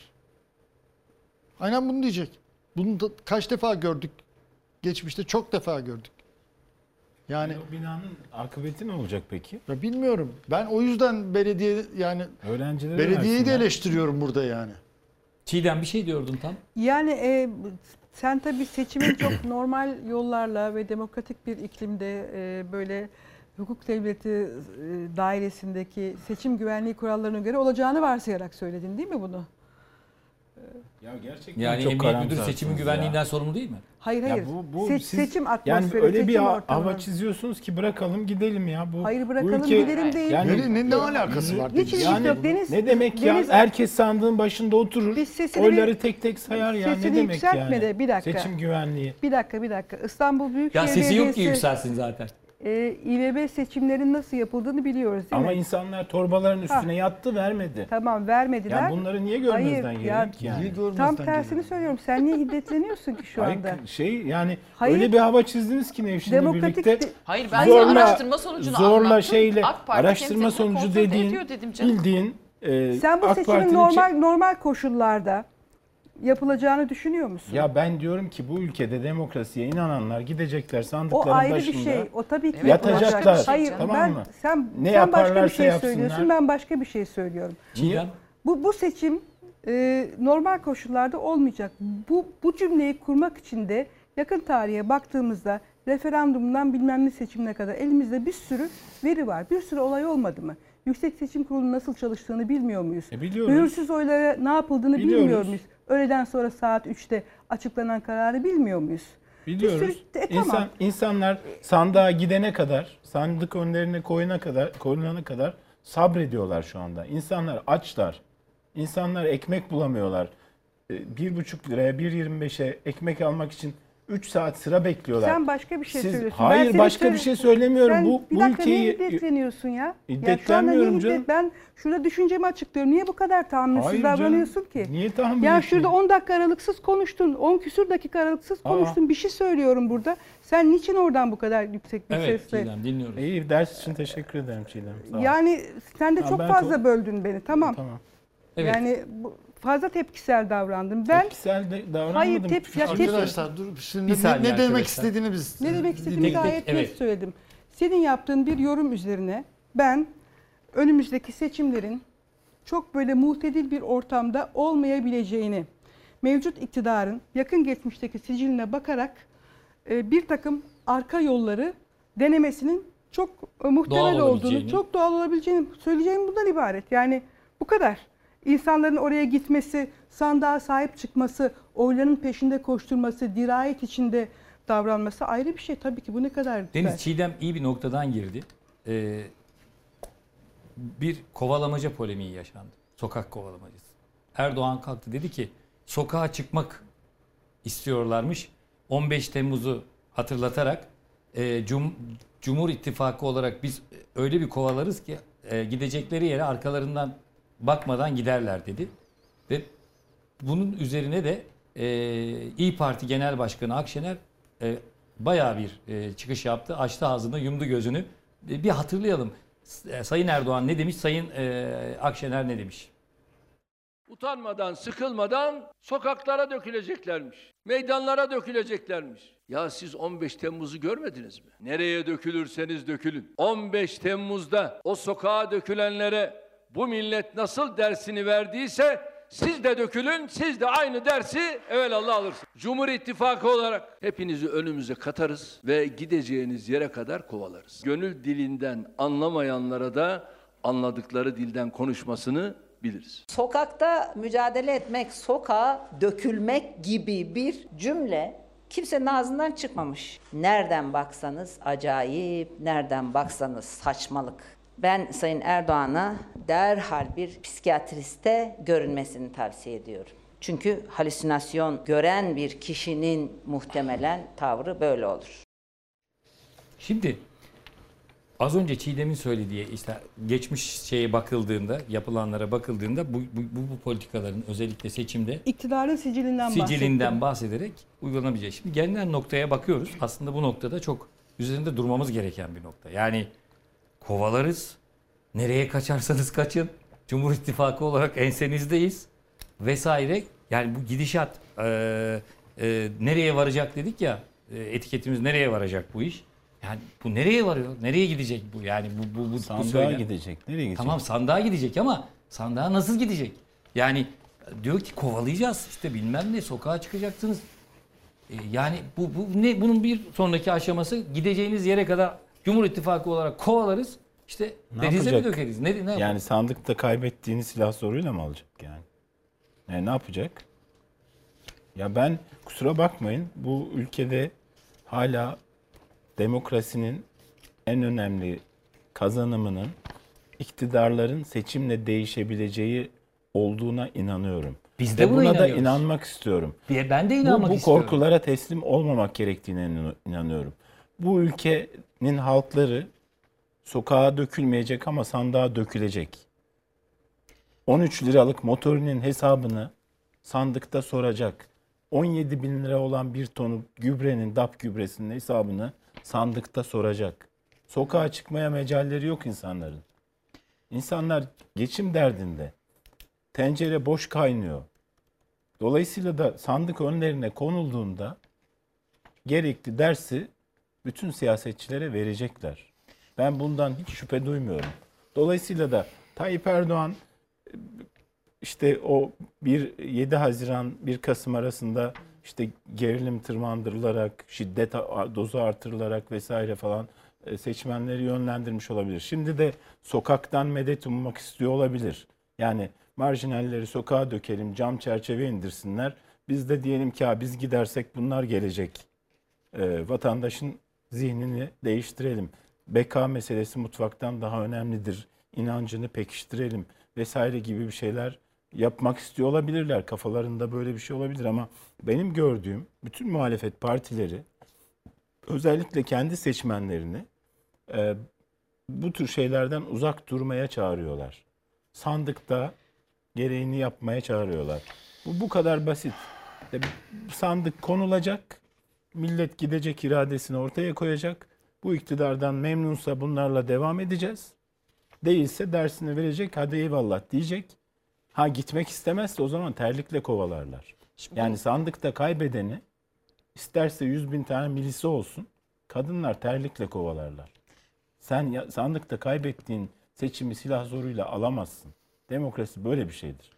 Aynen bunu diyecek. Bunu da kaç defa gördük? Geçmişte çok defa gördük. Yani o binanın akıbeti ne olacak peki? Ya bilmiyorum. Ben o yüzden belediyeyi de eleştiriyorum burada yani. Çiğdem bir şey diyordun tam. Yani sen tabii seçimin çok normal yollarla ve demokratik bir iklimde böyle hukuk devleti dairesindeki seçim güvenliği kurallarına göre olacağını varsayarak söyledin değil mi bunu? Ya gerçekten Yani çok emniyet müdürü karamsarsınız seçimin ya. güvenliğinden sorumlu değil mi? Hayır Ya hayır. bu siz, Seçim yani atmosferi, öyle bir seçim hava ortamı. çiziyorsunuz ki bırakalım gidelim ya. Bu Hayır, ülke- gidelim değil. Ne alakası var? Hiç dedi. ilgisi yok. Deniz, ne demek ya? Deniz- Herkes sandığın başında oturur. Biz sesini Oyları tek tek sayar ya. Ne sesini demek yükseltme yani? de, bir dakika. Seçim güvenliği. Bir dakika. İstanbul Büyükşehir Ya sesi yok ki Belediyesi, yükselsin zaten. İBB seçimlerinin nasıl yapıldığını biliyoruz değil Ama mi? insanlar torbaların üstüne yattı vermedi. Tamam, vermediler. Ya bunları niye görmezden Hayır, gelelim ki yani? Niye görmezden Tam tersini geliyor? söylüyorum. Sen niye hiddetleniyorsun ki şu anda? Yani Hayır. öyle bir hava çizdiniz ki Nevşin'le Demokratik birlikte. de- Hayır ben Zorla- sana araştırma sonucunu zorla anlattım. şeyle AK Parti araştırma temsilcileri sonucu kontrol dediğin ediyor dedim canım. bildiğin Sen bu AK seçimin Parti'nin normal koşullarda yapılacağını düşünüyor musun? Ya ben diyorum ki bu ülkede demokrasiye inananlar gidecekler O sandıkların ayrı başında. bir şey. O tabii ki Evet, yapılacak. yatacaklar. Hayır, Tamam ben mı? sen Ne sen başka bir yaparlarsa şey yapsınlar. söylüyorsun. Ben başka bir şey söylüyorum. Çiğdem. Bu seçim normal koşullarda olmayacak. Bu cümleyi kurmak için de yakın tarihe baktığımızda referandumdan bilmem ne seçimine kadar elimizde bir sürü veri var. Bir sürü olay olmadı mı? Yüksek Seçim Kurulu'nun nasıl çalıştığını bilmiyor muyuz? Biliyoruz. Mühürsüz oylara ne yapıldığını Biliyoruz. bilmiyor muyuz? Öğleden sonra saat 3'te açıklanan kararı bilmiyor muyuz? Biliyoruz. Bir sürü- tamam. İnsanlar sandığa gidene kadar, sandık önlerine koyulana kadar sabrediyorlar şu anda. İnsanlar açlar. İnsanlar ekmek bulamıyorlar. 1,5 liraya, 1,25'e ekmek almak için 3 saat sıra bekliyorlar. Sen başka bir şey söylüyorsun. Ben Hayır seni başka bir şey söylemiyorum. Sen Bu bir dakika ülkeyi niye hiddetleniyorsun ya? Hiddetlenmiyorum ya şu anda canım. Ben şurada düşüncemi açıklıyorum. Niye bu kadar tahammülsüz Hayır davranıyorsun canım. ki? Niye tahammül Ya etmeyeyim? şurada 10 dakika aralıksız konuştun. 10 küsür dakika aralıksız konuştun. Bir şey söylüyorum burada. Sen niçin oradan bu kadar yüksek bir Evet sesle? Çiğdem dinliyoruz. İyi ders için teşekkür ederim Çiğdem. Sağ ol. Yani sen de Tamam, çok ben fazla böldün beni. Tamam. Tamam. Evet. Yani fazla tepkisel davrandım. Ben Tepkisel de davranmadım. Hayır, tepki- ya tepki- Arkadaşlar dur şimdi Bir saniye ne demek arkadaşlar. istediğini biz ne demek istediğimi Tek tek, gayet net evet. söyledim. Senin yaptığın bir yorum üzerine ben önümüzdeki seçimlerin çok böyle muhtedil bir ortamda olmayabileceğini, mevcut iktidarın yakın geçmişteki siciline bakarak bir takım arka yolları denemesinin çok muhtemel Doğal olduğunu, olabileceğini. çok doğal olabileceğini söyleyeceğim bundan ibaret. Yani bu kadar. İnsanların oraya gitmesi, sandığa sahip çıkması, oyların peşinde koşturması, dirayet içinde davranması ayrı bir şey. Tabii ki bu ne kadar güzel. Deniz Çiğdem iyi bir noktadan girdi. Bir kovalamaca polemiği yaşandı. Sokak kovalamacası. Erdoğan kalktı dedi ki sokağa çıkmak istiyorlarmış. 15 Temmuz'u hatırlatarak Cumhur İttifakı olarak biz öyle bir kovalarız ki gidecekleri yere arkalarından bakmadan giderler dedi. Ve bunun üzerine de İYİ Parti Genel Başkanı Akşener bayağı bir çıkış yaptı. Açtı ağzını, yumdu gözünü. Bir hatırlayalım. Sayın Erdoğan ne demiş, Sayın Akşener ne demiş? Utanmadan, sıkılmadan sokaklara döküleceklermiş. Meydanlara döküleceklermiş. Ya siz 15 Temmuz'u görmediniz mi? Nereye dökülürseniz dökülün. 15 Temmuz'da o sokağa dökülenlere bu millet nasıl dersini verdiyse siz de dökülün, siz de aynı dersi evelallah alırsınız. Cumhur İttifakı olarak hepinizi önümüze katarız ve gideceğiniz yere kadar kovalarız. Gönül dilinden anlamayanlara da anladıkları dilden konuşmasını biliriz. Sokakta mücadele etmek, sokağa dökülmek gibi bir cümle kimsenin ağzından çıkmamış. Nereden baksanız acayip, nereden baksanız saçmalık. Ben Sayın Erdoğan'a derhal bir psikiyatriste görünmesini tavsiye ediyorum. Çünkü halüsinasyon gören bir kişinin muhtemelen tavrı böyle olur. Şimdi az önce Çiğdem'in söylediği işte geçmiş şeye bakıldığında, yapılanlara bakıldığında bu politikaların özellikle seçimde İktidarın sicilinden bahsederek uygulanabilecek. Şimdi gelinen noktaya bakıyoruz. Aslında bu noktada çok üzerinde durmamız gereken bir nokta. Yani kovalarız. Nereye kaçarsanız kaçın. Cumhur İttifakı olarak ensenizdeyiz. Vesaire. Yani bu gidişat nereye varacak dedik ya. Etiketimiz nereye varacak bu iş? Yani bu nereye varıyor? Nereye gidecek bu? Yani bu Sandığa gidecek. Nereye gidecek? Tamam sandığa gidecek ama sandığa nasıl gidecek? Yani diyor ki kovalayacağız. İşte bilmem ne sokağa çıkacaksınız. Yani bu ne? Bunun bir sonraki aşaması gideceğiniz yere kadar Cumhur İttifakı olarak kovalarız. İşte denize mi dökeriz? Ne yani sandıkta kaybettiğini silah zoruyla mı alacak yani? Ne yapacak? Ya ben kusura bakmayın, bu ülkede hala demokrasinin en önemli kazanımının iktidarların seçimle değişebileceği olduğuna inanıyorum. Biz de Ve buna buna da inanıyoruz. inanmak istiyorum. Ben de inanmak Bu istiyorum. korkulara teslim olmamak gerektiğine inanıyorum. Bu ülkenin halkları sokağa dökülmeyecek ama sandığa dökülecek. 13 liralık motorinin hesabını sandıkta soracak. 17 bin lira olan bir tonu gübrenin, DAP gübresinin hesabını sandıkta soracak. Sokağa çıkmaya mecalleri yok insanların. İnsanlar geçim derdinde. Tencere boş kaynıyor. Dolayısıyla da sandık önlerine konulduğunda gerekli dersi bütün siyasetçilere verecekler. Ben bundan hiç şüphe duymuyorum. Dolayısıyla da Tayyip Erdoğan işte o 7 Haziran 1 Kasım arasında işte gerilim tırmandırılarak, şiddet dozu artırılarak vesaire falan seçmenleri yönlendirmiş olabilir. Şimdi de sokaktan medet ummak istiyor olabilir. Yani marjinalleri sokağa dökelim, cam çerçeve indirsinler. Biz de diyelim ki biz gidersek bunlar gelecek. Vatandaşın zihnini değiştirelim. Beka meselesi mutfaktan daha önemlidir. İnancını pekiştirelim vesaire gibi bir şeyler yapmak istiyor olabilirler. Kafalarında böyle bir şey olabilir ama benim gördüğüm bütün muhalefet partileri özellikle kendi seçmenlerini bu tür şeylerden uzak durmaya çağırıyorlar. Sandıkta gereğini yapmaya çağırıyorlar. Bu kadar basit. Sandık konulacak, millet gidecek, iradesini ortaya koyacak. Bu iktidardan memnunsa bunlarla devam edeceğiz. Değilse dersini verecek, hadi eyvallah diyecek. Gitmek istemezse o zaman terlikle kovalarlar. Yani sandıkta kaybedeni isterse 100.000 tane milisi olsun, kadınlar terlikle kovalarlar. Sen sandıkta kaybettiğin seçimi silah zoruyla alamazsın. Demokrasi böyle bir şeydir.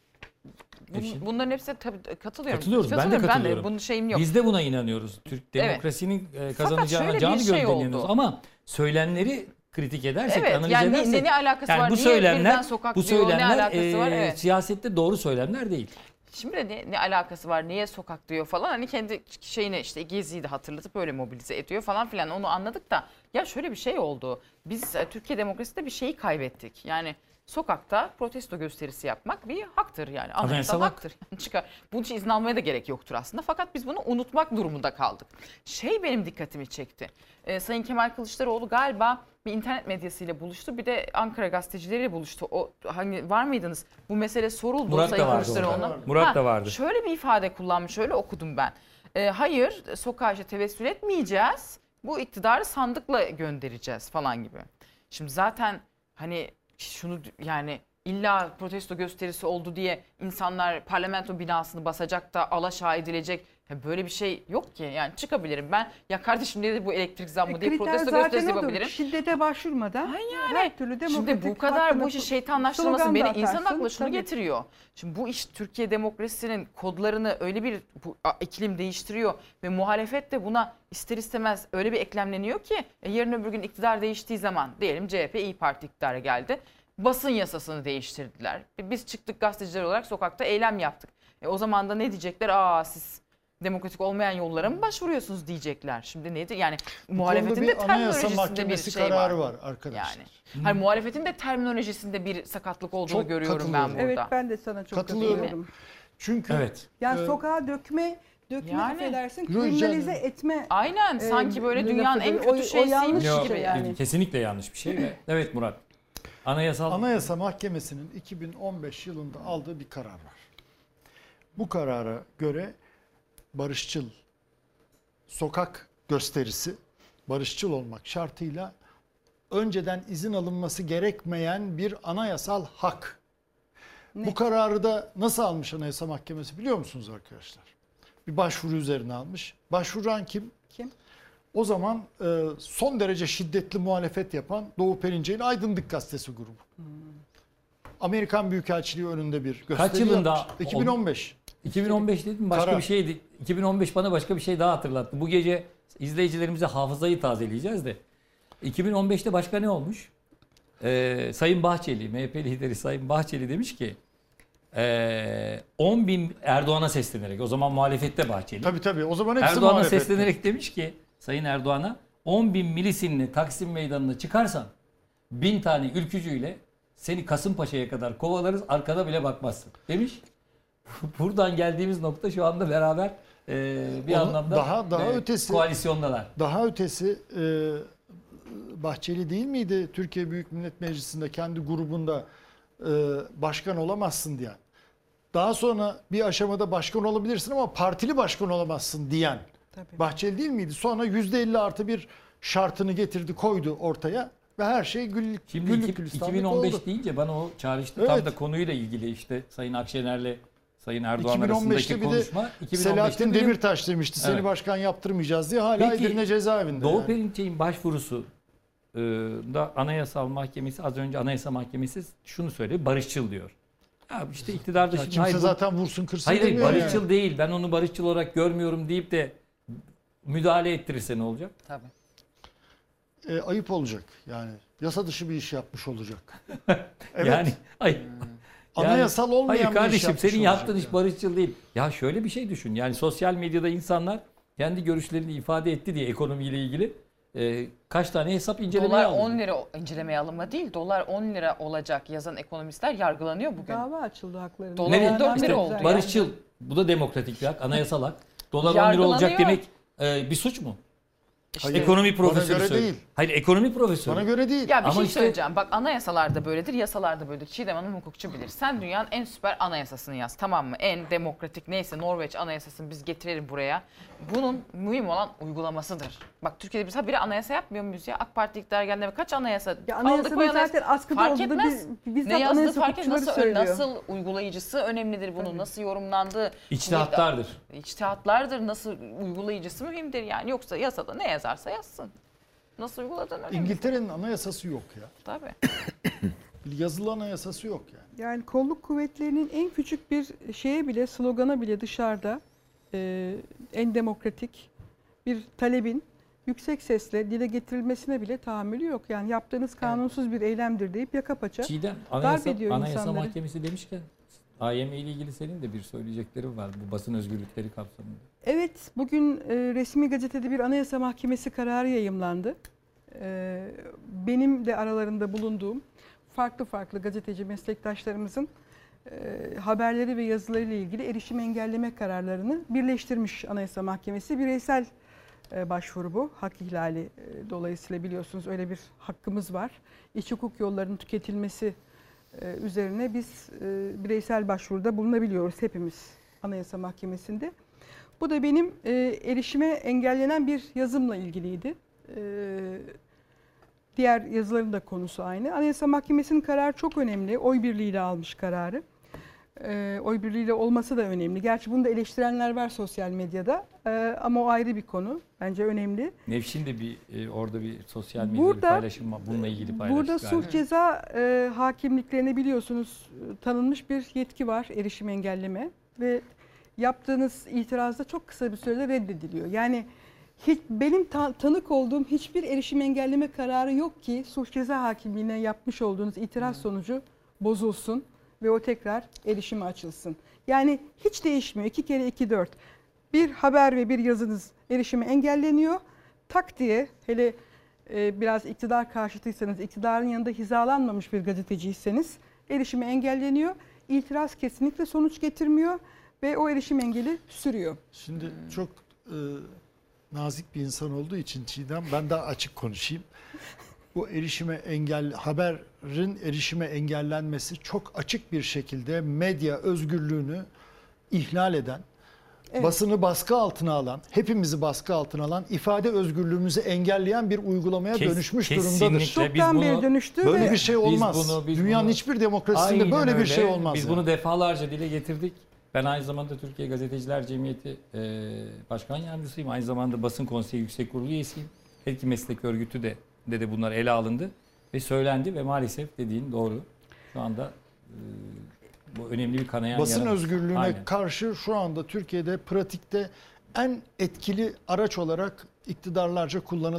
Bunların hepsine tabii katılıyorum. Katılıyoruz. Ben de katılıyorum. Ben de bunun şeyim yok. Biz de buna inanıyoruz. Türk demokrasinin kazanacağına canı şey gönülden inanıyoruz. Ama söylemleri kritik edersek, analiz edersek. Ne alakası var? Bu Niye söylemler, birden sokak diyor, ne alakası var? Evet. Siyasette doğru söylemler değil. Şimdi de ne alakası var? Niye sokak diyor falan. Hani kendi şeyine işte Gezi'yi de hatırlatıp böyle mobilize ediyor falan filan. Onu anladık da ya şöyle bir şey oldu. Biz Türkiye demokrasisinde bir şeyi kaybettik. Yani sokakta protesto gösterisi yapmak bir haktır yani. Anayasal haktır. Çıkar. Bunun için izin almaya da gerek yoktur aslında. Fakat biz bunu unutmak durumunda kaldık. Benim dikkatimi çekti. Sayın Kemal Kılıçdaroğlu galiba bir internet medyasıyla buluştu. Bir de Ankara gazetecileriyle buluştu. Hani var mıydınız? Bu mesele soruldu Murat Sayın da vardı Kılıçdaroğlu'na. Murat da vardı. Şöyle bir ifade kullanmış. Şöyle okudum ben. Hayır, sokağa tevessül etmeyeceğiz. Bu iktidarı sandıkla göndereceğiz falan gibi. Şimdi zaten hani şunu yani illa protesto gösterisi oldu diye insanlar parlamento binasını basacak da alaşağı edilecek. Böyle bir şey yok ki. Yani çıkabilirim ben. Ya kardeşim diye bu elektrik zammı diye protesto gösterisi yapabilirim. Şiddete başvurmadan her türlü demokratik. Şimdi bu kadar bu işi şeytanlaştırması beni insan aklına şunu tabii getiriyor. Şimdi bu iş Türkiye demokrasisinin kodlarını öyle bir iklim değiştiriyor ve muhalefet de buna ister istemez öyle bir eklemleniyor ki yarın öbür gün iktidar değiştiği zaman diyelim CHP İYİ Parti iktidara geldi. Basın yasasını değiştirdiler. Biz çıktık gazeteciler olarak sokakta eylem yaptık. O zaman da ne diyecekler? Siz demokratik olmayan yollara mı başvuruyorsunuz diyecekler. Şimdi nedir? Yani muhalefetin de terminolojisinde bir şey kararı var arkadaşlar. Yani hani muhalefetin de terminolojisinde bir sakatlık olduğunu çok görüyorum ben burada. Evet, ben de sana çok katılıyorum. Çünkü yani sokağa dökme yani, affedersin, kriminalize etme. Aynen sanki böyle dünyanın en kötü şeysiymiş gibi yani. Kesinlikle yanlış bir şey. Evet Murat. Anayasa Mahkemesi'nin 2015 yılında aldığı bir karar var. Bu karara göre barışçıl sokak gösterisi barışçıl olmak şartıyla önceden izin alınması gerekmeyen bir anayasal hak. Bu kararı da nasıl almış Anayasa Mahkemesi biliyor musunuz arkadaşlar? Bir başvuru üzerine almış. Başvuran kim? O zaman son derece şiddetli muhalefet yapan Doğu Perinçek'in Aydınlık Gazetesi grubu. Amerikan Büyükelçiliği önünde bir gösteri Kaç yılında? yapmış. 2015. 2015 dedim başka bir şeydi. 2015 bana başka bir şey daha hatırlattı. Bu gece izleyicilerimize hafızayı tazeleyeceğiz de. 2015'te başka ne olmuş? Sayın Bahçeli, MHP lideri Sayın Bahçeli demiş ki 10.000 Erdoğan'a seslenerek, o zaman muhalefette Bahçeli. Tabii o zaman hepsi Erdoğan'a muhalefette. seslenerek demiş ki Sayın Erdoğan'a 10.000 milisinle Taksim Meydanı'na çıkarsan 1000 tane ülkücüyle seni Kasımpaşa'ya kadar kovalarız, arkada bile bakmazsın demiş. Buradan geldiğimiz nokta şu anda beraber bir Onun anlamda daha ötesi, koalisyondalar. Daha ötesi Bahçeli değil miydi Türkiye Büyük Millet Meclisi'nde kendi grubunda başkan olamazsın diyen. Daha sonra bir aşamada başkan olabilirsin ama partili başkan olamazsın diyen. Tabii. Bahçeli değil miydi? Sonra %50+1 şartını getirdi, koydu ortaya ve her şey güllük Şimdi gülistanlık 2015 oldu. deyince bana o çağrıştı. Evet. Tam da konuyla ilgili işte Sayın Akşener'le Sayın Erdoğan arasındaki 2015'te bir konuşma. de Selahattin benim- Demirtaş demişti. Seni Evet. başkan yaptırmayacağız diye hala Peki, Edirne cezaevinde. Doğu yani. Perinçek'in başvurusu da Anayasal Mahkemesi, az önce Anayasa Mahkemesi şunu söyledi, barışçıl diyor. Ya işte iktidar dışı. Kimse zaten vursun kırsın hayır demiyor barışçıl yani. değil. Ben onu barışçıl olarak görmüyorum deyip de müdahale ettirirse ne olacak? Tabii. Ayıp olacak yani. Yasa dışı bir iş yapmış olacak. Evet. Yani hayır. Anayasal olmayan hayır bir iş kardeşim yapmış senin yaptığın olacak iş barışçıl değil. Ya şöyle bir şey düşün. Yani sosyal medyada insanlar kendi görüşlerini ifade etti diye ekonomiyle ilgili kaç tane hesap incelemeye Dolar aldı. 10 lira incelemeye alınma değil. Dolar 10 lira olacak yazan ekonomistler yargılanıyor bugün. Dava açıldı haklarında. Dolar Nereye? 14 İşte lira oldu. yani. barışçıl. Bu da demokratik bir hak, anayasal hak. Dolar 10 lira olacak Yargılanıyor. demek bir suç mu? Hayır, Ekonomi bana profesörü göre söylüyor. değil. Hayır ekonomi profesörü. Bana göre değil. Ya bir Ama şey işte- söyleyeceğim. Bak anayasalarda böyledir, yasalarda böyledir. Çiğdem Hanım hukukçu bilir. Sen dünyanın en süper anayasasını yaz. Tamam mı? En demokratik neyse Norveç anayasasını biz getirelim buraya. Bunun mühim olan uygulamasıdır. Bak Türkiye'de biz habire anayasa yapmıyor muyuz ya? AK Parti iktidar geldiğinde kaç anayasa? Ya aldık, anayasanın koy anayasa. zaten askıda Fark olduğu da etmez. bizzat Ne yazdığı anayasa fark etmez. hukukçuları söylüyor. Nasıl uygulayıcısı önemlidir bunun. Nasıl yorumlandığı. İçtihatlardır. İçtihatlardır. Nasıl uygulayıcısı mühimdir yani. Yoksa yasada ne yazarsa yazsın. Nasıl uyguladığın önemli. İngiltere'nin anayasası yok ya. Tabii. Yazılı anayasası yok yani. Yani kolluk kuvvetlerinin en küçük bir şeye bile, slogana bile dışarıda en demokratik bir talebin yüksek sesle dile getirilmesine bile tahammülü yok. Yani yaptığınız kanunsuz bir eylemdir deyip yaka paça Çiğdem, darp ediyor Anayasa insanları. Mahkemesi demişken AYM ile ilgili senin de bir söyleyeceklerin var bu basın özgürlükleri kapsamında. Evet, bugün resmi gazetede bir Anayasa Mahkemesi kararı yayımlandı. Benim de aralarında bulunduğum farklı gazeteci meslektaşlarımızın haberleri ve yazılarıyla ilgili erişim engelleme kararlarını birleştirmiş Anayasa Mahkemesi. Bireysel başvuru bu. Hak ihlali dolayısıyla biliyorsunuz öyle bir hakkımız var. İç hukuk yollarının tüketilmesi üzerine biz bireysel başvuruda bulunabiliyoruz hepimiz Anayasa Mahkemesi'nde. Bu da benim erişime engellenen bir yazımla ilgiliydi. Diğer yazıların da konusu aynı. Anayasa Mahkemesi'nin kararı çok önemli. Oy birliğiyle almış kararı. Oy birliğiyle olması da önemli. Gerçi bunu da eleştirenler var sosyal medyada. Ama o ayrı bir konu. Bence önemli. Nevşin de orada bir sosyal medyada bir paylaşım var. Bununla ilgili paylaşım. Burada sulh ceza hakimliklerine biliyorsunuz tanınmış bir yetki var, erişim engelleme ve yaptığınız itirazda çok kısa bir sürede reddediliyor. Yani benim tanık olduğum hiçbir erişim engelleme kararı yok ki sulh ceza hakimliğine yapmış olduğunuz itiraz sonucu bozulsun ve o tekrar erişime açılsın. Yani hiç değişmiyor. 2 kere 2 4. Bir haber ve bir yazınız erişime engelleniyor. Tak diye hele biraz iktidar karşıtıysanız, iktidarın yanında hizalanmamış bir gazeteciyseniz erişime engelleniyor. İtiraz kesinlikle sonuç getirmiyor ve o erişim engeli sürüyor. Şimdi çok nazik bir insan olduğu için Çiğdem ben daha açık konuşayım. Bu haberin erişime engellenmesi çok açık bir şekilde medya özgürlüğünü ihlal eden, Evet. basını baskı altına alan, hepimizi baskı altına alan, ifade özgürlüğümüzü engelleyen bir uygulamaya dönüşmüş durumdadır. Çoktan beri dönüştü Böyle ve bir şey olmaz. Dünyanın hiçbir demokrasisinde Aynen böyle bir öyle. şey olmaz. Biz yani. bunu defalarca dile getirdik. Ben aynı zamanda Türkiye Gazeteciler Cemiyeti Başkan Yardımcısıyım. Aynı zamanda Basın Konseyi Yüksek Kurulu üyesiyim. Her iki meslek örgütü de bunlar ele alındı ve söylendi ve maalesef dediğin doğru. Şu anda bu önemli bir kanayan Basın yara. özgürlüğüne Aynen. karşı şu anda Türkiye'de pratikte en etkili araç olarak iktidarlarca kullanılan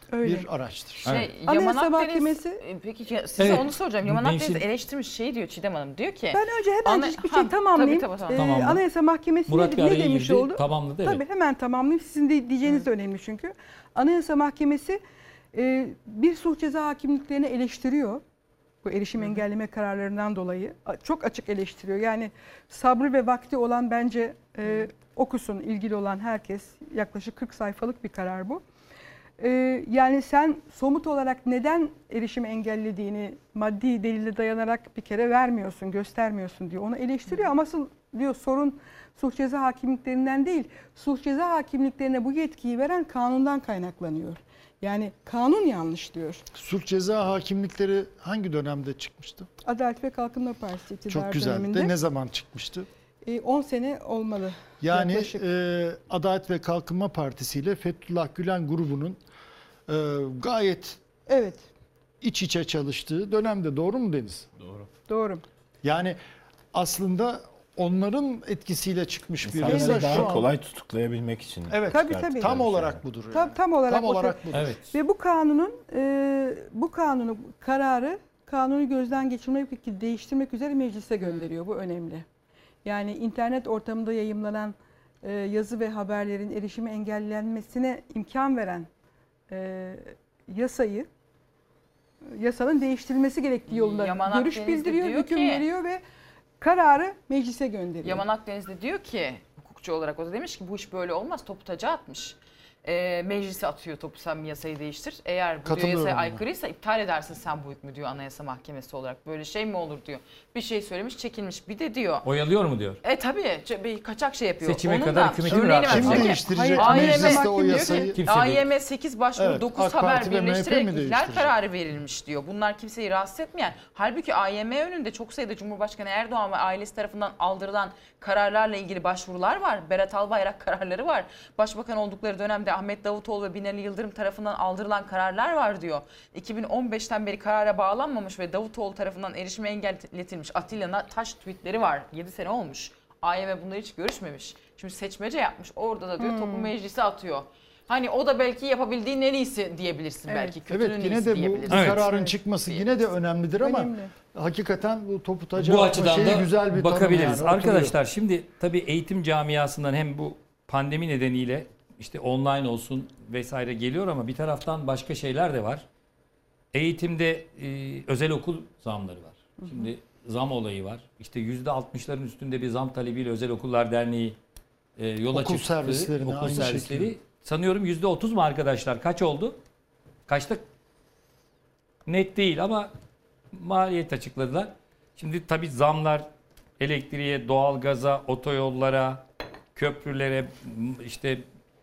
Öyle. bir araçtır. Anayasa Yaman Akdeniz, Mahkemesi- peki size Evet. onu soracağım. Yaman Ben Akdeniz şimdi- eleştirmiş şey diyor Çiğdem Hanım. Diyor ki Ben önce hemen bir şey Ha, tamamlayayım. tabii, tamam. Tamamla. Anayasa Mahkemesi Murat Bey ne araya demiş girdi, oldu? tamamladı, evet. Tabii hemen tamamlayayım. Sizin de diyeceğiniz de önemli çünkü. Anayasa Mahkemesi bir suç ceza hakimliklerini eleştiriyor. Bu erişim engelleme kararlarından dolayı. Çok açık eleştiriyor. Yani sabrı ve vakti olan bence okusun, ilgili olan herkes. Yaklaşık 40 sayfalık bir karar bu. Yani sen somut olarak neden erişimi engellediğini maddi delile dayanarak bir kere vermiyorsun, göstermiyorsun diyor. Onu eleştiriyor ama asıl diyor sorun suç ceza hakimliklerinden değil. Suç ceza hakimliklerine bu yetkiyi veren kanundan kaynaklanıyor. Yani kanun yanlış diyor. Suç ceza hakimlikleri hangi dönemde çıkmıştı? Adalet ve Kalkınma Partisi iktidar Çok güzel. döneminde. Ne zaman çıkmıştı? 10 sene olmalı. Yani yaklaşık. Adalet ve Kalkınma Partisi ile Fethullah Gülen grubunun gayet Evet, iç içe çalıştığı dönemde, doğru mu Deniz? doğru. Yani aslında onların etkisiyle çıkmış bir İnsanları yasa daha şu an. kolay tutuklayabilmek için. Evet. Tabii, çıkarttıkları tabii. Tam şeyler. olarak budur. Yani. Tam olarak Tam o olarak budur. Evet. Ve bu kanunu kararı kanunu gözden geçirmek ve değiştirmek üzere meclise gönderiyor. Bu önemli. Yani internet ortamında yayımlanan yazı ve haberlerin erişimi engellenmesine imkan veren yasanın değiştirilmesi gerektiği yolunda Yaman görüş Akdeniz de bildiriyor, diyor hüküm ki- veriyor ve kararı meclise gönderiyor. Yaman Akdeniz de diyor ki hukukçu olarak o da demiş ki bu iş böyle olmaz. Topu taca atmış. Meclise atıyor topu, sen bir yasayı değiştir. Eğer bu diyor, Katılıyorum yasaya buna. aykırıysa iptal edersin sen bu hükmü diyor Anayasa Mahkemesi olarak. Böyle şey mi olur diyor. Bir şey söylemiş, çekilmiş. Bir de diyor. Oyalıyor mu diyor? Tabii bir kaçak şey yapıyor. Seçime Onun kadar da hükümetin örneğini rahatsız ver. Kim Peki, değiştirecek hayır, mecliste o AYM yasayı? Kimse değil. AYM 8 başvuru Evet, 9 AK haber Parti ve MHP mi birleştirerek ihlal değiştirecek? kararı verilmiş diyor. Bunlar kimseyi rahatsız etmeyen. Halbuki AYM önünde çok sayıda Cumhurbaşkanı Erdoğan ve ailesi tarafından aldırılan kararlarla ilgili başvurular var. Berat Albayrak kararları var. Başbakan oldukları dönemde Ahmet Davutoğlu ve Binali Yıldırım tarafından aldırılan kararlar var diyor. 2015'ten beri karara bağlanmamış ve Davutoğlu tarafından erişime engelletilmiş Atilla Taş tweetleri var. 7 sene olmuş. AYM bunları hiç görüşmemiş. Şimdi seçmece yapmış. Orada da diyor topu meclise atıyor. Hani o da belki yapabildiğin en iyisi diyebilirsin belki. Kötünün Evet, yine iyisi de bu diyebilirsin. kararın Evet. çıkması yine de önemlidir ama Önemli. hakikaten bu topu taca Bu atma açıdan şeyi da güzel bir bakabiliriz. tanım yani, oturuyor. Arkadaşlar şimdi tabii eğitim camiasından hem bu pandemi nedeniyle işte online olsun vesaire geliyor ama bir taraftan başka şeyler de var. Eğitimde özel okul zamları var. Şimdi zam olayı var. İşte %60'ların üstünde bir zam talebiyle Özel Okullar Derneği yola Okul çıktı. servislerine Okul aynı servisleri. şekilde. Sanıyorum %30 mu arkadaşlar? Kaç oldu? Kaçta? Net değil ama maliyet açıkladılar. Şimdi tabii zamlar elektriğe, doğalgaza, otoyollara, köprülere, işte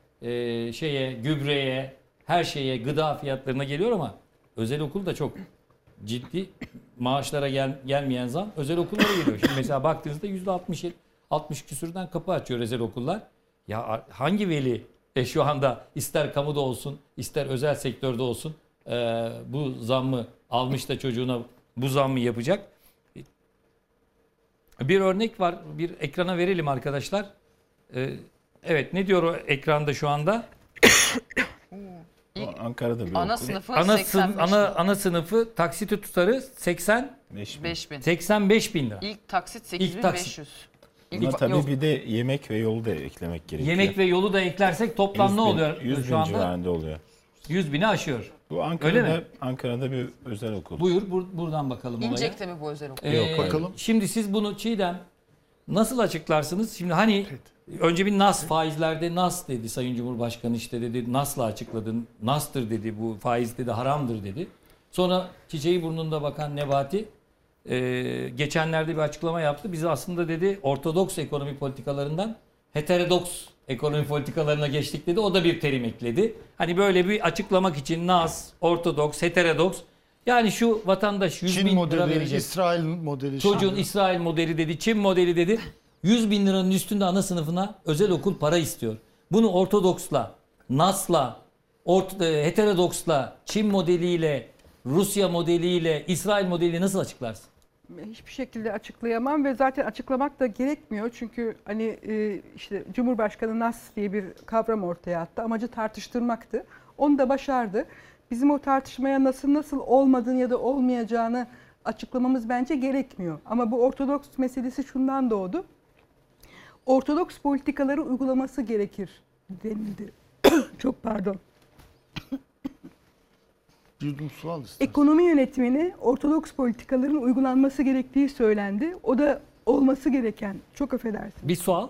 gübreye, her şeye, gıda fiyatlarına geliyor ama özel okul da çok ciddi maaşlara gelmeyen zam özel okullara geliyor. Şimdi mesela baktığınızda %60 küsürden kapı açıyor özel okullar. Ya hangi veli şu anda ister kamuda olsun, ister özel sektörde olsun bu zammı almış da çocuğuna bu zammı yapacak? Bir örnek var. Bir ekrana verelim arkadaşlar. Evet, ne diyor o ekranda şu anda? Ankara'da bir Ana okul. sınıfı Ana, 85 ana sınıfı taksiti tutarı bin. 85 bin lira. İlk taksit İlk taksit. 8500. Buna İlk, tabii yok, bir de yemek ve yolu da eklemek gerekiyor. Yemek ve yolu da eklersek toplam ne oluyor 100 bin şu anda? civarında oluyor. 100 bini aşıyor. Bu Öyle mi? Ankara'da bir özel okul. Buyur buradan bakalım olaya. İncek'te mi bu özel okul? Yok, Bakalım. Şimdi siz bunu Çiğdem nasıl açıklarsınız? Şimdi hani önce bir NAS faizlerde NAS dedi Sayın Cumhurbaşkanı, işte dedi NAS'la açıkladın. NAS'tır dedi, bu faiz dedi haramdır dedi. Sonra çiçeği burnunda bakan Nebati geçenlerde bir açıklama yaptı. Bizi aslında dedi ortodoks ekonomi politikalarından heterodoks ekonomi politikalarına geçtik dedi. O da bir terim ekledi. Hani böyle bir açıklamak için NAS, ortodoks, heterodoks. Yani şu vatandaş 100 Çin bin lira modeli, verecek. İsrail modeli. Çocuğun şimdi. İsrail modeli dedi, Çin modeli dedi. 100 bin liranın üstünde ana sınıfına özel okul para istiyor. Bunu ortodoksla, NAS'la, heterodoksla, Çin modeliyle, Rusya modeliyle, İsrail modeliyle nasıl açıklarsın? Hiçbir şekilde açıklayamam ve zaten açıklamak da gerekmiyor. Çünkü hani işte Cumhurbaşkanı NAS diye bir kavram ortaya attı. Amacı tartıştırmaktı. Onu da başardı. bizim o tartışmaya nasıl olmadığını ya da olmayacağını açıklamamız bence gerekmiyor. Ama bu Ortodoks meselesi şundan doğdu. Ortodoks politikaları uygulaması gerekir denildi. Çok pardon. Yudum su al istersen. Ekonomi yönetimine Ortodoks politikaların uygulanması gerektiği söylendi. O da olması gereken. Çok affedersin. Bir su al.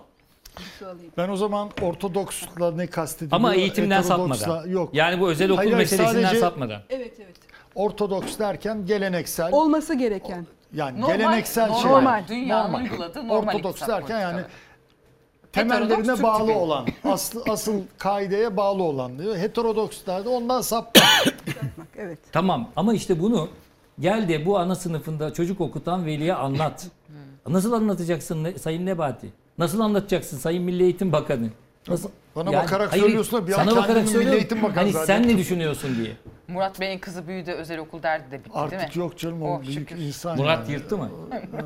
Ben o zaman Ortodoksla ne kastediliyor? Ama eğitimden Heterodoksla- sapmadan. Yok. Yani bu özel okul Hayır, meselesinden sadece- sapmadan. Evet. Ortodoks derken geleneksel. Olması gereken. Yani Normal, geleneksel şey. normal. Dünyanın Normal. uyguladığı normal Ortodoks iktisat derken yani politikaları. temellerine Heterodoks bağlı Türk tipi. olan, asıl kaideye bağlı olan diyor. Heterodokslar da ondan sapma. Evet. Tamam ama işte bunu gel de bu ana sınıfında çocuk okutan veliye anlat. Nasıl anlatacaksın Sayın Nebati? Nasıl anlatacaksın Sayın Milli Eğitim Bakanı? Nasıl? Bana bakarak hayır, söylüyorsun da bir an sana bakarak kendini Milli söylüyorum. Eğitim Bakanı Hani zaten. sen ne düşünüyorsun diye. Murat Bey'in kızı büyüdü, özel okul derdi de bitti değil mi? Artık yok canım o Oh, büyük şükür. insan. Murat yani. yırttı mı?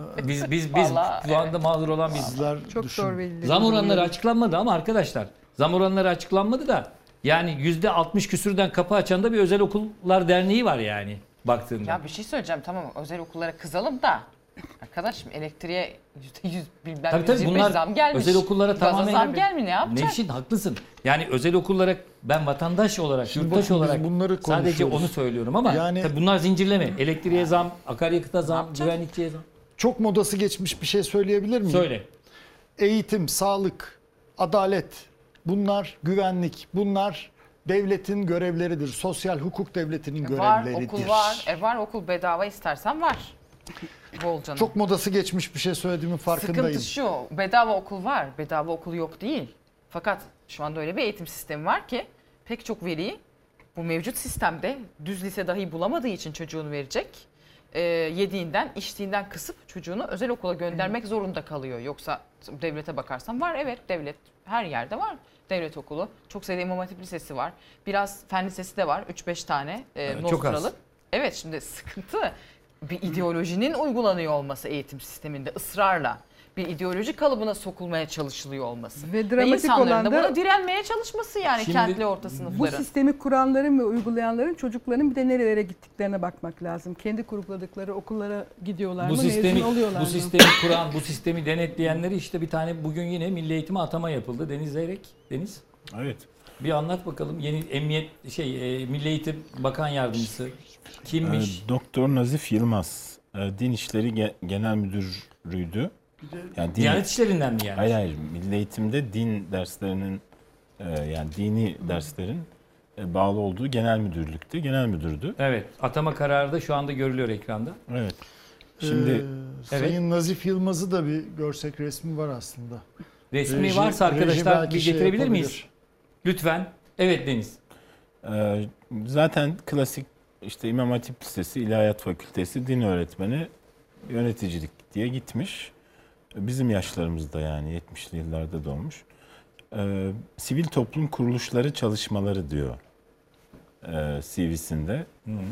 Biz Vallahi, şu anda mağdur olan biz. Bizler Çok düşün. zor veliler. Zam oranları açıklanmadı ama arkadaşlar zam oranları açıklanmadı da yani %60 küsürden kapı açan da bir özel okullar derneği var yani baktığında. Ya bir şey söyleyeceğim, tamam özel okullara kızalım da arkadaşım elektriğe %100 bilmem Tabii tabii %125 bunlar zam gelmiş. özel okullara Gaza tamamen... zam gelmiyor, ne yapacak? Nevşin haklısın. Yani özel okullara ben vatandaş olarak, Şimdi yurttaş bakın biz olarak bunları sadece konuşuyoruz. onu söylüyorum ama Yani- tabii bunlar zincirleme. Elektriğe zam, akaryakıta zam, yapacak? güvenlikçiye zam. Çok modası geçmiş bir şey söyleyebilir miyim? Söyle. Eğitim, sağlık, adalet, bunlar güvenlik, bunlar devletin görevleridir. Sosyal hukuk devletinin Var görevleridir. okul var. Var okul bedava istersen var. Bolca'nın. Çok modası geçmiş bir şey söylediğimin farkındayım. Sıkıntı şu, bedava okul var, bedava okul yok değil. Fakat şu anda öyle bir eğitim sistemi var ki pek çok veli bu mevcut sistemde düz lise dahi bulamadığı için çocuğunu verecek. Yediğinden, içtiğinden kısıp çocuğunu özel okula göndermek zorunda kalıyor. Yoksa devlete bakarsan var, evet devlet her yerde var. Devlet okulu. Çok sayıda İmam Hatip Lisesi var. Biraz fen lisesi de var. 3-5 tane çok az. nostralı. Evet, şimdi sıkıntı bir ideolojinin uygulanıyor olması eğitim sisteminde ısrarla. Bir ideoloji kalıbına sokulmaya çalışılıyor olması. Ve dramatik insanların olan da da buna direnmeye çalışması yani Şimdi kentli orta bu sınıfların. sistemi kuranların ve uygulayanların çocukların bir de nerelere gittiklerine bakmak lazım. Kendi kurguladıkları okullara gidiyorlar Bu mı, sistemi mezun oluyorlar bu mı? sistemi kuran, bu sistemi denetleyenleri işte bir tane bugün yine Milli Eğitim'e atama yapıldı. Deniz Zeyrek. Deniz. Evet. Bir anlat bakalım. Yeni emniyet Milli Eğitim Bakan Yardımcısı kimmiş? Doktor Nazif Yılmaz, Din İşleri Genel Müdürüydü. Yani Diyanet İşlerinden mi yani? Hayır, Milli Eğitim'de din derslerinin yani dini derslerin bağlı olduğu genel müdürlüktü. Genel müdürdü. Evet. Atama kararı da şu anda görülüyor ekranda. Evet. Şimdi Sayın Nazif Yılmaz'ı da bir görsek resmi var aslında. Resmi Reji- varsa reji arkadaşlar belki bir şey getirebilir yapabilir. miyiz? Lütfen. Evet Deniz. zaten klasik işte İmam Hatip Lisesi, İlahiyat Fakültesi, din öğretmeni, yöneticilik diye gitmiş. Bizim yaşlarımızda yani 70'li yıllarda doğmuş. Sivil toplum kuruluşları çalışmaları diyor CV'sinde.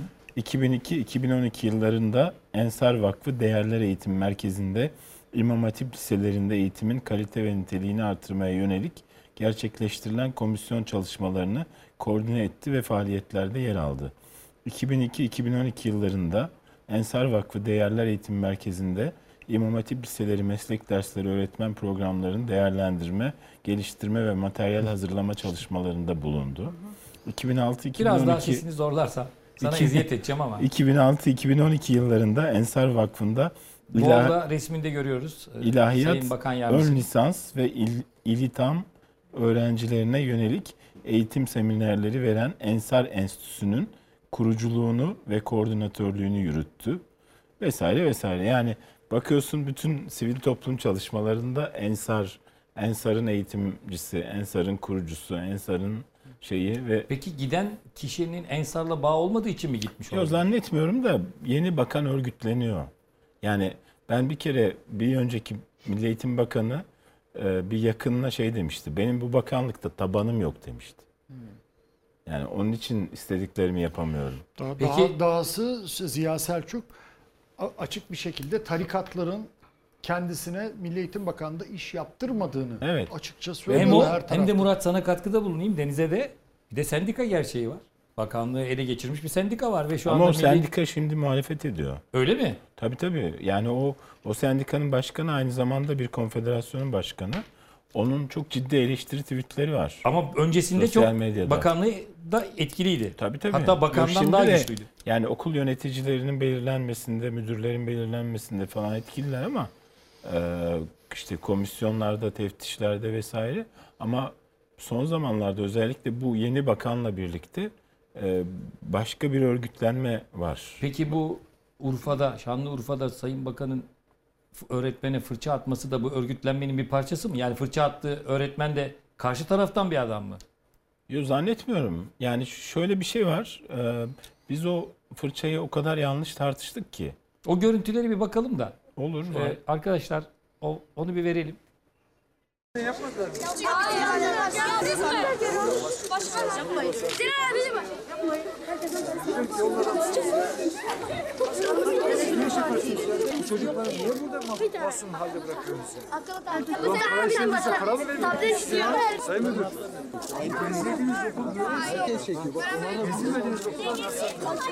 2002-2012 yıllarında Ensar Vakfı Değerler Eğitim Merkezi'nde İmam Hatip liselerinde eğitimin kalite ve niteliğini artırmaya yönelik gerçekleştirilen komisyon çalışmalarını koordine etti ve faaliyetlerde yer aldı. 2002-2012 yıllarında Ensar Vakfı Değerler Eğitim Merkezi'nde İmam Hatip liseleri meslek dersleri öğretmen programlarını değerlendirme, geliştirme ve materyal hazırlama çalışmalarında bulundu. 2006-2012 Biraz daha sesini zorlarsa sana eziyet edeceğim ama. 2006-2012 yıllarında Ensar Vakfı'nda Bu arada resminde görüyoruz. İlahiyat, Sayın Bakan Yardımcısı. ön lisans ve ilitam öğrencilerine yönelik eğitim seminerleri veren Ensar Enstitüsü'nün kuruculuğunu ve koordinatörlüğünü yürüttü. Vesaire vesaire. Yani bakıyorsun bütün sivil toplum çalışmalarında Ensar'ın eğitimcisi, Ensar'ın kurucusu, Ensar'ın şeyi ve... Peki giden kişinin Ensar'la bağ olmadığı için mi gitmiş Yok oldu? zannetmiyorum da yeni bakan örgütleniyor. Yani ben bir kere bir önceki Milli Eğitim Bakanı bir yakınına şey demişti. Benim bu bakanlıkta tabanım yok demişti. Yani onun için istediklerimi yapamıyorum. Peki- Dahası Ziya Selçuk açık bir şekilde tarikatların kendisine Milli Eğitim Bakanlığı'nda iş yaptırmadığını Evet. açıkça Hem söylüyor o her hem de tarafta. Murat sana katkıda bulunayım. Deniz'e de bir de sendika gerçeği var. Bakanlığı ele geçirmiş bir sendika var ve şu Ama anda o sendika şimdi muhalefet ediyor. Öyle mi? Tabii. Yani o sendikanın başkanı aynı zamanda bir konfederasyonun başkanı. Onun çok ciddi eleştiri tweetleri var. Ama öncesinde Sosyal çok medyada. bakanlığı da etkiliydi. Tabii. Hatta bakandan Şimdi daha de, güçlüydü. yani okul yöneticilerinin belirlenmesinde, müdürlerin belirlenmesinde falan etkililer ama işte komisyonlarda, teftişlerde vesaire. Ama son zamanlarda özellikle bu yeni bakanla birlikte başka bir örgütlenme var. Peki bu Urfa'da, Şanlıurfa'da Sayın Bakan'ın öğretmene fırça atması da bu örgütlenmenin bir parçası mı? Yani fırça attığı öğretmen de karşı taraftan bir adam mı? Yok, zannetmiyorum. Yani şöyle bir şey var. Biz o fırçayı o kadar yanlış tartıştık ki. O görüntüleri bir bakalım da. Olur. Arkadaşlar onu bir verelim. Çocukları niye burada mahzun halde bırakıyorsunuz? Kardeşlerinize para mı veriyorsunuz? Sayın Müdür. İzlediğiniz okul görüyoruz. Herkes çekiyor. Bak onlarla izlemediğiniz okullar nasıl?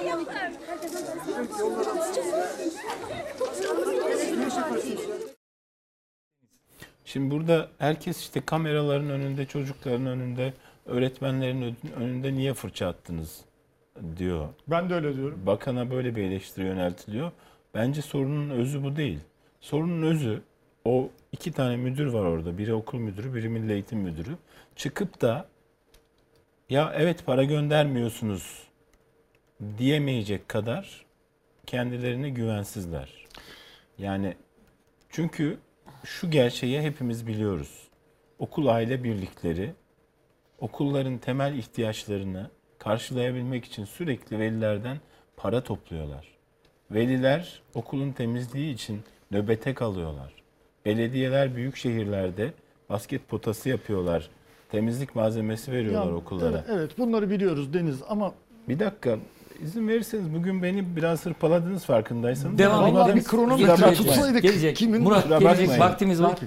Şimdi burada herkes işte kameraların önünde, çocukların önünde, öğretmenlerin önünde niye fırça attınız diyor. Ben de öyle diyorum. Bakana böyle bir eleştiri yöneltiliyor. Bence sorunun özü bu değil. Sorunun özü o 2 tane müdür var orada. Biri okul müdürü, biri milli eğitim müdürü. Çıkıp da ya evet para göndermiyorsunuz diyemeyecek kadar kendilerine güvensizler. Yani çünkü şu gerçeği hepimiz biliyoruz. Okul aile birlikleri okulların temel ihtiyaçlarını karşılayabilmek için sürekli velilerden para topluyorlar. Veliler okulun temizliği için nöbete kalıyorlar. Belediyeler büyük şehirlerde basket potası yapıyorlar. Temizlik malzemesi veriyorlar okullara. Evet, bunları biliyoruz Deniz ama bir dakika izin verirseniz bugün beni biraz hırpaladınız farkındaysanız. Devam Vallahi edelim. bir kronometre tutsaydık. Gelecek. Kimin Murat kusura gelecek. bakmayın. Vaktimiz var.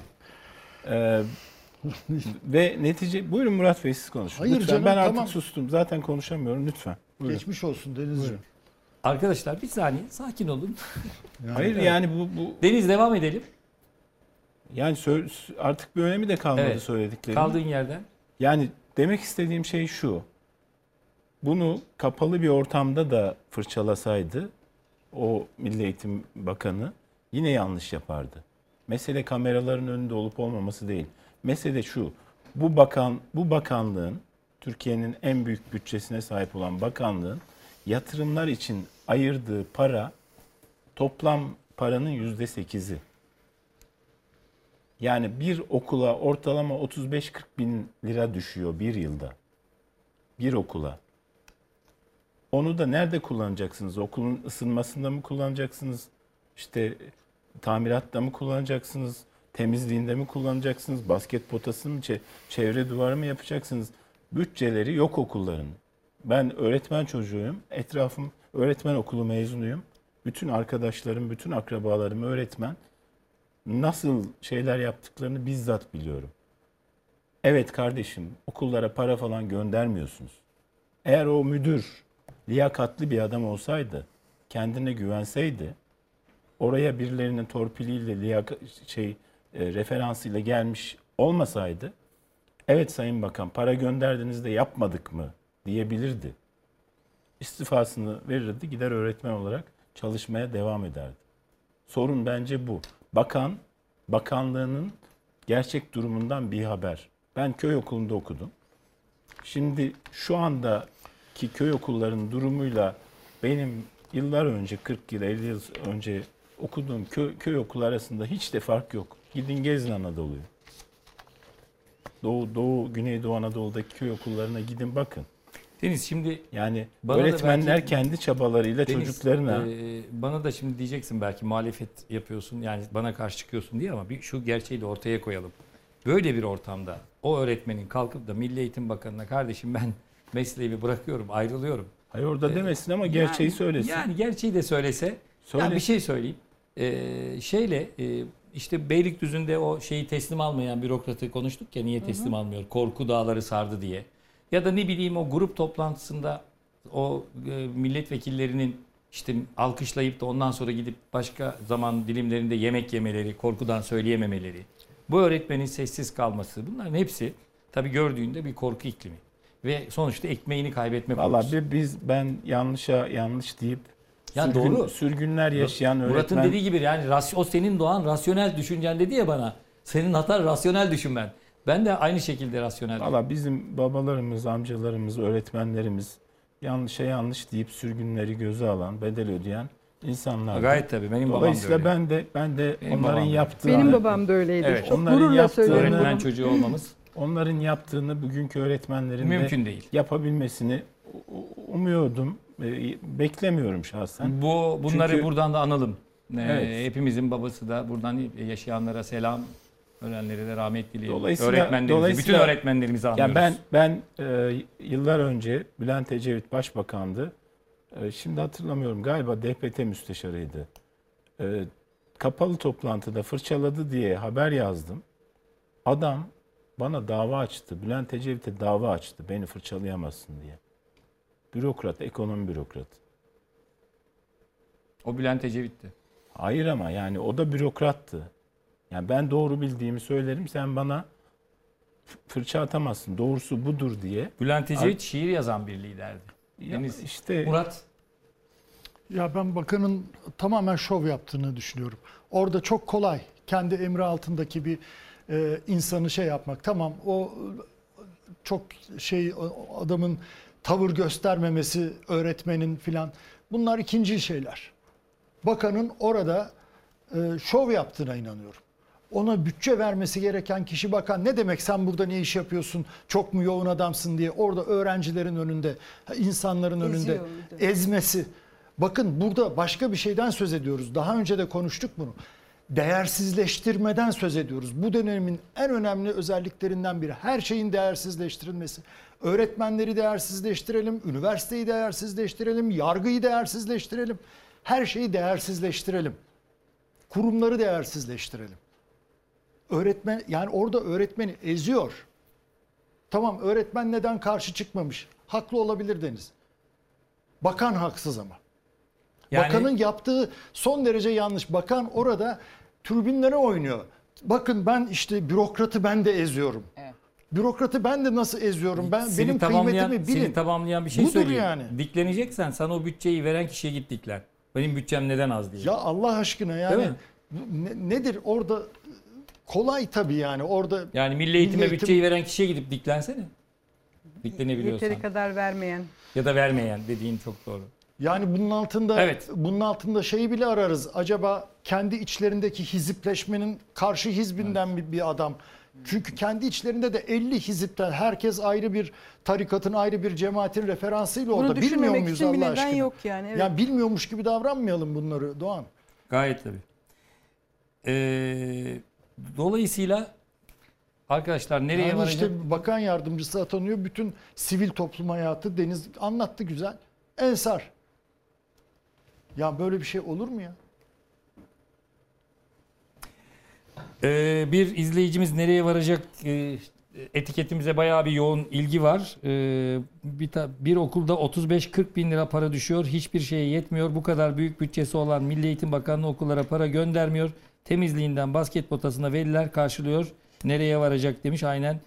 Ve netice buyurun Murat Bey siz konuşun. Hayır lütfen. canım, Ben artık tamam. sustum. Zaten konuşamıyorum lütfen. Buyurun. Geçmiş olsun Denizciğim. Arkadaşlar bir saniye sakin olun. Hayır yani bu Deniz devam edelim. yani artık bir önemi de kalmadı Evet. söylediklerim. Kaldığın yerden. Yani demek istediğim şey şu. Bunu kapalı bir ortamda da fırçalasaydı o Milli Eğitim Bakanı yine yanlış yapardı. Mesele kameraların önünde olup olmaması değil. Mesele şu. Bu bakanlığın Türkiye'nin en büyük bütçesine sahip olan bakanlığın yatırımlar için ayırdığı para toplam paranın %8'i. Yani bir okula ortalama 35-40 bin lira düşüyor bir yılda. Bir okula. Onu da nerede kullanacaksınız? Okulun ısınmasında mı kullanacaksınız? İşte tamiratta mı kullanacaksınız? Temizliğinde mi kullanacaksınız? Basket potası mı? Çevre duvarı mı yapacaksınız? Bütçeleri yok okulların. Ben öğretmen çocuğuyum. Etrafım öğretmen okulu mezunuyum. Bütün arkadaşlarım, bütün akrabalarım öğretmen. Nasıl şeyler yaptıklarını bizzat biliyorum. Evet kardeşim, okullara para falan göndermiyorsunuz. Eğer o müdür liyakatli bir adam olsaydı, kendine güvenseydi, oraya birilerinin torpiliyle, referansıyla gelmiş olmasaydı, evet Sayın Bakan para gönderdiniz de yapmadık mı diyebilirdi. İstifasını verirdi, gider öğretmen olarak çalışmaya devam ederdi. Sorun bence bu. Bakanlığının gerçek durumundan bir haber. Ben köy okulunda okudum. Şimdi şu andaki köy okullarının durumuyla benim yıllar önce 40 yıl 50 yıl önce okuduğum köy okulu arasında hiç de fark yok. Gidin gezin Anadolu'yu. Doğu, Güneydoğu Anadolu'daki köy okullarına gidin bakın. Deniz şimdi Yani bana da öğretmenler belki- kendi çabalarıyla Deniz, çocuklarına bana da şimdi diyeceksin belki muhalefet yapıyorsun yani bana karşı çıkıyorsun diye ama bir şu gerçeği de ortaya koyalım. Böyle bir ortamda o öğretmenin kalkıp da Milli Eğitim Bakanı'na kardeşim ben mesleğimi bırakıyorum, ayrılıyorum. hayır orada demesin ama gerçeği söylesin. Yani gerçeği de söylese. Ya bir şey söyleyeyim. İşte Beylikdüzü'nde o şeyi teslim almayan bürokratı konuştuk ya niye teslim almıyor? Korku dağları sardı diye. Ya da ne bileyim o grup toplantısında o milletvekillerinin işte alkışlayıp da ondan sonra gidip başka zaman dilimlerinde yemek yemeleri, korkudan söyleyememeleri, bu öğretmenin sessiz kalması, bunların hepsi tabii gördüğünde bir korku iklimi. Ve sonuçta ekmeğini kaybetme korkusu. Valla ben yanlışa yanlış deyip Ya doğru. sürgünler yaşayan Murat'ın öğretmen... dediği gibi yani o senin doğan rasyonel düşüncen dedi ya bana. Senin hatan rasyonel düşünmen. Ben de aynı şekilde rasyonel. Valla bizim babalarımız, amcalarımız, öğretmenlerimiz yanlışa yanlış deyip sürgünleri göze alan, bedel ödeyen insanlar. Gayet tabii. Benim babam da Dolayısıyla öyle. ben de Benim onların babam da. yaptığını... Benim babam da öyleydi. Evet, Çok onların gururla yaptığı söylüyorum. Öğretmen çocuğu olmamız Onların yaptığını bugünkü öğretmenlerin mümkün de değil. yapabilmesini umuyordum. Beklemiyorum şahsen. Bunları Çünkü- buradan da analım. Evet. Hepimizin babası da buradan yaşayanlara selam, ölenlere de rahmet dileyelim. Dolayısıyla- Öğretmenlerimize, bütün öğretmenlerimizi anlıyoruz. Ya ben yıllar önce Bülent Ecevit Başbakan'dı. Şimdi hatırlamıyorum, galiba DPT müsteşarıydı. Kapalı toplantıda fırçaladı diye haber yazdım. Adam bana dava açtı. Bülent Ecevit'e dava açtı. Beni fırçalayamazsın diye. Bürokrat, ekonomi bürokratı. O Bülent Ecevit'ti. Hayır ama yani o da bürokrattı. Yani ben doğru bildiğimi söylerim, sen bana fırça atamazsın. Doğrusu budur diye. Bülent Ecevit şiir yazan bir liderdi. Ya Deniz, işte Murat. Ya ben bakanın tamamen şov yaptığını düşünüyorum. Orada çok kolay kendi emri altındaki bir insanı şey yapmak. Tamam, o çok adamın tavır göstermemesi, öğretmenin filan, bunlar ikinci şeyler. Bakanın orada şov yaptığına inanıyorum. Ona bütçe vermesi gereken kişi bakan. Ne demek sen burada ne iş yapıyorsun, çok mu yoğun adamsın diye orada öğrencilerin önünde, insanların önünde ezmesi. Bakın burada başka bir şeyden söz ediyoruz. Daha önce de konuştuk bunu. Değersizleştirmeden söz ediyoruz. Bu dönemin en önemli özelliklerinden biri. Her şeyin değersizleştirilmesi. Öğretmenleri değersizleştirelim, üniversiteyi değersizleştirelim, yargıyı değersizleştirelim. Her şeyi değersizleştirelim. Kurumları değersizleştirelim. Öğretmen, yani orada öğretmeni eziyor. Tamam, öğretmen neden karşı çıkmamış? Haklı olabilir Deniz. Bakan haksız ama. Yani- Bakanın yaptığı son derece yanlış. Bakan orada tribünlere oynuyor. Bakın ben işte bürokratı ben de eziyorum. Evet. Bürokratı ben de nasıl eziyorum? Benim kıymetimi bilin. Seni tamamlayan bir şey Budur söyleyeyim. yani. Dikleneceksen sana o bütçeyi veren kişiye git diklen. Benim bütçem neden az diye. Ya Allah aşkına yani Değil nedir orada, kolay tabii yani orada Yani milli eğitime Milli Eğitim- bütçeyi veren kişiye gidip diklensene. Diklenebiliyorsan. Yeteri kadar vermeyen. Ya da vermeyen dediğin çok doğru. yani Evet. bunun altında şeyi bile ararız. Acaba kendi içlerindeki hizipleşmenin karşı hizbinden bir adam. Çünkü kendi içlerinde de 50 hizipten herkes ayrı bir tarikatın, ayrı bir cemaatin referansıyla orada. Bunu Bilmiyor düşünmemek muyuz için bir Allah neden aşkına? yok yani. Evet. Yani bilmiyormuş gibi davranmayalım bunları Doğan. Gayet tabii. Dolayısıyla arkadaşlar nereye Yani varacak? işte bakan yardımcısı atanıyor. Bütün sivil toplum hayatı Deniz anlattı güzel. Ensar. Ya böyle bir şey olur mu ya? Bir izleyicimiz nereye varacak etiketimize bayağı bir yoğun ilgi var. Bir okulda 35-40 bin lira para düşüyor. Hiçbir şeye yetmiyor. Bu kadar büyük bütçesi olan Milli Eğitim Bakanlığı okullara para göndermiyor. Temizliğinden basket potasına veliler karşılıyor. Nereye varacak demiş aynen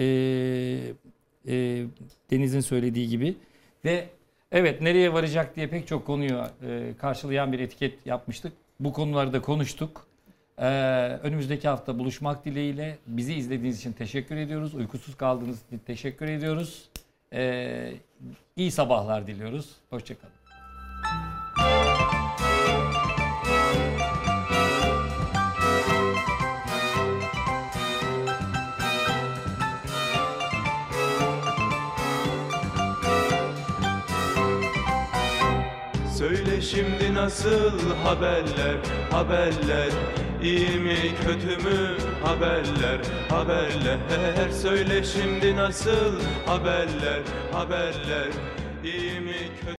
Deniz'in söylediği gibi. Ve evet, nereye varacak diye pek çok konuyu karşılayan bir etiket yapmıştık. Bu konuları da konuştuk. Önümüzdeki hafta buluşmak dileğiyle bizi izlediğiniz için teşekkür ediyoruz. Uykusuz kaldığınız için teşekkür ediyoruz. İyi sabahlar diliyoruz. Hoşçakalın. Söyle şimdi nasıl haberler, haberler, iyi mi kötü mü haberler, haberler. Söyle şimdi nasıl haberler, haberler,